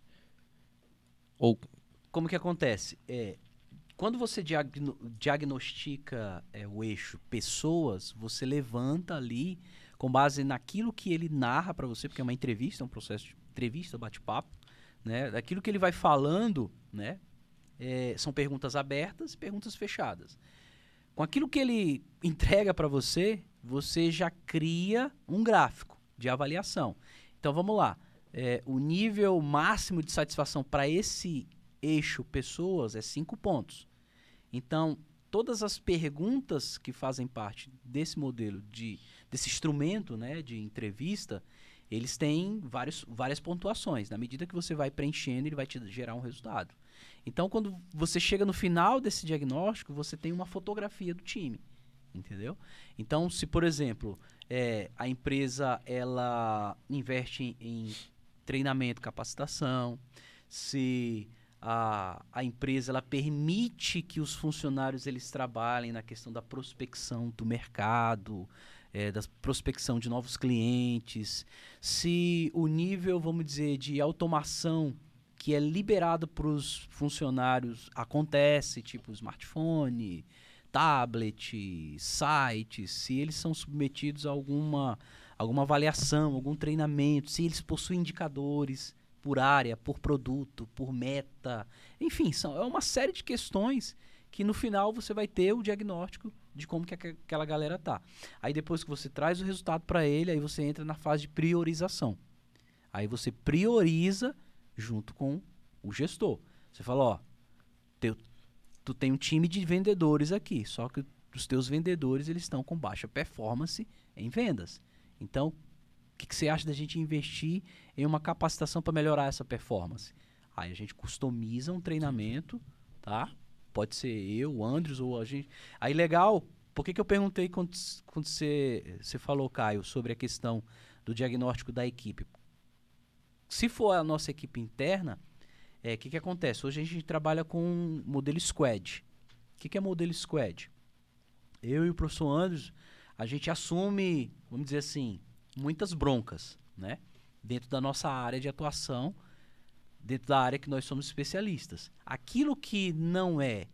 Ou como que acontece? É, quando você diagno, diagnostica é, o eixo pessoas, você levanta ali com base naquilo que ele narra para você, porque é uma entrevista, é um processo de entrevista, bate-papo, né? Daquilo que ele vai falando, né? É, são perguntas abertas e perguntas fechadas. Com aquilo que ele entrega para você, você já cria um gráfico de avaliação. Então vamos lá. É, o nível máximo de satisfação para esse eixo pessoas é cinco pontos. Então, todas as perguntas que fazem parte desse modelo, de, desse instrumento, né, de entrevista, eles têm vários, várias pontuações. Na medida que você vai preenchendo, ele vai te gerar um resultado. Então, quando você chega no final desse diagnóstico, você tem uma fotografia do time, entendeu? Então, se, por exemplo, é, a empresa ela investe em, em treinamento, capacitação, se a, a empresa ela permite que os funcionários eles trabalhem na questão da prospecção do mercado, é, da prospecção de novos clientes, se o nível, vamos dizer, de automação que é liberado para os funcionários acontece, tipo smartphone, tablet, sites, se eles são submetidos a alguma, alguma avaliação, algum treinamento, se eles possuem indicadores por área, por produto, por meta, enfim, são, é uma série de questões que no final você vai ter o diagnóstico de como que aquela galera tá. Aí depois que você traz o resultado para ele, aí você entra na fase de priorização. Aí você prioriza junto com o gestor. Você fala, ó, teu, tu tem um time de vendedores aqui, só que os teus vendedores eles estão com baixa performance em vendas. Então, o que, que você acha da gente investir em uma capacitação para melhorar essa performance? Aí a gente customiza um treinamento, tá? Pode ser eu, o Andres ou a gente. Aí legal, por que, que eu perguntei quando, quando você, você falou, Caio, sobre a questão do diagnóstico da equipe? Se for a nossa equipe interna, o é, que, que acontece? Hoje a gente trabalha com um modelo squad. O que, que é modelo squad? Eu e o professor Andres, a gente assume, vamos dizer assim, muitas broncas, né? Dentro da nossa área de atuação, dentro da área que nós somos especialistas. Aquilo que não é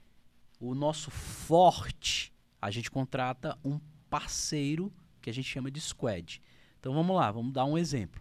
o nosso forte, a gente contrata um parceiro que a gente chama de squad. Então vamos lá, vamos dar um exemplo.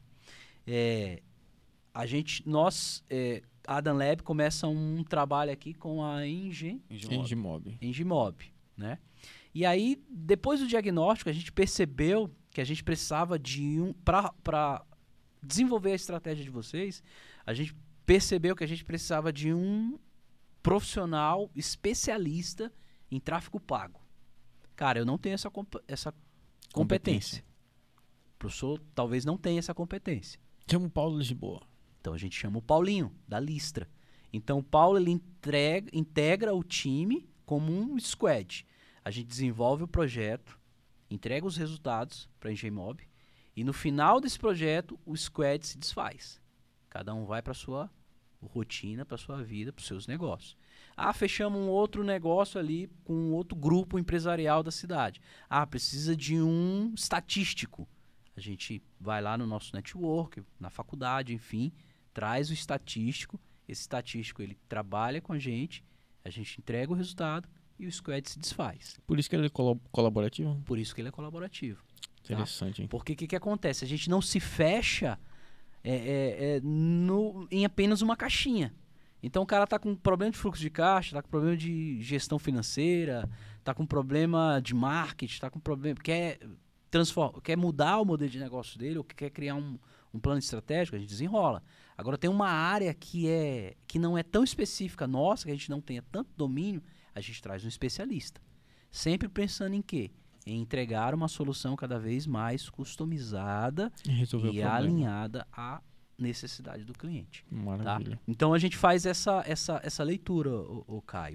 É, a gente, nós, é, a Adam Lab começa um trabalho aqui com a Engimob, Engimob. Engimob, né? E aí, depois do diagnóstico, a gente percebeu que a gente precisava de um, para desenvolver a estratégia de vocês, a gente percebeu que a gente precisava de um profissional especialista em tráfego pago. Cara, eu não tenho essa, comp essa competência. competência. O professor talvez não tenha essa competência. Chama o Paulo Lisboa. Então a gente chama o Paulinho, da Listra. Então o Paulo ele entrega, integra o time como um squad. A gente desenvolve o projeto, entrega os resultados para a Engimob e no final desse projeto o squad se desfaz. Cada um vai para a sua rotina, para a sua vida, para os seus negócios. Ah, fechamos um outro negócio ali com um outro grupo empresarial da cidade. Ah, precisa de um estatístico. A gente vai lá no nosso network, na faculdade, enfim, traz o estatístico. Esse estatístico ele trabalha com a gente, a gente entrega o resultado e o squad se desfaz. Por isso que ele é col colaborativo? Por isso que ele é colaborativo. Interessante, tá? hein? Porque o que, que acontece? A gente não se fecha é, é, é, no, em apenas uma caixinha. Então o cara tá com problema de fluxo de caixa, tá com problema de gestão financeira, tá com problema de marketing, tá com problema... Quer, transforma, quer mudar o modelo de negócio dele ou quer criar um, um plano estratégico, a gente desenrola. Agora tem uma área que, é, que não é tão específica nossa, que a gente não tenha tanto domínio, a gente traz um especialista. Sempre pensando em quê? Em entregar uma solução cada vez mais customizada e, e alinhada à necessidade do cliente. Maravilha. Tá? Então a gente faz essa, essa, essa leitura, o, o Caio.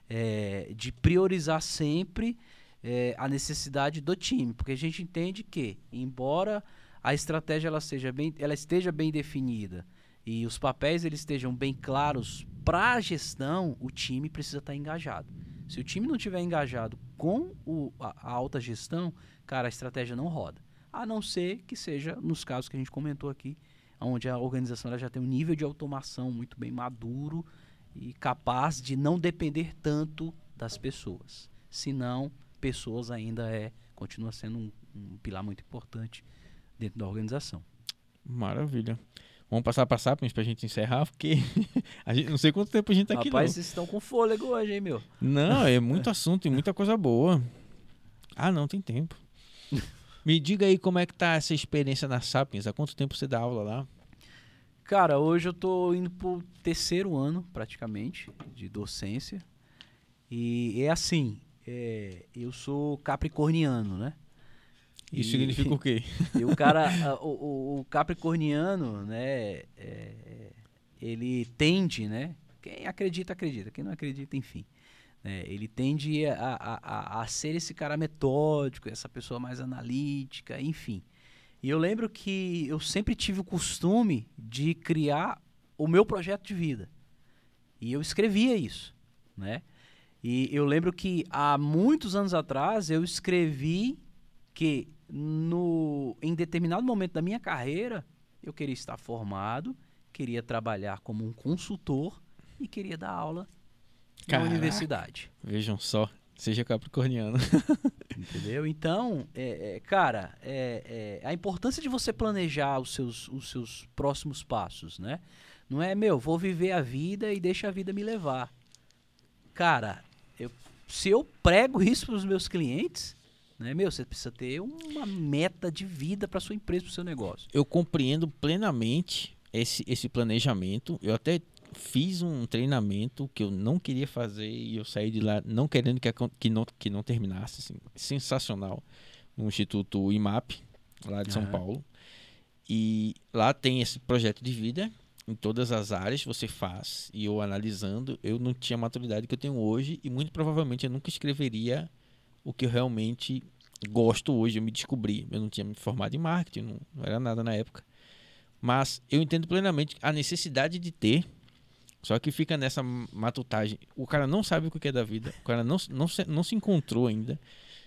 é, de priorizar sempre é, a necessidade do time, porque a gente entende que, embora a estratégia ela seja bem, ela esteja bem definida e os papéis eles estejam bem claros para a gestão, o time precisa estar engajado. Se o time não estiver engajado com o, a, a alta gestão, cara, a estratégia não roda. A não ser que seja nos casos que a gente comentou aqui, onde a organização ela já tem um nível de automação muito bem maduro e capaz de não depender tanto das pessoas. Senão, pessoas ainda é, continua sendo um, um pilar muito importante dentro da organização. Maravilha. Vamos passar para Sapiens pra gente encerrar, porque a gente, não sei quanto tempo a gente tá aqui, Rapaz, não. vocês estão com fôlego hoje, hein, meu? Não, é muito assunto e muita coisa boa. Ah, não, tem tempo. Me diga aí como é que tá essa experiência na Sapiens. Há quanto tempo você dá aula lá? Cara, hoje eu tô indo pro terceiro ano, praticamente, de docência. E é assim, é, eu sou capricorniano, né? Isso E- significa o quê? E o cara, a- o, o- o capricorniano, né, é, ele tende, né, quem acredita, acredita, quem não acredita, enfim, né, ele tende a, a, a, a ser esse cara metódico, essa pessoa mais analítica, enfim. E eu lembro que eu sempre tive o costume de criar o meu projeto de vida. E eu escrevia isso, né? E eu lembro que há muitos anos atrás eu escrevi que no, em determinado momento da minha carreira eu queria estar formado, queria trabalhar como um consultor e queria dar aula na Caraca. universidade. Vejam só, seja capricorniano. Entendeu? Então, é, é, cara, é, é, a importância de você planejar os seus, os seus próximos passos, né? Não é, meu, vou viver a vida e deixa a vida me levar. Cara, eu, se eu prego isso para os meus clientes, né, meu, você precisa ter uma meta de vida para sua empresa, para o seu negócio. Eu compreendo plenamente esse, esse planejamento. Eu até fiz um treinamento que eu não queria fazer e eu saí de lá não querendo que, acon- que, não, que não terminasse. Assim. Sensacional. No Instituto I M A P, lá de São Aham. Paulo. E lá tem esse projeto de vida. Em todas as áreas você faz. E eu analisando, eu não tinha a maturidade que eu tenho hoje. E muito provavelmente eu nunca escreveria o que eu realmente gosto hoje. Eu me descobri. Eu não tinha me formado em marketing, não, não era nada na época. Mas eu entendo plenamente a necessidade de ter. Só que fica nessa matutagem. O cara não sabe o que é da vida. O cara não, não, se, não se encontrou ainda.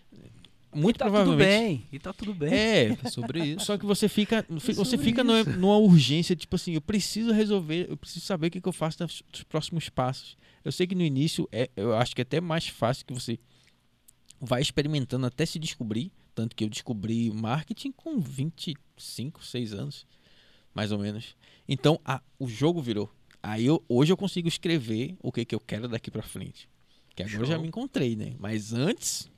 Muito e tá provavelmente. tudo bem, e tá tudo bem. É, É sobre isso. só que você fica, você sobre fica numa, numa urgência, tipo assim, eu preciso resolver, eu preciso saber o que, que eu faço nos nos próximos passos. Eu sei que no início, é, eu acho que é até mais fácil que você vai experimentando até se descobrir. Tanto que eu descobri marketing com vinte e cinco, seis anos, mais ou menos. Então, a, o jogo virou. Aí eu, hoje eu consigo escrever o que, que eu quero daqui pra frente. Que agora eu já Show. me encontrei, né? Mas antes,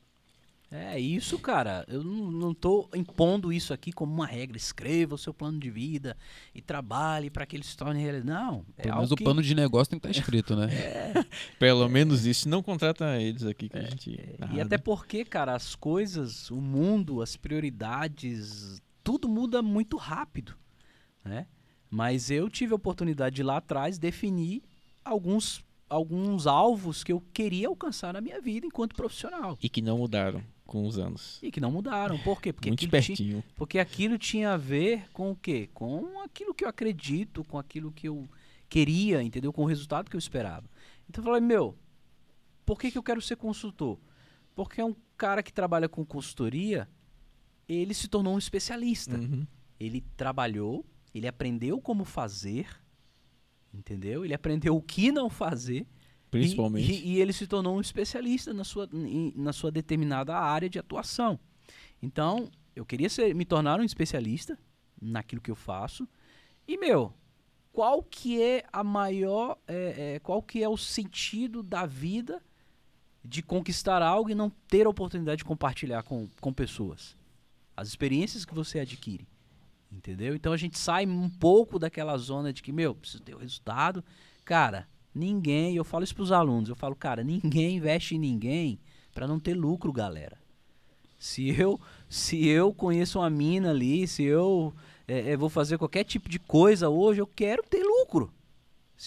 É isso, cara. Eu não, não tô impondo isso aqui como uma regra. Escreva o seu plano de vida e trabalhe para que ele se torne realidade. Não, é Pelo algo menos o que... plano de negócio tem que estar escrito, né? pelo menos isso, não contrata eles aqui que a gente... E nada. até porque, cara, as coisas, o mundo, as prioridades, tudo muda muito rápido, né? Mas eu tive a oportunidade de lá atrás definir alguns, alguns alvos que eu queria alcançar na minha vida enquanto profissional. E que não mudaram com os anos. E que não mudaram. Por quê? Porque Muito aquilo tinha, espertinho. porque aquilo tinha a ver com o quê? Com aquilo que eu acredito, com aquilo que eu queria, entendeu? Com o resultado que eu esperava. Então eu falei, meu, por que, que eu quero ser consultor? Porque é um cara que trabalha com consultoria, ele se tornou um especialista. Uhum. Ele trabalhou, ele aprendeu como fazer, entendeu? Ele aprendeu o que não fazer. Principalmente. E, e- e ele se tornou um especialista na sua, em- na sua determinada área de atuação. Então, eu queria ser, me tornar um especialista naquilo que eu faço. E, meu, qual que é a maior... é, é, qual que é o sentido da vida de conquistar algo e não ter a oportunidade de compartilhar com, com pessoas? As experiências que você adquire. Entendeu? Então a gente sai um pouco daquela zona de que, meu, preciso ter o resultado. Cara, ninguém, eu falo isso pros alunos, eu falo, cara, ninguém investe em ninguém pra não ter lucro, galera. Se eu, se eu conheço uma mina ali, se eu é, é, vou fazer qualquer tipo de coisa hoje, eu quero ter lucro. Se eu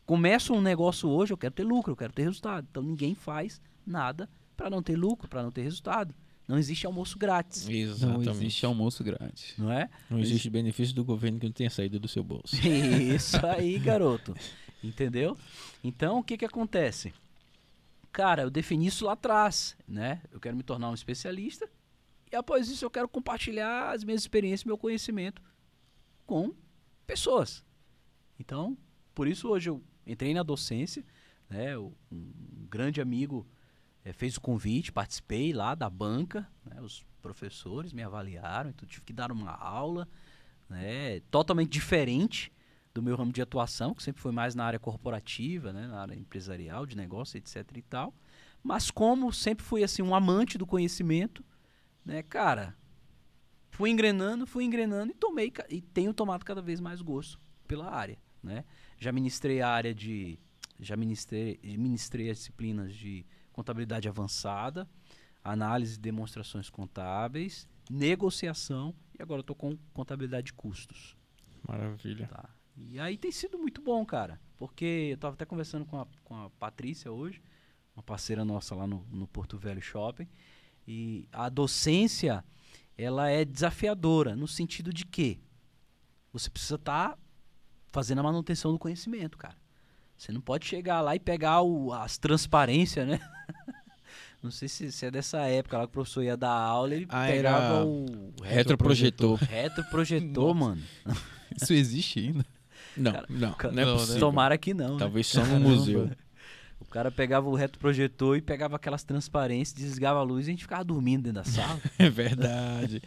começo um negócio hoje, eu quero ter lucro, eu quero ter resultado. Então ninguém faz nada para não ter lucro, para não ter resultado. Não existe almoço grátis, Exatamente. Não existe almoço grátis. não é? Não existe benefício do governo que não tenha saído do seu bolso. Isso aí, garoto. Entendeu? Então, o que que acontece? Cara, eu defini isso lá atrás, né? Eu quero me tornar um especialista e após isso eu quero compartilhar as minhas experiências, meu conhecimento com pessoas. Então, por isso hoje eu entrei na docência, né? Um grande amigo eh, fez o convite, participei lá da banca, né? Os professores me avaliaram, então tive que dar uma aula, né? Totalmente diferente do meu ramo de atuação, que sempre foi mais na área corporativa, né? Na área empresarial, de negócio, etc e tal. Mas como sempre fui assim um amante do conhecimento, né, cara, fui engrenando, fui engrenando e tomei ca- e tenho tomado cada vez mais gosto pela área, né? Já ministrei a área de já ministrei, ministrei as disciplinas de contabilidade avançada, análise de demonstrações contábeis, negociação e agora estou com contabilidade de custos. Maravilha. Tá. E aí tem sido muito bom, cara. Porque eu tava até conversando com a, com a Patrícia hoje, uma parceira nossa lá no, no Porto Velho Shopping. E a docência, ela é desafiadora no sentido de que você precisa estar fazendo a manutenção do conhecimento, cara. Você não pode chegar lá e pegar o, as transparências, né? Não sei se, se é dessa época lá que o professor ia dar aula, ele Ah, pegava era o retroprojetor. retroprojetor, mano. Isso existe ainda? Não, Cara, não, cara, não é não, né? possível. Tomara que não, né? Talvez só no Caramba. museu. O cara pegava o retroprojetor e pegava aquelas transparências, desligava a luz e a gente ficava dormindo dentro da sala. É verdade.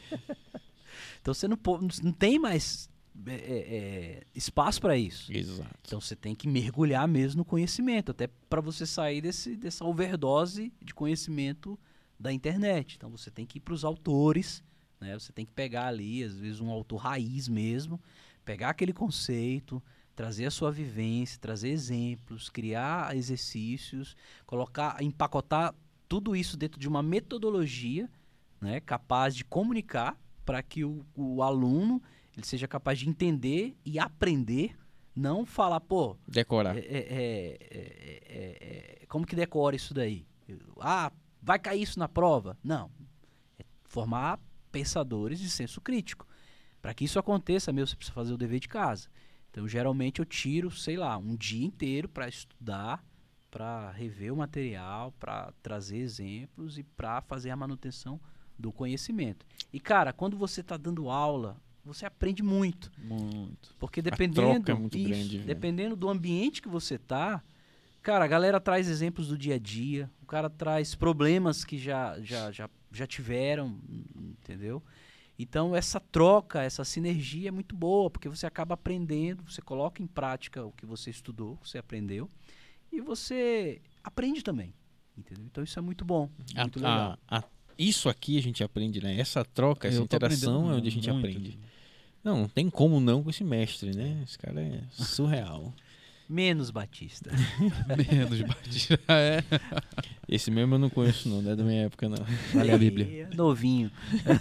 Então você não, pô- não tem mais é, é, é, espaço para isso. Exato. Então você tem que mergulhar mesmo no conhecimento, até para você sair desse, dessa overdose de conhecimento da internet. Então você tem que ir para os autores, né? Você tem que pegar ali, às vezes, um autor raiz mesmo, pegar aquele conceito, trazer a sua vivência, trazer exemplos, criar exercícios, colocar, empacotar tudo isso dentro de uma metodologia, né, capaz de comunicar para que o, o aluno ele seja capaz de entender e aprender, não falar, pô, Decorar. é, é, é, é, é, é, como que decora isso daí? Eu- Ah, vai cair isso na prova? Não. É formar pensadores de senso crítico. Para que isso aconteça, meu, você precisa fazer o dever de casa. Então, geralmente eu tiro, sei lá, um dia inteiro para estudar, para rever o material, para trazer exemplos e para fazer a manutenção do conhecimento. E, cara, quando você está dando aula, você aprende muito. Muito. Porque troca dependendo, é muito isso, grande, velho. dependendo do ambiente que você tá, cara, a galera traz exemplos do dia a dia, o cara traz problemas que já, já, já, já tiveram, entendeu? Então essa troca, essa sinergia é muito boa, porque você acaba aprendendo, você coloca em prática o que você estudou, o que você aprendeu, e você aprende também, entendeu? Então isso é muito bom, A- muito legal. a- a- isso aqui a gente aprende, né? Essa troca, essa Eu tô interação é aprendendo onde a gente muito. aprende. Não, não tem como não com esse mestre, né? Esse cara é surreal. Menos Batista. Menos Batista. É. Esse mesmo eu não conheço não, não é da minha época não. Vai ler a Bíblia. É novinho.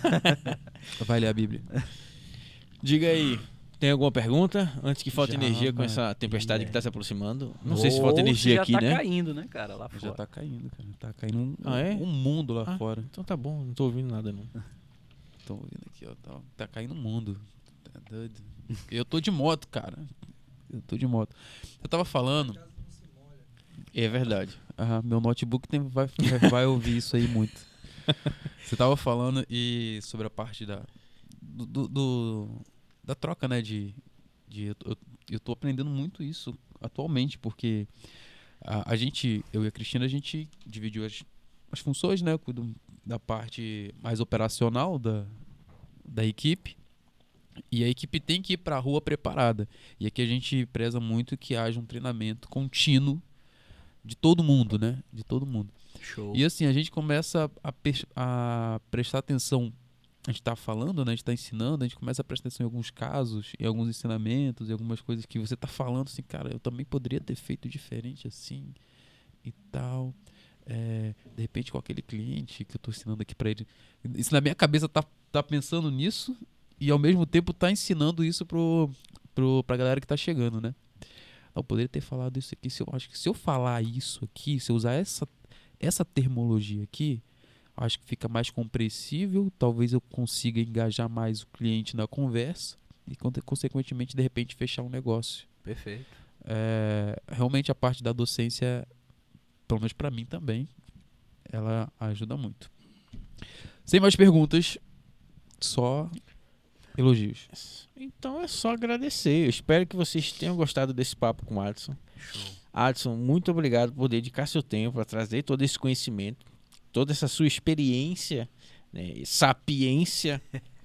Vai ler a Bíblia. Diga aí, tem alguma pergunta? Antes que falte Já, energia com mas- essa tempestade é. que está se aproximando. Não sei se falta Ou energia já aqui, tá né? caindo, né, cara, lá fora. Já tá caindo, cara. Tá caindo um, Ah, é? um mundo lá Ah. fora. Então tá bom, não tô ouvindo nada não. Tô ouvindo aqui, ó. Tá, tá caindo o mundo. Tá doido. Eu tô de moto, cara. Eu tô de moto. Eu tava falando. É verdade. Ah, meu notebook tem, vai, vai ouvir isso aí muito. Você tava falando e sobre a parte da do, do- do- da troca, né? De, de eu, eu, eu tô aprendendo muito isso atualmente, porque a, a gente, eu e a Cristina, a gente dividiu as, as funções, né? Eu cuido da parte mais operacional da, da equipe. E a equipe tem que ir para a rua preparada. E aqui a gente preza muito que haja um treinamento contínuo de todo mundo, né? De todo mundo. Show. E assim, a gente começa a, pes- a prestar atenção. A gente está falando, né? A gente está ensinando, a gente começa a prestar atenção em alguns casos, em alguns ensinamentos, em algumas coisas que você está falando assim, cara, eu também poderia ter feito diferente assim e tal. É, de repente com aquele cliente que eu estou ensinando aqui para ele. Isso na minha cabeça tá, tá pensando nisso e ao mesmo tempo tá ensinando isso pro, pro, pra galera que tá chegando, né? Eu poderia ter falado isso aqui. Se eu acho que se eu falar isso aqui, se eu usar essa, essa terminologia aqui, acho que fica mais compreensível. Talvez eu consiga engajar mais o cliente na conversa e, consequentemente, de repente, fechar um negócio. Perfeito. É, realmente, a parte da docência, pelo menos para mim também, ela ajuda muito. Sem mais perguntas, só elogios. Então é só agradecer. Eu espero que vocês tenham gostado desse papo com o Adson. Show. Adson, muito obrigado por dedicar seu tempo para trazer todo esse conhecimento, toda essa sua experiência, né, sapiência,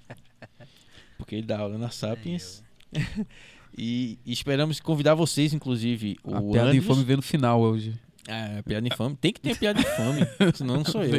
porque ele dá aula na Sapiens. e, e esperamos convidar vocês, inclusive, o A piada Andres. infame vê no final hoje. Ah, piada infame. Tem que ter piada infame, senão não sou eu.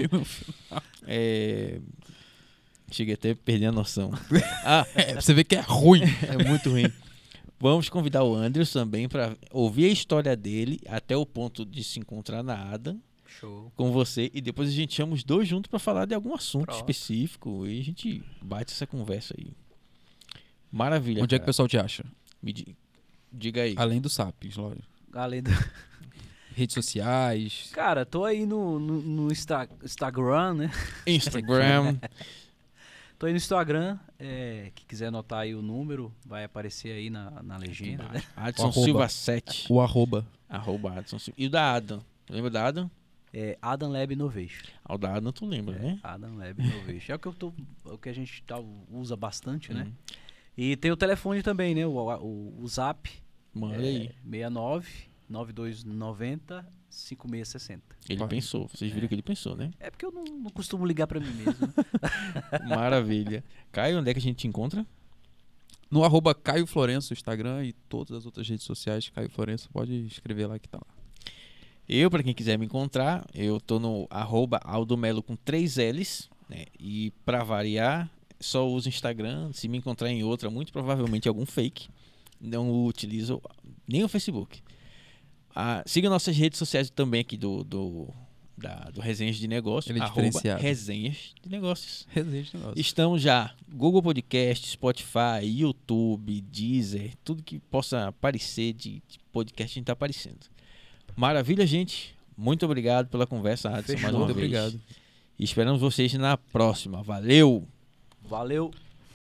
É... Cheguei até a perder a noção. Ah, É, você vê que é ruim. é muito ruim. Vamos convidar o Anderson também para ouvir a história dele até o ponto de se encontrar na Adam Show. com você. E depois a gente chama os dois juntos para falar de algum assunto Pronto. específico. E a gente bate essa conversa aí. Maravilha. Onde é que o cara. pessoal te acha? Me di- diga aí. Além do Sapiens, lógico. Além do... Redes sociais. Cara, tô aí no, no, no Insta- Instagram, né? Instagram. Tô aí no Instagram. É, quem quiser anotar aí o número, vai aparecer aí na, na legenda, né? Adson Arroba. Silva sete. O arroba. Arroba Adson Silva. E o da Adam? Lembra da Adam? É Adam Lab Innovation. Ah, o da Adam tu lembra, É, né? Adam Lab Innovation. É o que, eu tô, é o que a gente tá, usa bastante, né? Hum. E tem o telefone também, né? O, o, o Zap. Manda é, aí. seis nove nove dois nove zero cinco seis seis zero. Ele Vai. pensou. Vocês viram que ele pensou, né? É porque eu não, não costumo ligar pra mim mesmo. Maravilha. Caio, onde é que a gente te encontra? No arroba Caio Florenço, Instagram e todas as outras redes sociais. Caio Florenço, pode escrever lá que tá lá. Eu, para quem quiser me encontrar, eu tô no arroba Aldomelo com três L's, né? E para variar, só uso Instagram. Se me encontrar em outra, muito provavelmente algum fake. Não utilizo nem o Facebook. Ah, siga nossas redes sociais também aqui do, do, da, do Resenhas de Negócios. Ele é arroba diferenciado. Resenhas de Negócios. Resenha de negócio. Estamos já Google Podcast, Spotify, YouTube, Deezer, tudo que possa aparecer de, de podcast a gente tá aparecendo. Maravilha, gente. Muito obrigado pela conversa, Adson, Fechou. mais uma Muito vez. obrigado. E esperamos vocês na próxima. Valeu! Valeu!